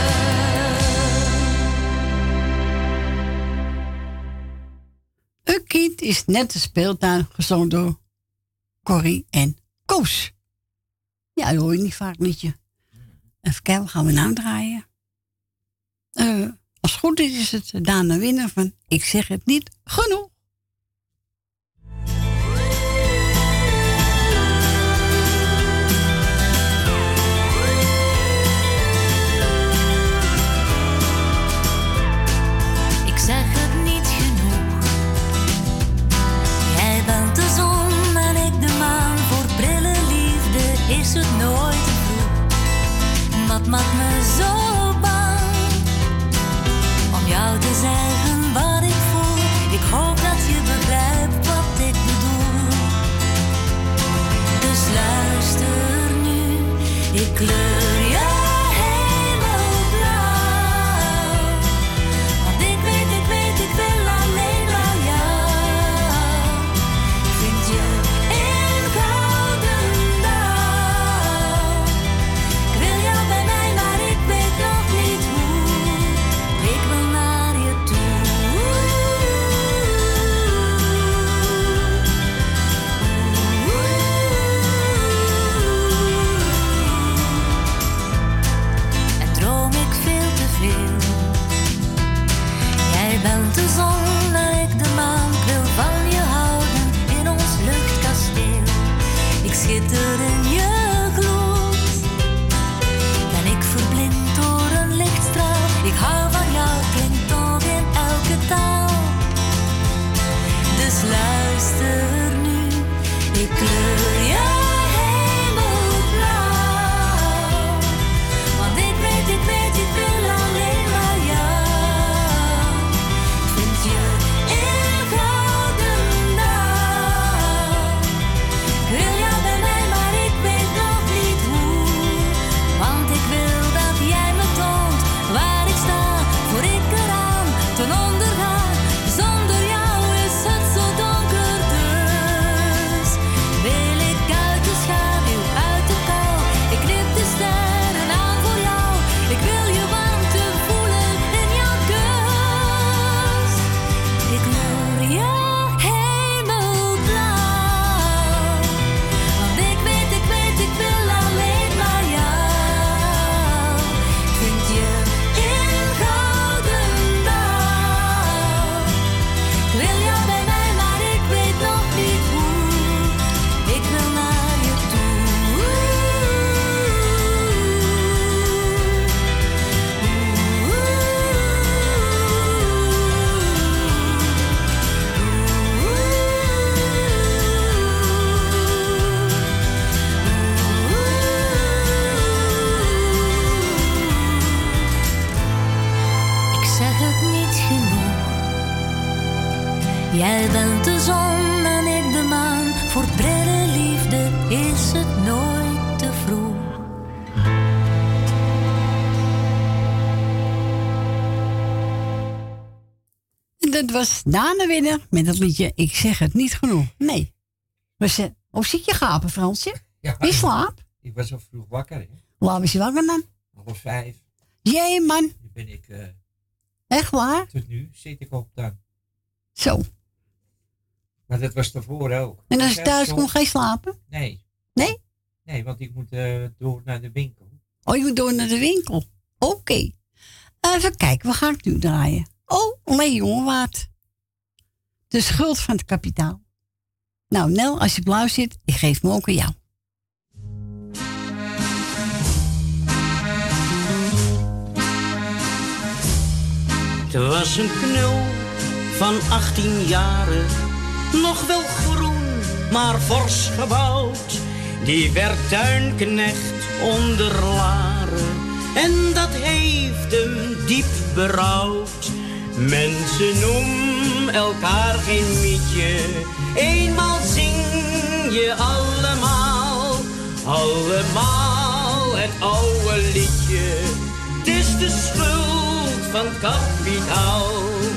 Een kind is net een speeltuin, gezongen door Corrie en Koos. Ja, dat hoor je niet vaak liedje. Even kijken, wat gaan we nou draaien? Eh, als het goed is, is het Dana Winner van Ik zeg het niet genoeg. Ik zeg het niet genoeg. Jij bent de zon en ik de maan. Voor prille liefde is het nooit te vroeg. Wat maakt me zo bang om jou te zeggen wat ik voel. Ik hoop dat Jij bent de zon en ik de maan. Voor prille liefde is het nooit te vroeg. Dat was Daan Winner met het liedje Ik zeg het niet genoeg. Nee. Was, uh, hoe zit je gapen, Fransje? Ja, Wie slaapt? Ik was al vroeg wakker, hè? Waar was je wakker dan? Half vijf. Jee, man. Nu ben ik... Uh, Echt waar? Tot nu zit ik op dan. Zo. Maar dat was daarvoor ook. En als je Ja, thuis zo- komt, ga je slapen? Nee. Nee? Nee, want ik moet uh, door naar de winkel. Oh, je moet door naar de winkel. Oké. Okay. Even kijken, wat ga ik nu draaien? Oh, Leonwaard. De schuld van het kapitaal. Nou, Nel, als je blauw zit, ik geef me ook aan jou. Het was een knul van achttien jaren, nog wel groen, maar fors gebouwd. Die werd tuinknecht onder Laren en dat heeft hem diep berouwd. Mensen noemen elkaar geen mietje, eenmaal zing je allemaal, allemaal het oude liedje. Het is de schuld van het kapitaal.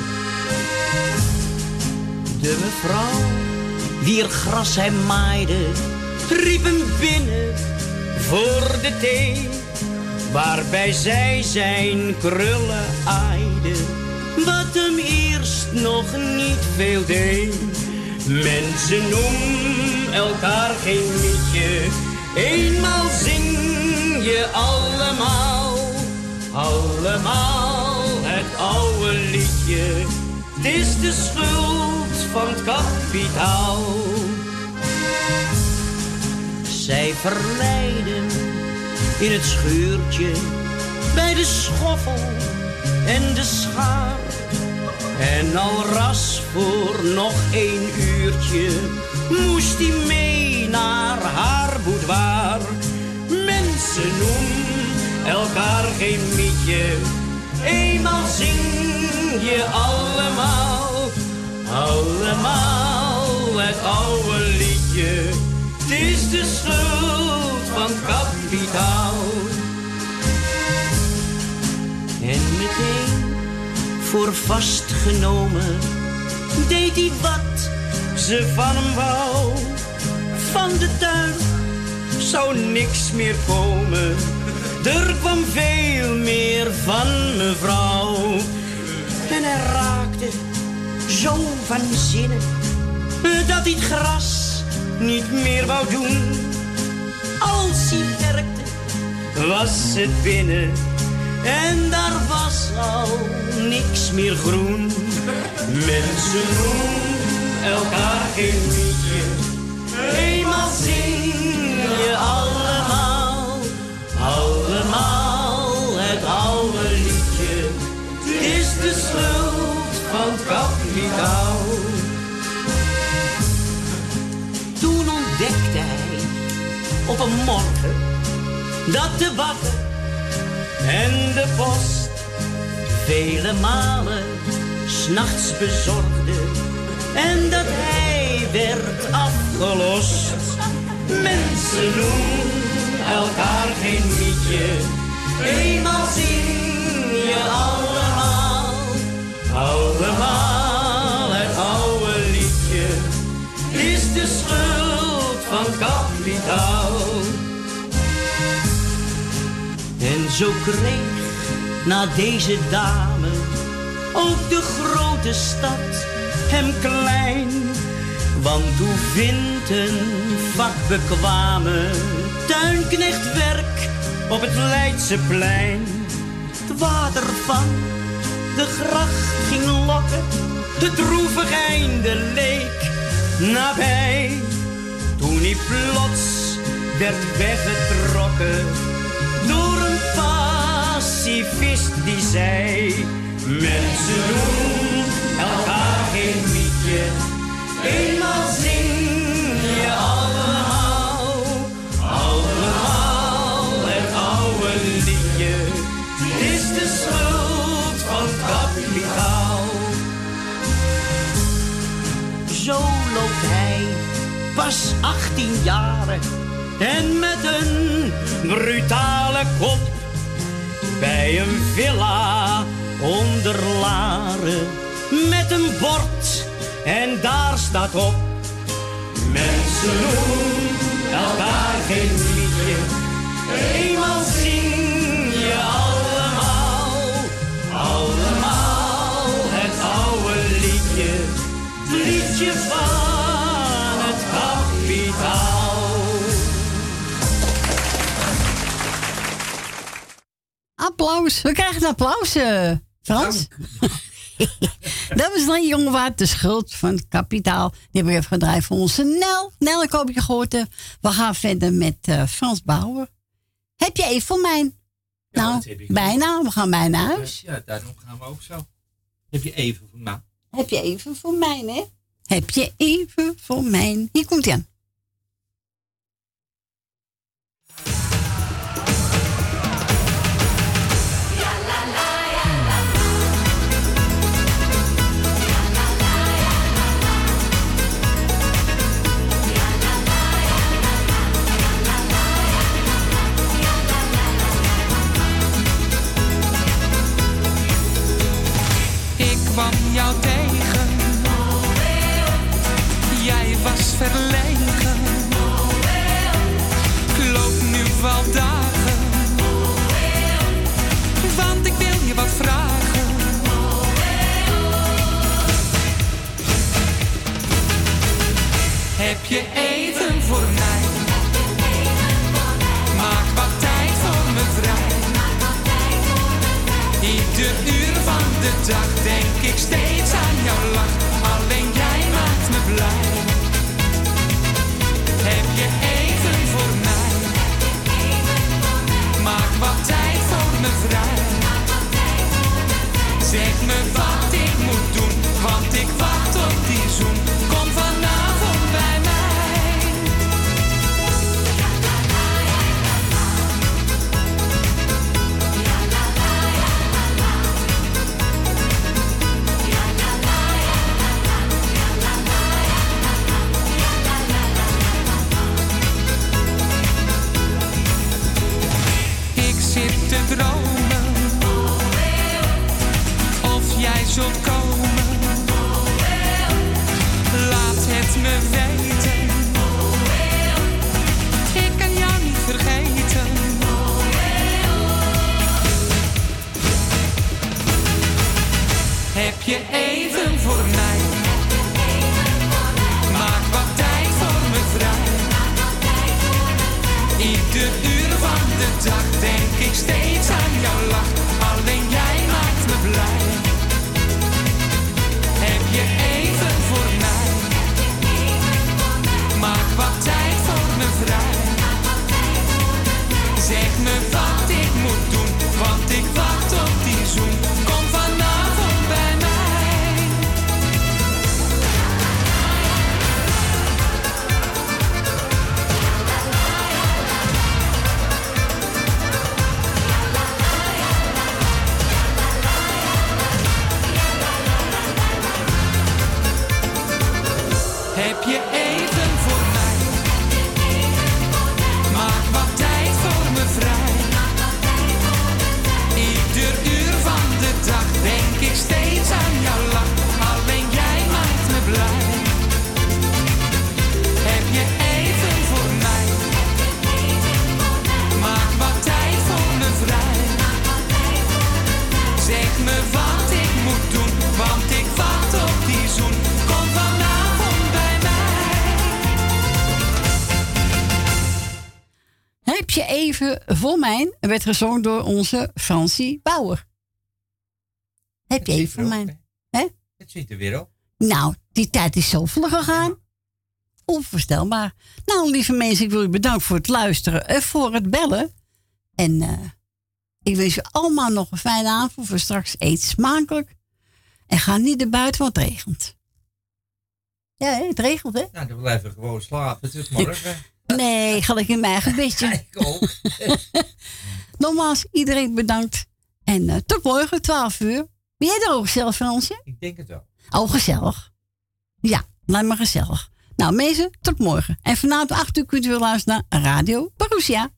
De mevrouw, wier gras hij maaide, riep hem binnen voor de thee, waarbij zij zijn krullen aaide, wat hem eerst nog niet veel deed. Mensen noemen elkaar geen mietje, eenmaal zing je allemaal, allemaal het oude liedje. Het is de schuld van het kapitaal. Zij verleiden in het schuurtje, bij de schoffel en de schaar. En al ras voor nog één uurtje moest hij mee naar haar boudoir. Mensen noemen elkaar geen mietje, eenmaal zing je allemaal, allemaal het oude liedje. Het is de schuld van het kapitaal. En meteen voor vastgenomen deed hij wat ze van hem wou. Van de tuin zou niks meer komen, er kwam veel meer van mevrouw. En hij raakte zo van zinnen dat hij het gras niet meer wou doen. Als hij werkte was het binnen en daar was al niks meer groen. Mensen noemen elkaar geen liedje, eenmaal zing je allemaal, allemaal het oude liedje. Het is de schuld van het kapitaal. Toen ontdekte hij op een morgen dat de bakker en de post vele malen 's nachts bezorgde en dat hij werd afgelost. Mensen noemen elkaar geen mietje, eenmaal zing je allemaal, allemaal het oude liedje. Het is de schuld van het kapitaal. En zo kreeg na deze dame ook de grote stad hem klein. Want hoe vindt een vakbekwame tuinknecht werk op het Leidseplein? Het water van de gracht ging lokken, het droevig einde leek nabij. Toen hij plots werd weggetrokken door een pacifist die zei: mensen noemen elkaar geen mietje, eenmaal zing je allemaal, allemaal het oude liedje. Het is de schuld van het kapitaal. was achttien jaren en met een brutale kop bij een villa onder Laren met een bord en daar staat op: mensen doen elkaar geen liedje, eenmaal zing je allemaal, allemaal het oude liedje, het liedje van het kapitaal. Applaus. We krijgen een applaus, uh, Frans. Dat was dan jongen waard, de schuld van het kapitaal. Die hebben we even gedraaid voor onze Nel. Nel, ik hoop je gehoord hebt. We gaan verder met uh, Frans Bauer. Heb je even voor mij? Ja, nou, bijna. We gaan bijna naar huis. Ja, daarom gaan we ook zo. Heb je even voor mij? Heb je even voor mij, hè? Heb je even voor mij? Hier komt hij aan. Kwam jou tegen, jij was verlegen. Ik loop nu wel dagen, want ik wil je wat vragen. Heb je even voor mij? Maak wat tijd voor me vrij. Ieder uur van de dag denk ik steeds aan jouw lach. Alleen jij maakt me blij. Heb je even voor mij? Maak wat tijd voor me vrij. Zeg me wat ik moet doen, want ik wacht op die zoen. Kom vanavond bij mij. Zit te dromen of jij zult komen. Laat het me weten. Ik kan jou niet vergeten. Heb je even voor mij? Maak wat tijd voor me vrij. Ieder uur van de dag denk ik steeds aan jouw lach. Alleen jij maakt me blij. Heb je even voor mij? Maak wat tijd voor me vrij. Zeg me wat ik moet doen, want ik wacht op die zoen. Kom vanavond bij mij. Heb je even voor mij? Maak wat tijd voor me vrij. Ieder uur van de dag denk ik steeds aan jouw lach. Alleen jij maakt me blij. Heb je even voor mij? Maak wat tijd voor me vrij. Zeg me wat ik moet doen, want ik wacht op die zoen. Kom vanavond bij mij. Heb je even voor mij? Er werd gezongen door onze Fransie Bauer. Heb je even voor mij? Hè? Het zit er weer op. Nou, die tijd is zo vlug gegaan. Onvoorstelbaar. Nou, lieve mensen, ik wil u bedanken voor het luisteren en voor het bellen. En uh, ik wens u allemaal nog een fijne avond. Voor straks eet smakelijk. En ga niet naar buiten, want het regent. Ja, hè, het regent, hè? Nou, dan blijven we gewoon slapen. Het is morgen. Nee, ga ik in mijn eigen bedje. Ik ook. Nogmaals, iedereen bedankt. En uh, tot morgen, twaalf uur. Ben jij er ook gezellig, Fransje? Ik denk het wel. Oh, gezellig. Ja, laat maar gezellig. Nou mensen, tot morgen. En vanavond acht uur kunt u weer luisteren naar Radio Parousia.